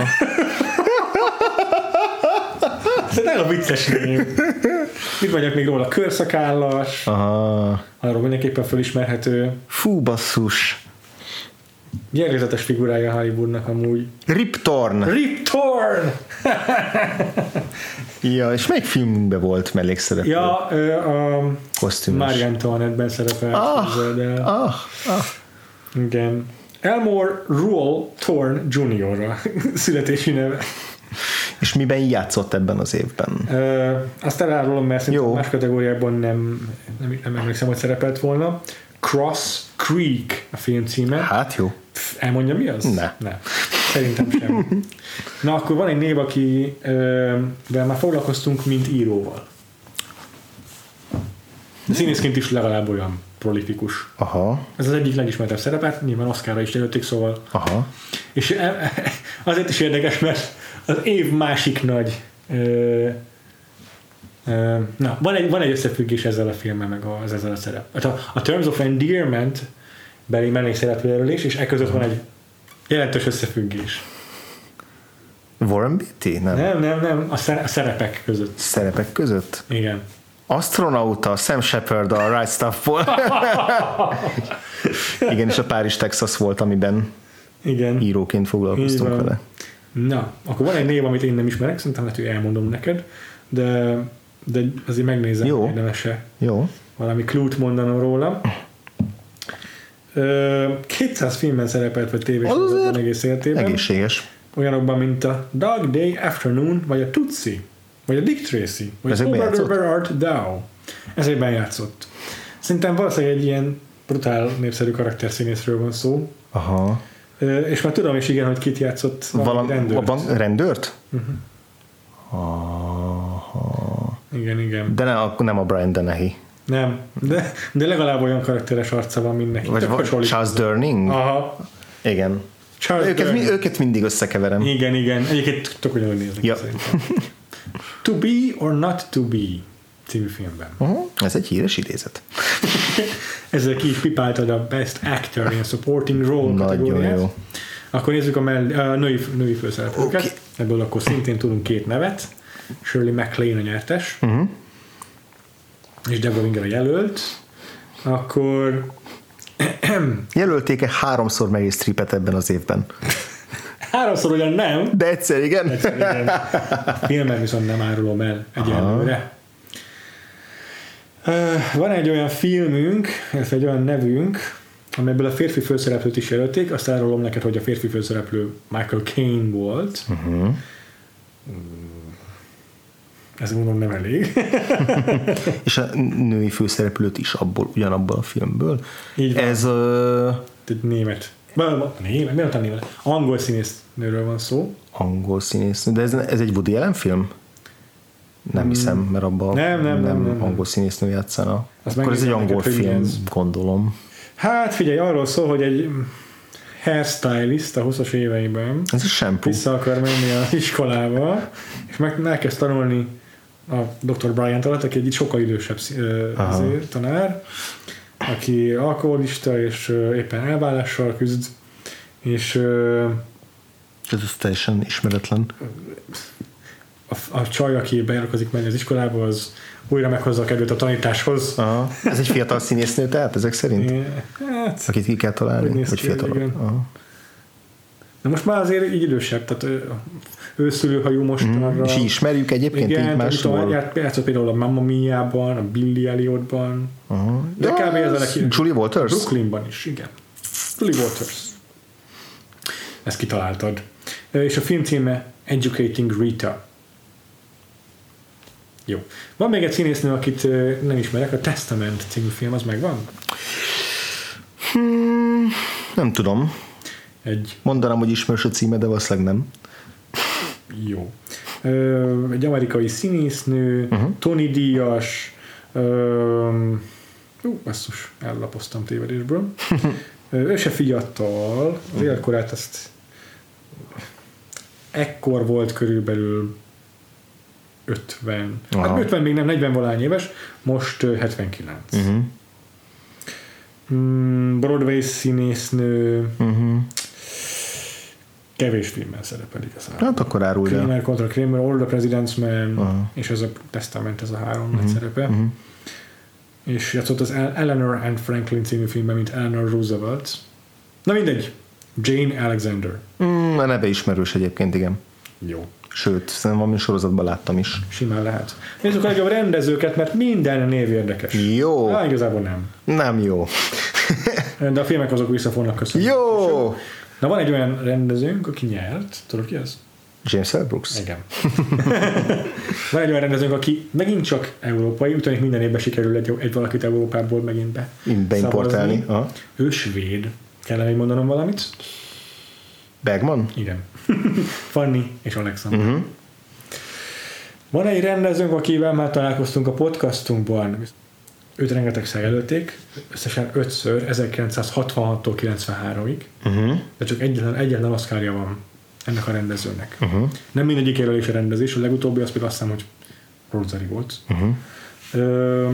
Ez nagyon vicces név. Mit mondjak még róla? Körszakállas. Aha. Arról mindenképpen fölismerhető. Fú, basszus. Jellegzetes figurája Hollywoodnak amúgy. Rip Torn. Rip Torn! Ja, és melyik filmünkben volt mellékszereplő? Ja, a kosztümös. Marie Antoinette-ben szerepelt. Ah, ah, ah. Igen. Elmore Ruel Thorne junior születési neve. És miben játszott ebben az évben? Uh, azt elárulom, mert szerintem más kategóriában nem, nem, nem emlékszem, hogy szerepelt volna. Cross Creek a film címe. Hát jó. Pff, elmondja mi az? Ne. ne. Szerintem sem. Na, akkor van egy név, akivel már foglalkoztunk, mint íróval. De színészként is legalább olyan prolifikus. Aha. Ez az egyik legismertebb szerepet, nyilván Oscarra is jelölték, szóval. Aha. És azért is érdekes, mert az év másik nagy ö, ö, na, van egy, van egy összefüggés ezzel a filmmel, meg az ezzel a szerep. A, a Terms of Endearment beli mellékszereplőről is, és e között van egy jelentős összefüggés. Warren Beatty? Nem, nem, nem, nem a szerepek között. Szerepek között? Igen. Astronauta, Sam Shepard a Right Stuff-ból. Igen, és a Párizs, Texas volt, amiben igen, íróként foglalkoztunk vele. Na, akkor van egy név, amit én nem ismerek, szerintem lehet, hogy elmondom neked, de, de azért megnézem, jó, érdemes-e jó, valami clue-t mondanom róla. kétszáz filmben szerepelt, vagy tévésorozatban egész életében. Egészséges. Olyanokban, mint a Dog Day Afternoon, vagy a Tootsie, vagy a Dick Tracy, vagy a Over Art Dow. Ezekben játszott. Szerintem valószínűleg egy ilyen brutál népszerű karakterszínészről van szó. Aha. És már tudom is igen, hogy kit játszott valami rendőrt. A rendőrt? Uh-huh. Aha. Igen, igen. De nem, nem a Brian Dennehy. Nem, de, de legalább olyan karakteres arca van mindenki. Vagy Charles Durning? Aha. Igen. Őket, mi, őket mindig összekeverem. Igen, igen. Egyébként tök ugyanúgy néznek ja. szerintem. To Be or Not To Be című filmben. Uh-huh. Ez egy híres idézet. Ezzel ki is pipáltad a Best Actor in Supporting Role kategóriát. Jó. Akkor nézzük a, mell- a női, női főszereplőket. Okay. Ebből akkor szintén tudunk két nevet. Shirley MacLaine a nyertes. Uh-huh. És Deborah Winger a jelölt. Akkor jelölték-e háromszor Meryl Streepet ebben az évben? Háromszor ugyan nem. De egyszer igen. Egyszer igen. Filmen viszont nem árulom el egyelőre. Van egy olyan filmünk, illetve egy olyan nevünk, amelyből a férfi főszereplőt is jelölték, azt árulom neked, hogy a férfi főszereplő Michael Caine volt. Uh-huh. Ez mondom nem elég. És a női főszereplőt is abból, ugyanabból a filmből. Így van. Ez uh, egy német, német, miért a német? Angol színésznőről van szó. Angol színésznő, de ez, ez egy Woody Allen film? Nem hiszem, mert abban nem, nem, nem, nem, angol színésznő játszana. Azt akkor ez egy angol neked, film, ez. gondolom. Hát figyelj, arról szól, hogy egy hairstylist a huszas éveiben ez is shampoo. Vissza akar menni az iskolába, és meg elkezd tanulni a doktor Bryant alatt, aki egy sokkal idősebb azért, tanár, aki alkoholista, és éppen elvállással küzd, és ez teljesen ismeretlen. A, a csaj, aki bejelentkezik menni az iskolába, az újra meghozza a kedvet a tanításhoz. Aha. Ez egy fiatal színésznő, tehát ezek szerint? Hát, akit ki kell találni? Vagy fiatal? Na most már azért így idősebb, tehát őszülőhajú mostanra. Mm, és így ismerjük egyébként igen, így másról? Igen, játszott például a Mamma Mia-ban, a Billy Elliotban. Uh-huh. De kb. Ez a legjobb. Julie Walters? Brooklynban is, igen. Julie Walters. Ezt kitaláltad. És a film címe Educating Rita. Jó. Van még egy színésznő, akit nem ismerek, a Testament című film, az megvan? Hmm, nem tudom. Egy... Mondanám, hogy ismerős a címe, de valószínűleg nem. Jó. Ö, egy amerikai színésznő, uh-huh. Tony Díjas, ú, basszus, ellapoztam tévedésből. Ő se fiatal, az életkorát ezt ekkor volt körülbelül ötven. Aha. Hát ötven még nem, negyven valány éves, most hetvenkilenc. Uh-huh. Broadway színésznő, uh-huh. kevés filmben szerepel igazából. Hát akkor árulja. Kramer kontra Kramer, All the President's Man, uh-huh. és ez a Testament, ez a három uh-huh. nagy szerepe. Uh-huh. És játszott az Eleanor and Franklin című filmben, mint Eleanor Roosevelt. Na mindegy, Jane Alexander. Mm, a neve ismerős egyébként, igen. Jó. Sőt, szerintem valami sorozatban láttam is. Simán lehet. Nézzük a legjobb rendezőket, mert minden név érdekes. Jó. Á, igazából nem. Nem jó. De a filmek azok vissza fognak köszönni. Jó. Na van egy olyan rendezőnk, aki nyert. Tudod ki ez? James L. Brooks. Igen. Van egy olyan rendezőnk, aki megint csak európai, utána minden évben sikerül egy, egy valakit Európából megint be beimportálni. Ő svéd. Kellene még mondanom valamit? Bergman? Igen. Fanny és Alexander. Uh-huh. Van egy rendezőnk, akivel már találkoztunk a podcastunkban. Őt rengetegszer jelölték, összesen ötször, ezerkilencszázhatvanhattól kilencvenháromig, uh-huh. de csak egyetlen, egyetlen oszkárja van ennek a rendezőnek. Uh-huh. Nem mindegyik jelölés a rendezés, a legutóbbi az például azt hiszem, hogy Rosary volt. Uh-huh. Ö,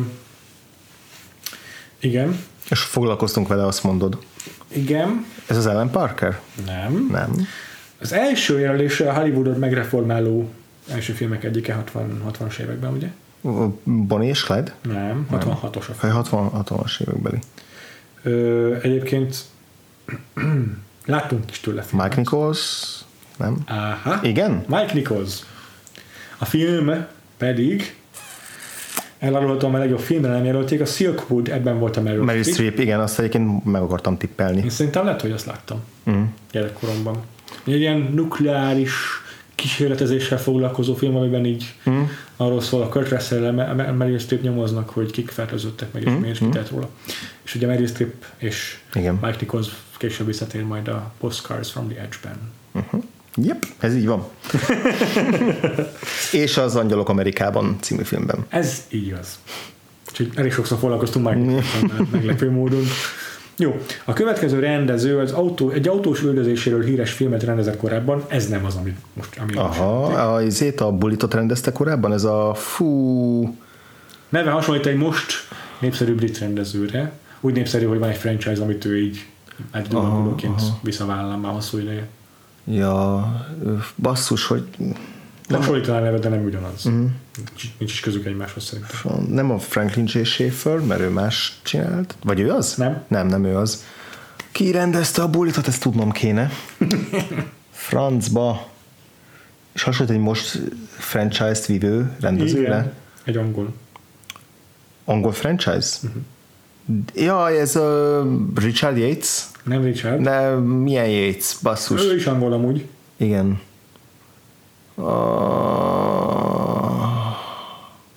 igen. És foglalkoztunk vele, azt mondod. Igen. Ez az Alan Parker? Nem. Nem. Az első jelölése a Hollywoodot megreformáló első filmek egyike hatvanas években, ugye? Bonnie és Clyde? Nem, hatvanhatos a film. hatvanas évekbeli. Ö, egyébként láttunk is tőle filmet. Mike Nichols? Nem? Aha. Igen? Mike Nichols. A film pedig elárulhatom, a legjobb filmre nem jelölték, a Silkwood, ebben volt a Meryl, Meryl Streep. Igen, azt egyébként meg akartam tippelni. Én szerintem lehet, hogy azt láttam uh-huh. gyerekkoromban. Egy ilyen nukleáris kísérletezéssel foglalkozó film, amiben így uh-huh. arról szól, a Kurt Russell-el Meryl Streep nyomoznak, hogy kik fertőzöttek meg, és uh-huh. miért kitelt róla. És ugye Meryl Streep és Igen. Mike Nichols később visszatér majd a Postcards from the Edge-ben. Uh-huh. Yep, ez így van. És az Angyalok Amerikában című filmben. Ez így az. Úgyhogy elég sokszor foglalkoztunk már meglepő módon. Jó, a következő rendező az autó, egy autós üldözéséről híres filmet rendezett korábban, ez nem az, amit most... Ami Aha, azért a Bullitot rendezte korábban, ez a fú... Neve hasonlít egy most népszerű brit rendezőre, úgy népszerű, hogy van egy franchise, amit ő így egy dolgozóként visszavállal már hosszú ideje. Ja, basszus, hogy... Hasonlítaná neve, de nem ugyanaz. Uh-huh. Nincs is közük egymáshoz szerintem. Nem a Franklin J. Schaeffer, mert ő más csinált. Vagy ő az? Nem. Nem, nem ő az. Ki rendezte a Bullitot, ezt tudnom kéne. Francba. És hasonlít egy most franchise-t vívő rendezőre. Igen, egy angol. Angol franchise? Uh-huh. Ja, ez a Richard Yates? Nem Richard. De milyen Yates? Basszus. Ő is angol amúgy. Igen. Uh,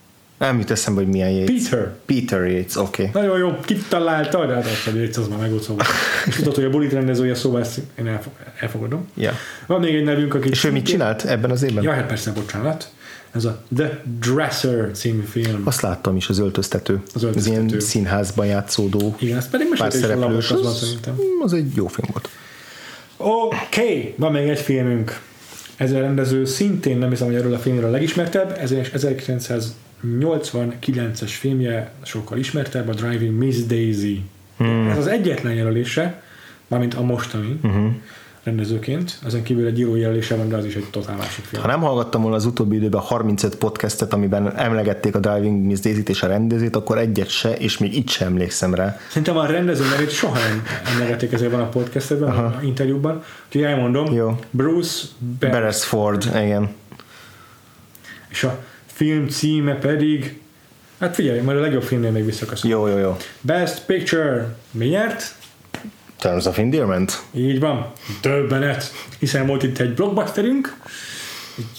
Nem jut eszembe, hogy milyen Yates. Peter. Peter Yates, oké. Okay. Nagyon jó, kit találtad? Hát azt a Yates, az már megott szóval. És tudod, hogy a Bullet rendezője, szóval ezt én elfogadom. Yeah. Van még egy nevünk, aki... És ő mit csinált ebben az évben? Ja, hát persze, bocsánat. Ez a The Dresser című film. Azt láttam is, az öltöztető. Az öltöztető. Az ilyen színházban játszódó. Igen, ez pedig mesélés szereplős. Az, az, az egy jó film volt. Oké, okay. Van még egy filmünk. Ez a rendező szintén nem hiszem, hogy erről a filmről a legismertebb. Ez egy ezerkilencszáznyolcvankilences filmje, sokkal ismertebb, a Driving Miss Daisy. Hmm. Ez az egyetlen jelölése, mármint a mostani uh-huh. rendezőként. Ezen kívül egy író jelölése van, de az is egy totál másik film. Ha nem hallgattam volna az utóbbi időben harmincöt podcastet, amiben emlegették a Driving Miss Daisy-t és a rendezőt, akkor egyet se, és még itt sem emlékszem rá. Szerintem a rendező nevét soha nem emlegették, ezért van a podcastben, a interjúban. Úgyhogy elmondom, jó. Bruce Beres- Beresford, igen. És a film címe pedig, hát figyelj, majd a legjobb filmnél még visszaköszönöm. Jó, jó, jó. Best Picture. Mi nyert? Terms of Endearment. Így van. Döbbenet. Hiszen volt itt egy blockbusterünk, egy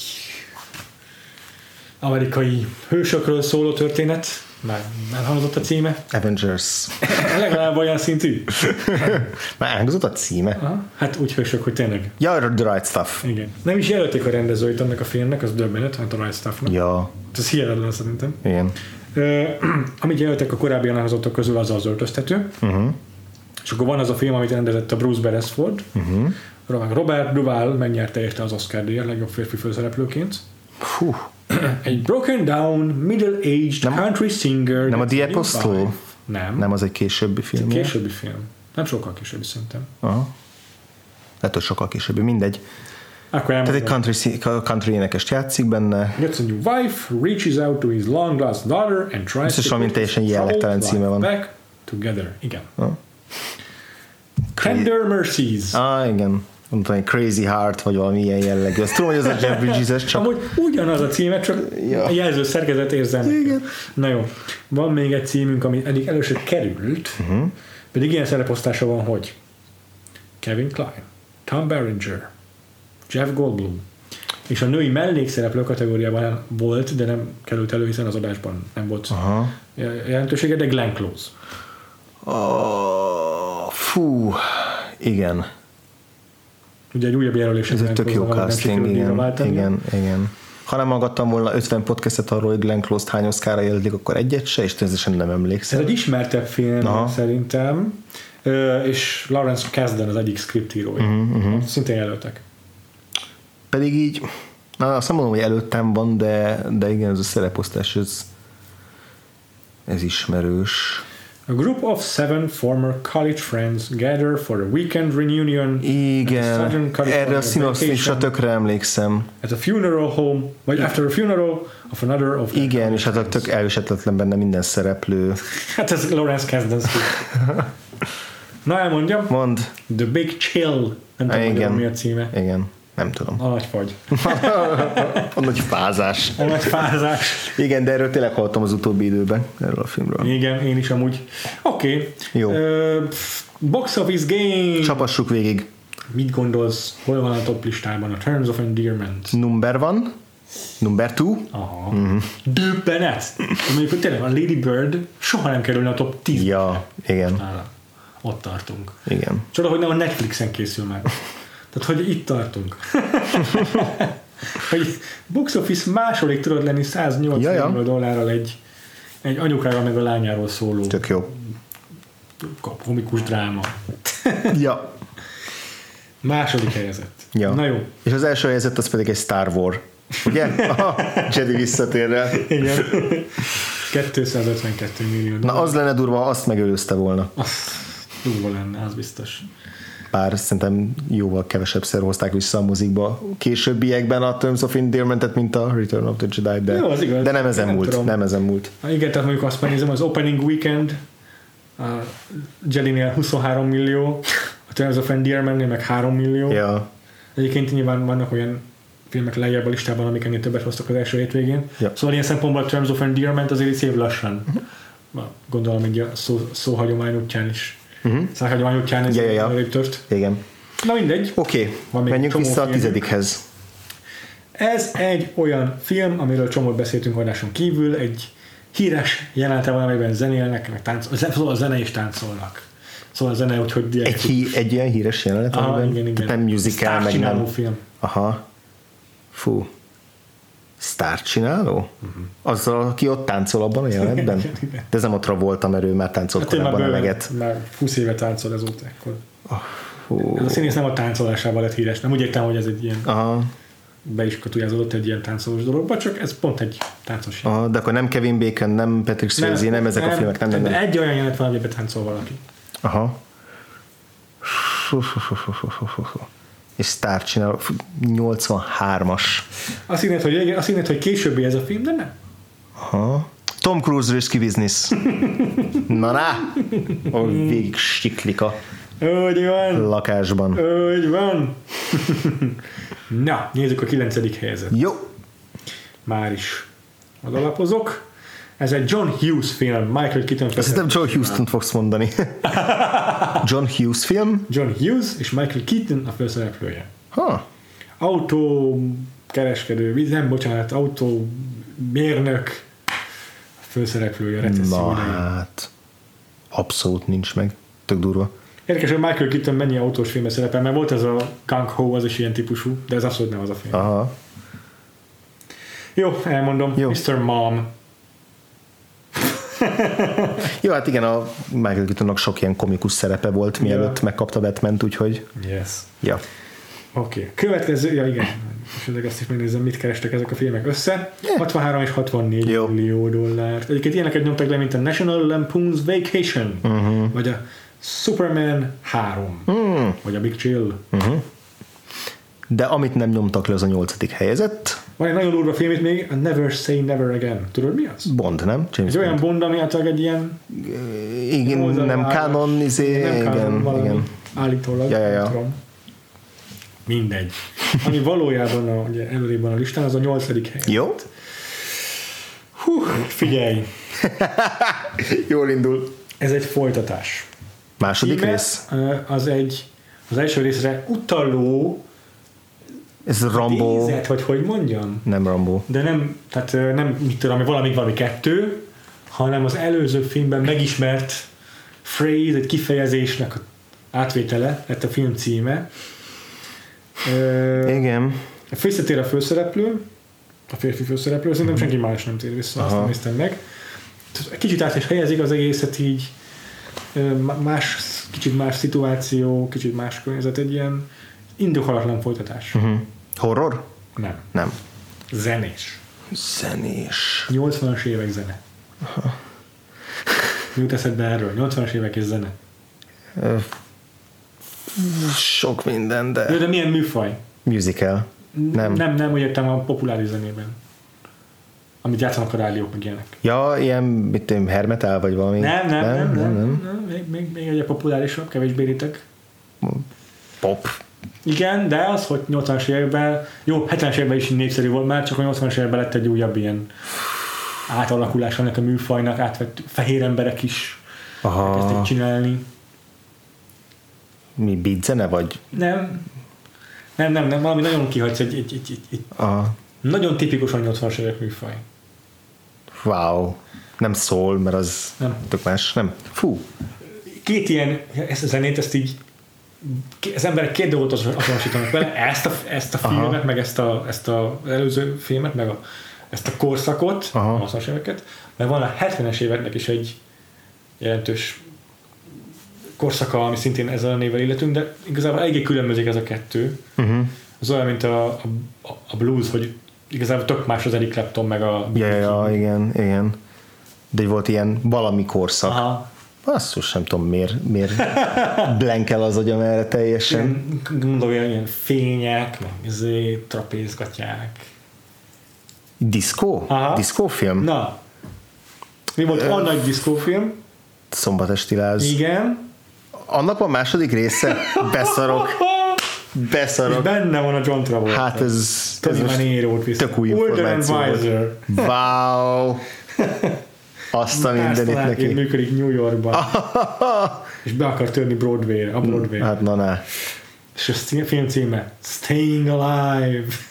amerikai hősökről szóló történet. Már elhangzott a címe. Avengers. Legalább olyan szintű. Már elhangzott a címe? Aha. Hát úgy hősök, hogy tényleg. Ja, The Right Stuff. Igen. Nem is jelölték a rendezőit annak a filmnek, az döbbenet, hát a Right Stuffnak. Ja. Ez hihetetlen szerintem. Igen. Uh, amit jelöltek a korábbi elhangzottak közül, az az öltöztető. Uh-huh. És akkor van az a film, amit rendezett a Bruce Beresford. Uh-huh. Robert Duvall megnyerte érte az Oscar-díjat legjobb férfi főszereplőként. Fú. Egy broken down, middle-aged nem, country singer. Nem a The Apostle? Nem. Nem az egy későbbi film. Egy későbbi film. Nem sokkal későbbi szerintem. Aha. Lehet, hogy sokkal későbbi, mindegy. Akkor tehát egy country, country énekest játszik benne. Gets a new wife, reaches out to his long lost daughter and tries to put teljesen jellegtelen címe van. Back together. Igen. Ah. Tender Mercies. Ah, igen. Mondtam, hogy Crazy Heart, vagy valami ilyen jellegű. Azt tudom, hogy az a Jeff Bridges-es, csak... Amúgy ugyanaz a címe, csak ja. A jelző szerkezet érzelmek. Igen. Na jó. Van még egy címünk, ami eddig először került, uh-huh. pedig ilyen szereposztása van, hogy Kevin Kline, Tom Berenger, Jeff Goldblum, és a női mellékszereplő kategóriában volt, de nem került elő, hiszen az adásban nem volt uh-huh. jelentősége, de Glenn Close. Oh, fú, igen. Ugye egy újabb jelölés. Ez egy tök jó casting, igen, igen, igen. Ha nem hallgattam volna ötven podcastet arról, hogy Glenn Close-t hány Oscarra jelölik, akkor egyet se, és természetesen nem emlékszem. Ez egy ismertebb film, aha. szerintem, és Lawrence Kasdan az egyik scriptírója. Uh-huh, uh-huh. Szintén jelöltek. Pedig így, na, azt nem mondom, hogy előttem van, de, de igen, ez a szereposztás, ez, ez ismerős. A group of seven former college friends gather for a weekend reunion. Igen, erre a szinopszisra tökre emlékszem. At a funeral home, vagy after a funeral of another of igen, és hát tök elviselhetetlen benne minden szereplő. Hát ez Lawrence Kasdan. Na elmondjam. Mond. The Big Chill. Nem tudom, igen. Mi a címe. Igen. Nem tudom. A nagy fagy. A nagy fázás. A nagy fázás. Igen, de erről tényleg hallottam az utóbbi időben, erről a filmről. Igen, én is amúgy. Oké. Okay. Jó. Uh, box Office Game. Csapassuk végig. Mit gondolsz, hol van a top listában a Terms of Endearment? Number one. Number two. Aha. Mm-hmm. Döbbenet. Mondjuk tényleg a Lady Bird soha nem kerülne a top tíz. Ja, igen. Nála. Ott tartunk. Igen. Csoda, hogy nem a Netflixen készül meg. Tehát, hogy itt tartunk. Hogy box office második tudod lenni száznyolcvan ja, ja. dollárral egy, egy anyukáról meg a lányáról szóló. Tök jó. Komikus dráma. Ja. Második helyezett. Ja. Na jó. És az első helyezett az pedig egy Star Wars. Ugye? Aha, Jedi visszatér rá. Igen. kétszázötvenkettő millió dollár. Na az lenne durva, azt megelőzte volna. Durva lenne, az biztos. Bár szerintem jóval kevesebbszer hozták vissza a mozikba későbbiekben a Terms of Endearment-et, mint a Return of the Jedi, de, jó, igaz, de nem ezen nem múlt. Nem ezen múlt. Igen, tehát mondjuk azt megnézem, az Opening Weekend a Jedinél huszonhárom millió, a Terms of Endearment-nél meg három millió. Ja. Egyébként nyilván vannak olyan filmek lejjebb a listában, amik ennél többet hoztak az első hétvégén. Ja. Szóval ilyen szempontból a Terms of Endearment azért szép lassan. Uh-huh. Gondolom, hogy a szó, szóhagyomány útján is. Uh-huh. Szállhagyomány útján ez ja, ja, ja. előbb tört. Igen. Na mindegy. Oké, okay. Menjünk vissza a tizedikhez. Ez egy olyan film, amiről csomót beszéltünk adáson kívül, egy híres jelenete van, amiben zenélnek, meg táncol, szóval a zene is táncolnak. Szóval a zene, úgyhogy... Egy, hí, egy ilyen híres jelenet, aha, amiben igen, igen. nem musical, meg nem... film. Aha. Fú. Sztár csináló? Uh-huh. Azzal, aki ott táncol abban a jelenetben? De ez nem ott voltam, mert ő már táncolt hát korábban a leget. Már húsz éve táncol ezóta ekkor. Oh, ez a színész nem a táncolásával lett híres. Nem úgy értem, hogy ez egy ilyen... aha. Be is katujázódott egy ilyen táncolós dologba, csak ez pont egy táncos jelenet. Aha, de akkor nem Kevin Bacon, nem Patrick Swayze, nem, nem ezek nem, a filmek, nem, nem, nem. Egy olyan jelenet van, amiben táncol valaki. Aha. És sztár csinál, nyolcvanhármas. Azt hinnéd, hogy, azt hinnéd, hogy későbbi ez a film, de nem. Aha. Tom Cruise Risky Business. Na na! Ahol végig siklik a úgy van. lakásban. Úgy van. Na, nézzük a kilencedik helyzet. Jó. Már is odalapozok. Ez egy John Hughes film, Michael Keaton. Ezt nem John Huston fogsz mondani. John Hughes film? John Hughes és Michael Keaton a főszereplője. Ha. Autó kereskedő, nem, bocsánat, autó mérnök a főszereplője recesszió idején. Hát, abszolút nincs meg. Tök durva. Érdekes, hogy Michael Keaton mennyi autós filmben szerepel, mert volt ez a Gung Ho, az is ilyen típusú, de ez abszolút nem az a film. Aha. Jó, elmondom. Jó. miszter Mom. Jó, hát igen, a Michael Keatonnak sok ilyen komikus szerepe volt, mielőtt ja. megkapta Batman-t, úgyhogy... Yes. Ja. Oké. Okay. Következő, ja igen, és azt is megnézem, mit kerestek ezek a filmek össze. hatvanhárom és hatvannégy Jó. millió dollárt. Egyébként ilyeneket nyomtak le, mint a National Lampoon's Vacation, uh-huh. vagy a Superman három, uh-huh. vagy a Big Chill. Uh-huh. De amit nem nyomtak le, az a nyolcadik helyezett. Van egy nagyon durva film itt még, a Never Say Never Again. Tudod mi az? Bond, nem? James egy Bond. Olyan Bond, ami általában egy ilyen... Igen, nem canon, izé, nem igen, canon valami, igen. Állítólag, ja, ja, ja. nem tudom. Mindegy. Ami valójában a, ugye, előrébb van a listán, az a nyolcadik hely. Jó. Hú, figyelj. Jól indul. Ez egy folytatás. Második Íme, rész? Az egy, az első részre utaló ez Rambo. Idézet, vagy hogy mondjam? Nem Rambo. De nem, tehát nem, mit tudom, valami, valami kettő, hanem az előző filmben megismert phrase, egy kifejezésnek átvétele, lett a film címe. Igen. Visszatér a főszereplő, a férfi főszereplő, szerintem mm. senki más nem tér vissza, azt nem néztem meg. Kicsit át is helyezik az egészet így, más, kicsit más szituáció, kicsit más környezet, egy ilyen indokolatlan folytatás. Uh-huh. Horror? Nem. Nem. Zenés. Zenés. nyolcvanas évek zene. Aha. Mi jut eszedbe erről? nyolcvanas évek és zene. Uh, sok minden, de... Jó, de milyen műfaj? Musical. Nem. Nem, nem, úgy értem a populáris zenében. Amit játszanak a rádiók, meg ilyenek. Ja, ilyen, mit tudom, hair metal, vagy valami? Nem, nem, nem, nem. nem, nem. nem. Még, még, még egy populárisabb, kevésbé réteg. Pop. Igen, de az, hogy nyolcvanas években, jó, hetvenes években is népszerű volt már, csak a nyolcvanas években lett egy újabb ilyen átalakulás ennek a műfajnak, átvett fehér emberek is elkezdték csinálni. Mi, beat zene, vagy? Nem. Nem, nem, nem, valami nagyon kihagysz egy, egy, egy, egy, egy nagyon tipikusan nyolcvanas évek műfaj. Wow. Nem szól, mert az nem. Tök más, nem? Fú. Két ilyen, ezt a zenét, ezt így az emberek két dolgot azonosítanak vele, ezt a, ezt a filmet, aha. meg ezt a, ezt a előző filmet, meg a, ezt a korszakot, aha. a nyolcvanas éveket, mert van a hetvenes éveknek is egy jelentős korszaka, ami szintén ezzel a névvel illetünk, de igazából eléggé különbözik ez a kettő. Uh-huh. Az olyan, mint a, a, a blues, hogy igazából tök más az Eric Clapton, meg a... Ja, ja, igen, igen. De volt ilyen valami korszak. Aha. Basszus, nem tudom miért, miért blankel az agyam erre teljesen. Gondolja, ilyen fények, meg izé, trapézgatják. Diszkó? Diszkófilm? Na. Mi volt Ö... a nagy diszkófilm? Szombatesti láz. Igen. Annak a második része? Beszarok. Beszarok. És benne van a John Travolta. Hát ez... Tony Manero-t visz. Tök új információ. Wow. Azt a mindenit neki. Működik New Yorkban. És be akar törni Broadway-re, a Broadway-re. Hát na na. És a film címe Staying Alive.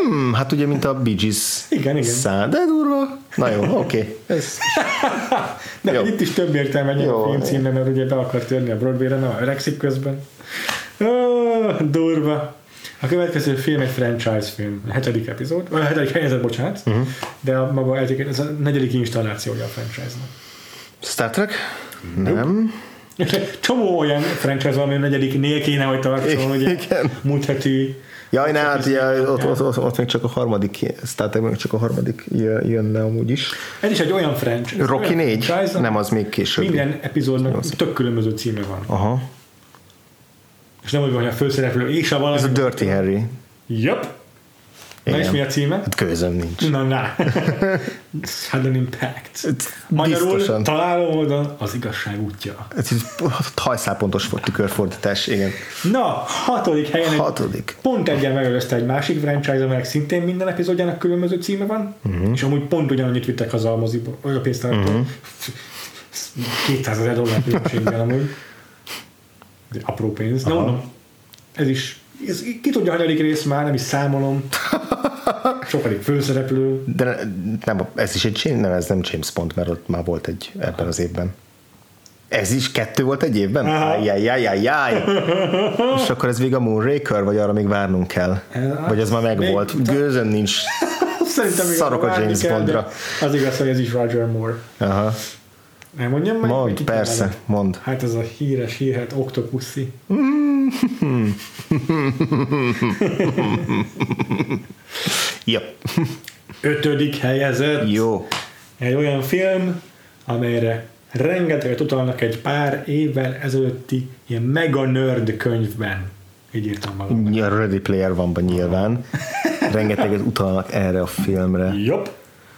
Hmm, hát ugye, mint a Bee Gees. Igen, igen. Szá, de durva. Na jó, oké. Okay. Ez... De jó. Itt is több értelme egy Jó. film címre, mert ugye be akar törni a Broadway-re, nem öregszik közben. Oh, durva. A következő film egy franchise film, a hetedik epizód, vagy a hetedik helyzet, bocsánat, uh-huh. de a maga ez a negyedik installációja a franchise-nak. Star Trek? Nem. Csomó olyan franchise, ami a negyedik-nél kéne, hogy tartson, ugye múlt heti. Jaj, ne, hát ja, ott, ott, ott, ott még csak a harmadik, Star Trek még csak a harmadik jönne amúgy is. Ez is egy olyan franchise. Rocky négy? Nem, az még később. Minden epizódnak tök különböző címe van. Aha. És nem úgy van, hogy a főszereplő és a valami. Ez a Dirty Harry. Yep. Na és mi a címe? Hát közöm nincs. Na, na. Sudden Impact. Magyarul biztosan. Találó módon az igazság útja. Hajszálpontos tükörfordítás, igen. Na, hatodik helyen hatodik. Pont egyen megelőzte egy másik franchise, amelyek szintén minden epizódjának különböző címe van, uh-huh. és amúgy pont ugyanannyit vittek haza a moziból, vagy a pénztártól. Uh-huh. kétszázezer dollár különbséggel amúgy. Ez apró pénz. De mondom, ez is ez, ki tudja, hanyadik rész már, nem is számolom. Sokadik főszereplő. De nem, ez is egy nem, ez nem James Bond, mert ott már volt egy ebben az évben. Ez is kettő volt egy évben? Ajjajjajjajjaj. És akkor ez még a Moonraker, vagy arra még várnunk kell? Vagy ez már megvolt? Gőzön nincs. Szerintem még szarok a James kell, Bondra. Az igaz, hogy ez is Roger Moore. Aha. Nem mondjam meg? Mondd, persze, el? mondd. Hát ez a híres, hírhet Octopussy. Yep. Ötödik helyezett. Jó. Egy olyan film, amelyre rengeteget utalnak egy pár évvel ezelőtti ilyen mega nerd könyvben. Így írtam valamit. A Ready Player One-ban nyilván. Rengeteget utalnak erre a filmre. Jobb.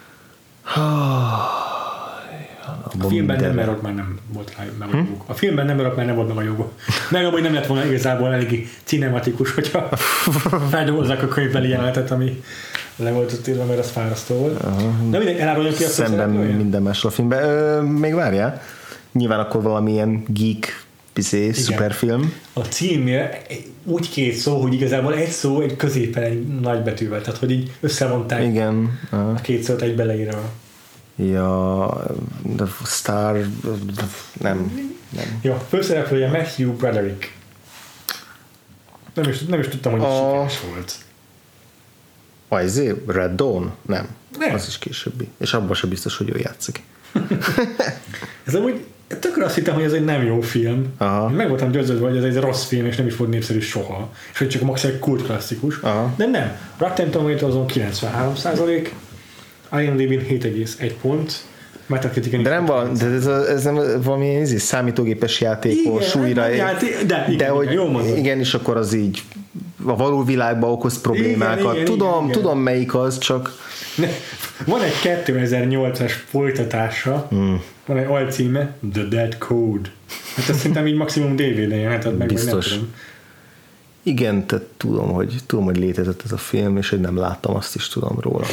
A filmben nem, mert ott már nem volt meg a jogok. A filmben nem, mert ott már nem volt meg a jogok. Meg amúgy nem lett volna igazából eléggé cinematikus, hogyha feldolgozzák a könyvbeli jelenetet, ami le volt ott írva, mert az fárasztó volt. De mindegy, eláruljon ki a szemben minden másról a filmben. Ö, még várjál. Nyilván akkor valamilyen geek bizé, szuperfilm. A címje úgy két szó, hogy igazából egy szó egy középen egy nagy betűvel, tehát hogy így összevonták. Igen. A két szót egy beleírva. Ja, The Star, nem, nem. Jó, főszereplője Matthew Broderick. Nem is, nem is tudtam, hogy a... sikeres volt. Ajzé, Red Dawn? Nem. nem. Az is későbbi. És abban sem biztos, hogy ő játszik. Ez amúgy tökre azt hittem, hogy ez egy nem jó film. Aha. Meg voltam győződve, hogy ez egy rossz film, és nem is volt népszerű soha. És hogy csak a max egy kult klasszikus. Aha. De nem. Rotten Tomatoes-on kilencvenhárom százalék, IMDb-n hét egész egy pont, Metacriticen de nem valami, de ez, a, ez nem valami ez számítógépes játékos igen, újra, játék, de, igen, de igen, hogy jó mondod. Igen, és akkor az így a való világban okoz problémákat. Igen, tudom, igen, igen. tudom melyik az, csak ne, van egy kétezer-nyolcas folytatása, hmm. van egy alcíme, The Dead Code. Hát ezt szerintem így maximum dé vé dén jelentett meg, biztos. Vagy nem tudom. Igen, tehát tudom, hogy, tudom, hogy létezett ez a film, és hogy nem láttam, azt is tudom róla.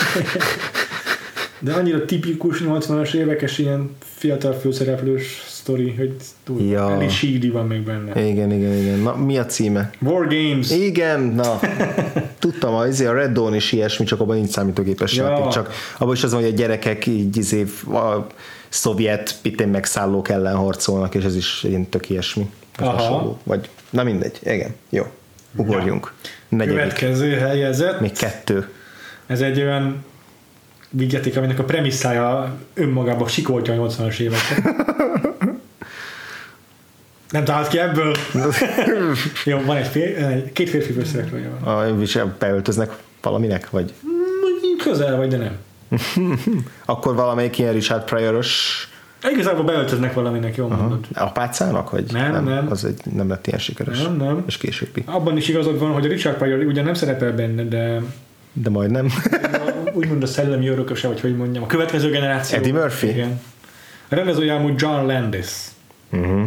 De annyira tipikus nyolcvanas évekes ilyen fiatal főszereplős sztori, hogy túl ja. Elég sídi van még benne. Igen, igen, igen. Na, mi a címe? War Games. Igen, na. Tudtam, az a Red Dawn is ilyesmi, csak abban nincs számítógépes ja. játék. Csak abban is az van, hogy a gyerekek így izé, a szovjet pitén megszállók ellen harcolnak, és ez is ilyen tök ilyesmi. Vagy, na mindegy, igen. Jó. Ugorjunk. Ja. Következő helyezett. Még kettő. Ez egy olyan vigyáték, aminek a premisszája önmagában sikoltja a nyolcvanas éveket. Nem talált ki ebből? Jó, van egy fél, két férfi főszereplője van. És beöltöznek valaminek? Vagy? Közel vagy, de nem. Akkor valamelyik ilyen Richard Pryor-os igazából beöltöznek valaminek, jól mondod. Apácának? Vagy nem, nem, nem. Az egy, nem lett ilyen sikeres. Nem, nem. És későbbi. Abban is igazad van, hogy a Richard Pryor ugyan nem szerepel benne, de de majdnem. Úgymond a szellemi örököse, vagy hogy mondjam. A következő generáció. Eddie Murphy? Igen. A rendezője amúgy John Landis. Uh-huh.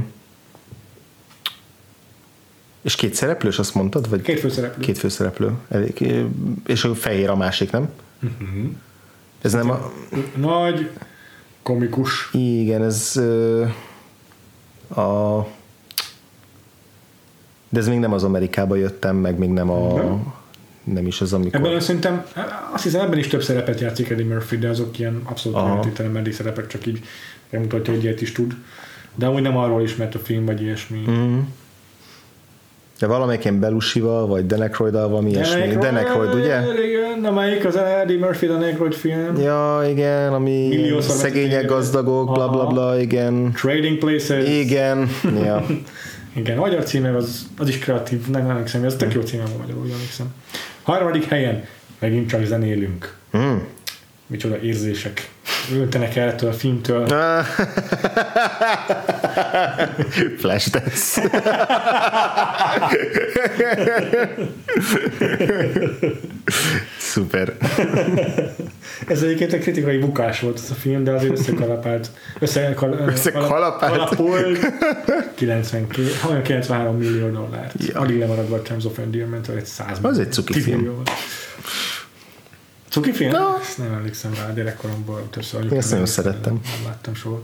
És két szereplős, azt mondtad? Vagy két főszereplő. Két főszereplő. Elég, és a fehér a másik, nem? Uh-huh. Ez nem a... Nagy komikus. Igen, ez uh, a... De ez még nem az Amerikába jöttem, meg még nem a... Uh-huh. nem is az, amikor... Ebben szerintem, azt hiszem ebben is több szerepet játszik Eddie Murphy, de azok ilyen abszolút jelentéktelen mellékszerepek, csak így megmutatja, hogy ilyet is tud. De amúgy nem arról ismert a film, vagy ilyesmi. Mm. De valamelyik ilyen Belushi-val, vagy Dan Aykroyd-dal valami ilyesmi. Dan Aykroyd, ugye? Igen, amelyik az Eddie Murphy, Dan Aykroyd film. Ja, igen, ami Milliószor szegények, gazdagok, bla bla bla, igen. Trading Places. Igen, ja. Igen, a magyar címe az, az is kreatív, nem emlékszem, ez tök jó címe van magyarul, úgy emlékszem. Harmadik helyen megint csak zenélünk. Mm. Micsoda érzések öntenek el ettől a filmtől. Flashdance. Szuper. Ez egyébként egy kritikai bukás volt ez a film, de azért összekalapált. Összekal, összekalapált. kilencvenhárom millió dollárt. Ja. Alig lemaradva a Terms of Endearment-től egy száz millió. Az egy cuki film. Cuki film? No. Ezt nem emlékszem rá, gyerekkoromból többször. Én ezt nagyon szerettem. Nem láttam soha.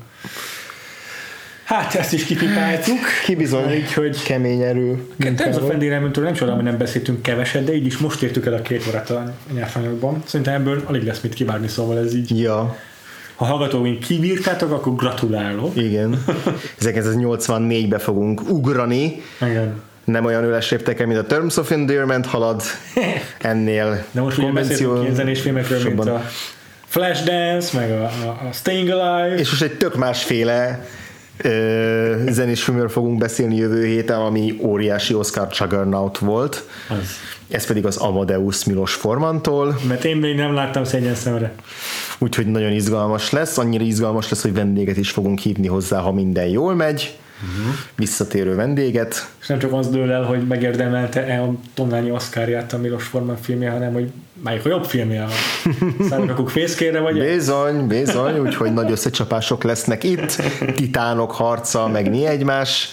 Hát ezt is kipipáltuk. Ki bizony, így, hogy kemény erő. Terms of Endearmentről nem csodálom, hogy nem beszéltünk keveset, de így is most értük el a két órát a nyersanyagban. Szerintem ebből alig lesz mit kivárni, szóval ez így. Ja. Ha hallgatóink kibírtátok, akkor gratulálok. Igen. ezerkilencszáznyolcvannégybe fogunk ugrani. Igen. Nem olyan öles léptekkel, mint a Terms of Endearment halad. Ennél de most ugye beszéltünk ilyen zenés filmekről, mint a Flashdance, meg a, a, a Staying Alive. És most egy tök másféle ö, zenés filmről fogunk beszélni jövő héten, ami óriási Oscar Juggernaut volt. Az. Ez pedig az Amadeus Milos Formantól. Mert én még nem láttam szégyen szemre. Úgyhogy nagyon izgalmas lesz. Annyira izgalmas lesz, hogy vendéget is fogunk hívni hozzá, ha minden jól megy. Uh-huh. Visszatérő vendéget. És nem csak az dől el, hogy megérdemelte-e a Tomlányi Oscarját a Milos Forman filmje, hanem hogy melyik a jobb filmje a Szállakakuk fészkére, vagy? Bizony, bizony, úgyhogy nagy összecsapások lesznek itt, titánok harca, meg mi egymás.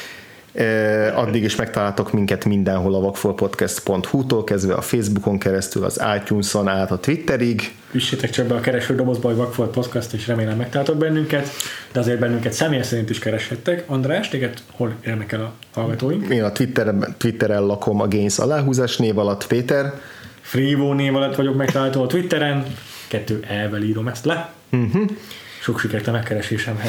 Eh, addig is megtaláltok minket mindenhol a vakfolpodcast pont hu-tól kezdve a Facebookon keresztül, az iTunes-on át a Twitterig. Üssétek csak be a keresődobozba, hogy Vakfolt Podcast, és remélem megtaláltok bennünket, de azért bennünket személy szerint is kereshettek. András, téged hol érnek el a hallgatóink? Én a Twitteren, Twitteren lakom a Gains aláhúzás név alatt, Péter. Freevo név alatt vagyok megtalálható a Twitteren, kettő elvel írom ezt le. Uh-huh. Sok sikert a megkeresésemhez.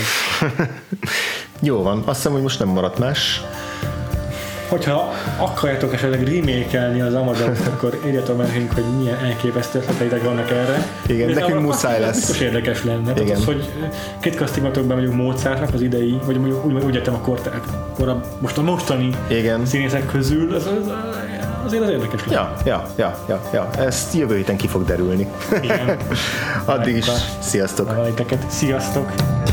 Jó van, azt hiszem, hogy most nem maradt más. Hogyha akarjátok esetleg remake-elni az Amadeust, akkor írjatok meg nekünk, hogy milyen elképesztő ötleteitek vannak erre. Igen, de nekünk muszáj lesz. Biztos érdekes lenne. Igen. Tehát az, hogy két kasztigmatokban mondjuk Mozartnak az idei, vagy mondjuk úgy, úgy értem a kortát, most a mostani igen. színészek közül, az, az, azért az érdekes lenne. Ja, ja, ja, ja, ja. Ezt jövő héten ki fog derülni. Igen. Addig is, sziasztok! Sziasztok!